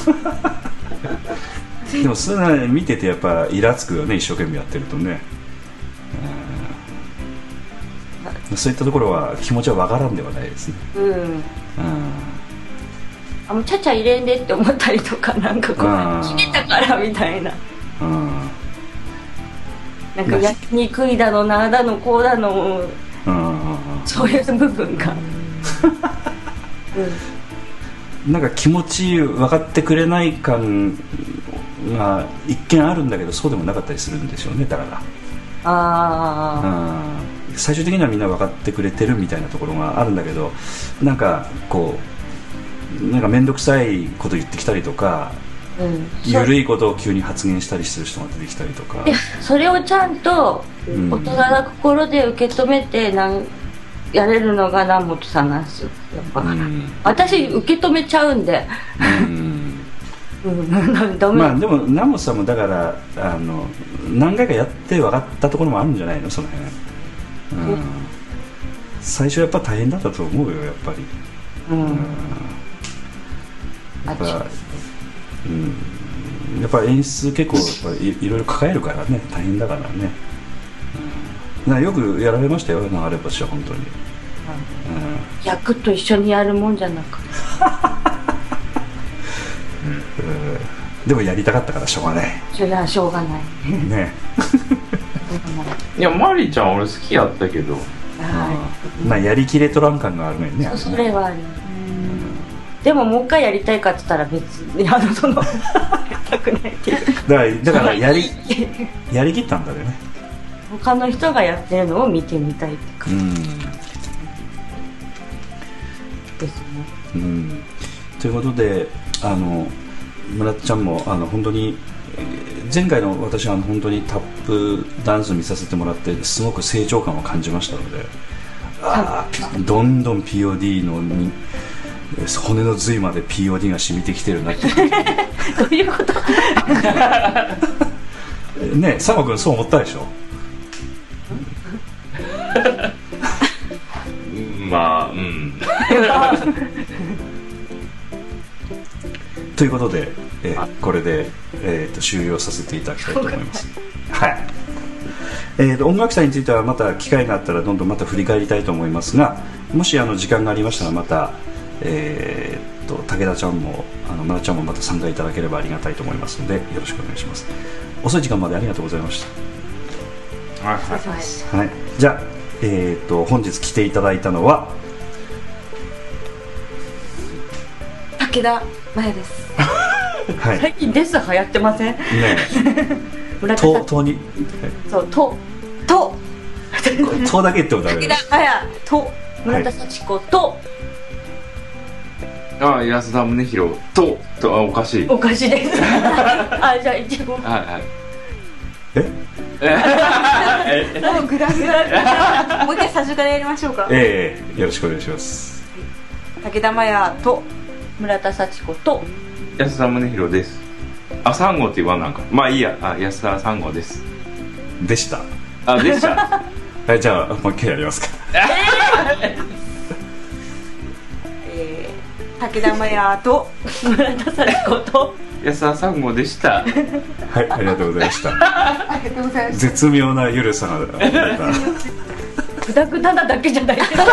ょでもそれは、ね、見ててやっぱイラつくよね、一生懸命やってるとね。そういったところは気持ちは分からんではないですね。 もうちゃちゃ入れんでって思ったりとか、なんかこう決めたからみたいな、なんか焼きにくいだのなだのこうだの、そういう部分がなんか気持ち分かってくれない感が一見あるんだけどそうでもなかったりするんでしょうね。だから最終的にはみんな分かってくれてるみたいなところがあるんだけど、なんかこうなんか面倒くさいこと言ってきたりとか、緩いことを急に発言したりする人が出てきたりとか、 それをちゃんと大人な心で受け止めてやれるのが南本さんなんですよ。やっぱ、私受け止めちゃうんでまあでも南本さんもだから何回かやって分かったところもあるんじゃないの、その辺。最初やっぱ大変だったと思うよ、やっぱり。やっぱ演出結構やっぱいろいろ抱えるからね、大変だからね。よくやられましたよ、あればしは本当に。 役と一緒にやるもんじゃなくてでもやりたかったからしょうがない。 それはしょうがないね。 いや、マリちゃん俺好きやったけど、 まあやりきれとらん感があるね。 それはある。でももう一回やりたいかって言ったら別にやりたくないっていうだからやりきったんだよね。 他の人がやってるのを見てみたいって感じですね。 ということで村ちゃんも本当に前回の私は本当にタップダンス見させてもらってすごく成長感を感じましたので、どんどん POD の骨の髄まで POD が染みてきてるなってどういうことねえ、佐野君そう思ったでしょまあということで、これで、終了させていただきたいと思いますはい。音楽祭についてはまた機会があったらどんどんまた振り返りたいと思いますが、もし時間がありましたらまた武田ちゃんも村ちゃんもまた参加いただければありがたいと思いますのでよろしくお願いします。遅い時間までありがとうございました。はい、じゃあ、本日来ていただいたのは武田真也ですはい、 最近です流行ってませんね村田さんとにそうとだけってことある武田真也と村田幸子と、 安田宗弘とおかしいですじゃあ一応もうグラグラもう一回最初からやりましょうか。 よろしくお願いします。 武田真也と村田幸子と安田宗弘です。3号って言わなんか、まあいいや。安田3号ですでしたでしたじゃあもう一回やりますか。 武田真也と村田幸子と安田3号でしたはい、ありがとうございましたありがとうございます。 絶妙なゆるさがグダグダなだけじゃないですか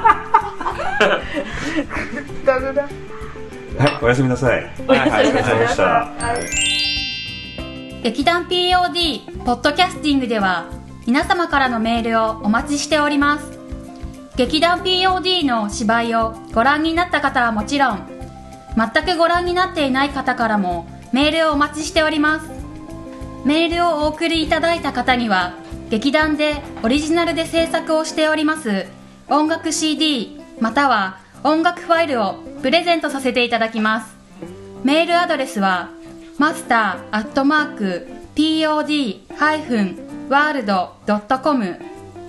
グダグダ。 はい、おやすみなさい。 おやすみなさい。 ありがとうございました。 劇団 POD ポッドキャスティングでは皆様からのメールをお待ちしております。劇団 POD の芝居をご覧になった方はもちろん、全くご覧になっていない方からもメールをお待ちしております。メールをお送りいただいた方には劇団でオリジナルで制作をしております音楽 CD または音楽ファイルをプレゼントさせていただきます。メールアドレスはmaster@pod-world.com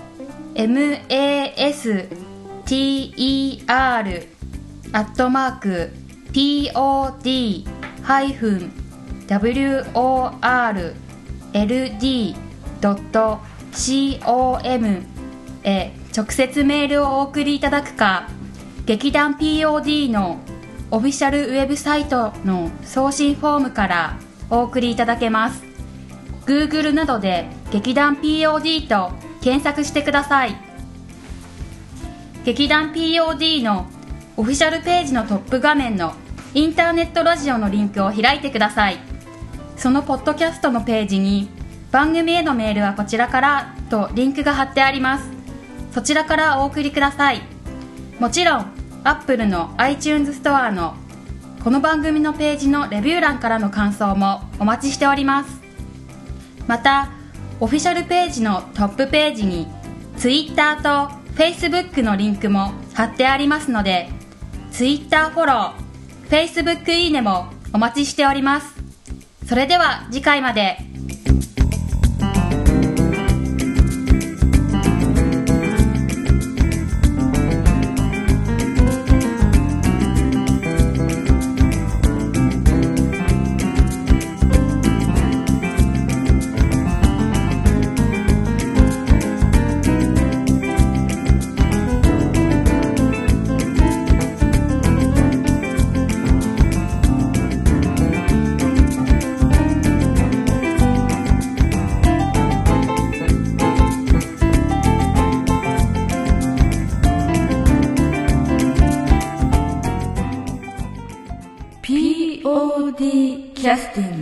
master@pod-world.com へ直接メールをお送りいただくか、劇団 POD のオフィシャルウェブサイトの送信フォームからお送りいただけます。 Google などで劇団 POD と検索してください。劇団 POD のオフィシャルページのトップ画面のインターネットラジオのリンクを開いてください。そのポッドキャストのページに番組へのメールはこちらからとリンクが貼ってあります。そちらからお送りください。もちろん Apple の iTunes ストアのこの番組のページのレビュー欄からの感想もお待ちしております。またオフィシャルページのトップページに Twitter と Facebook のリンクも貼ってありますので、 Twitter フォロー Facebook いいねもお待ちしております。それでは次回まで。 POD キャスティング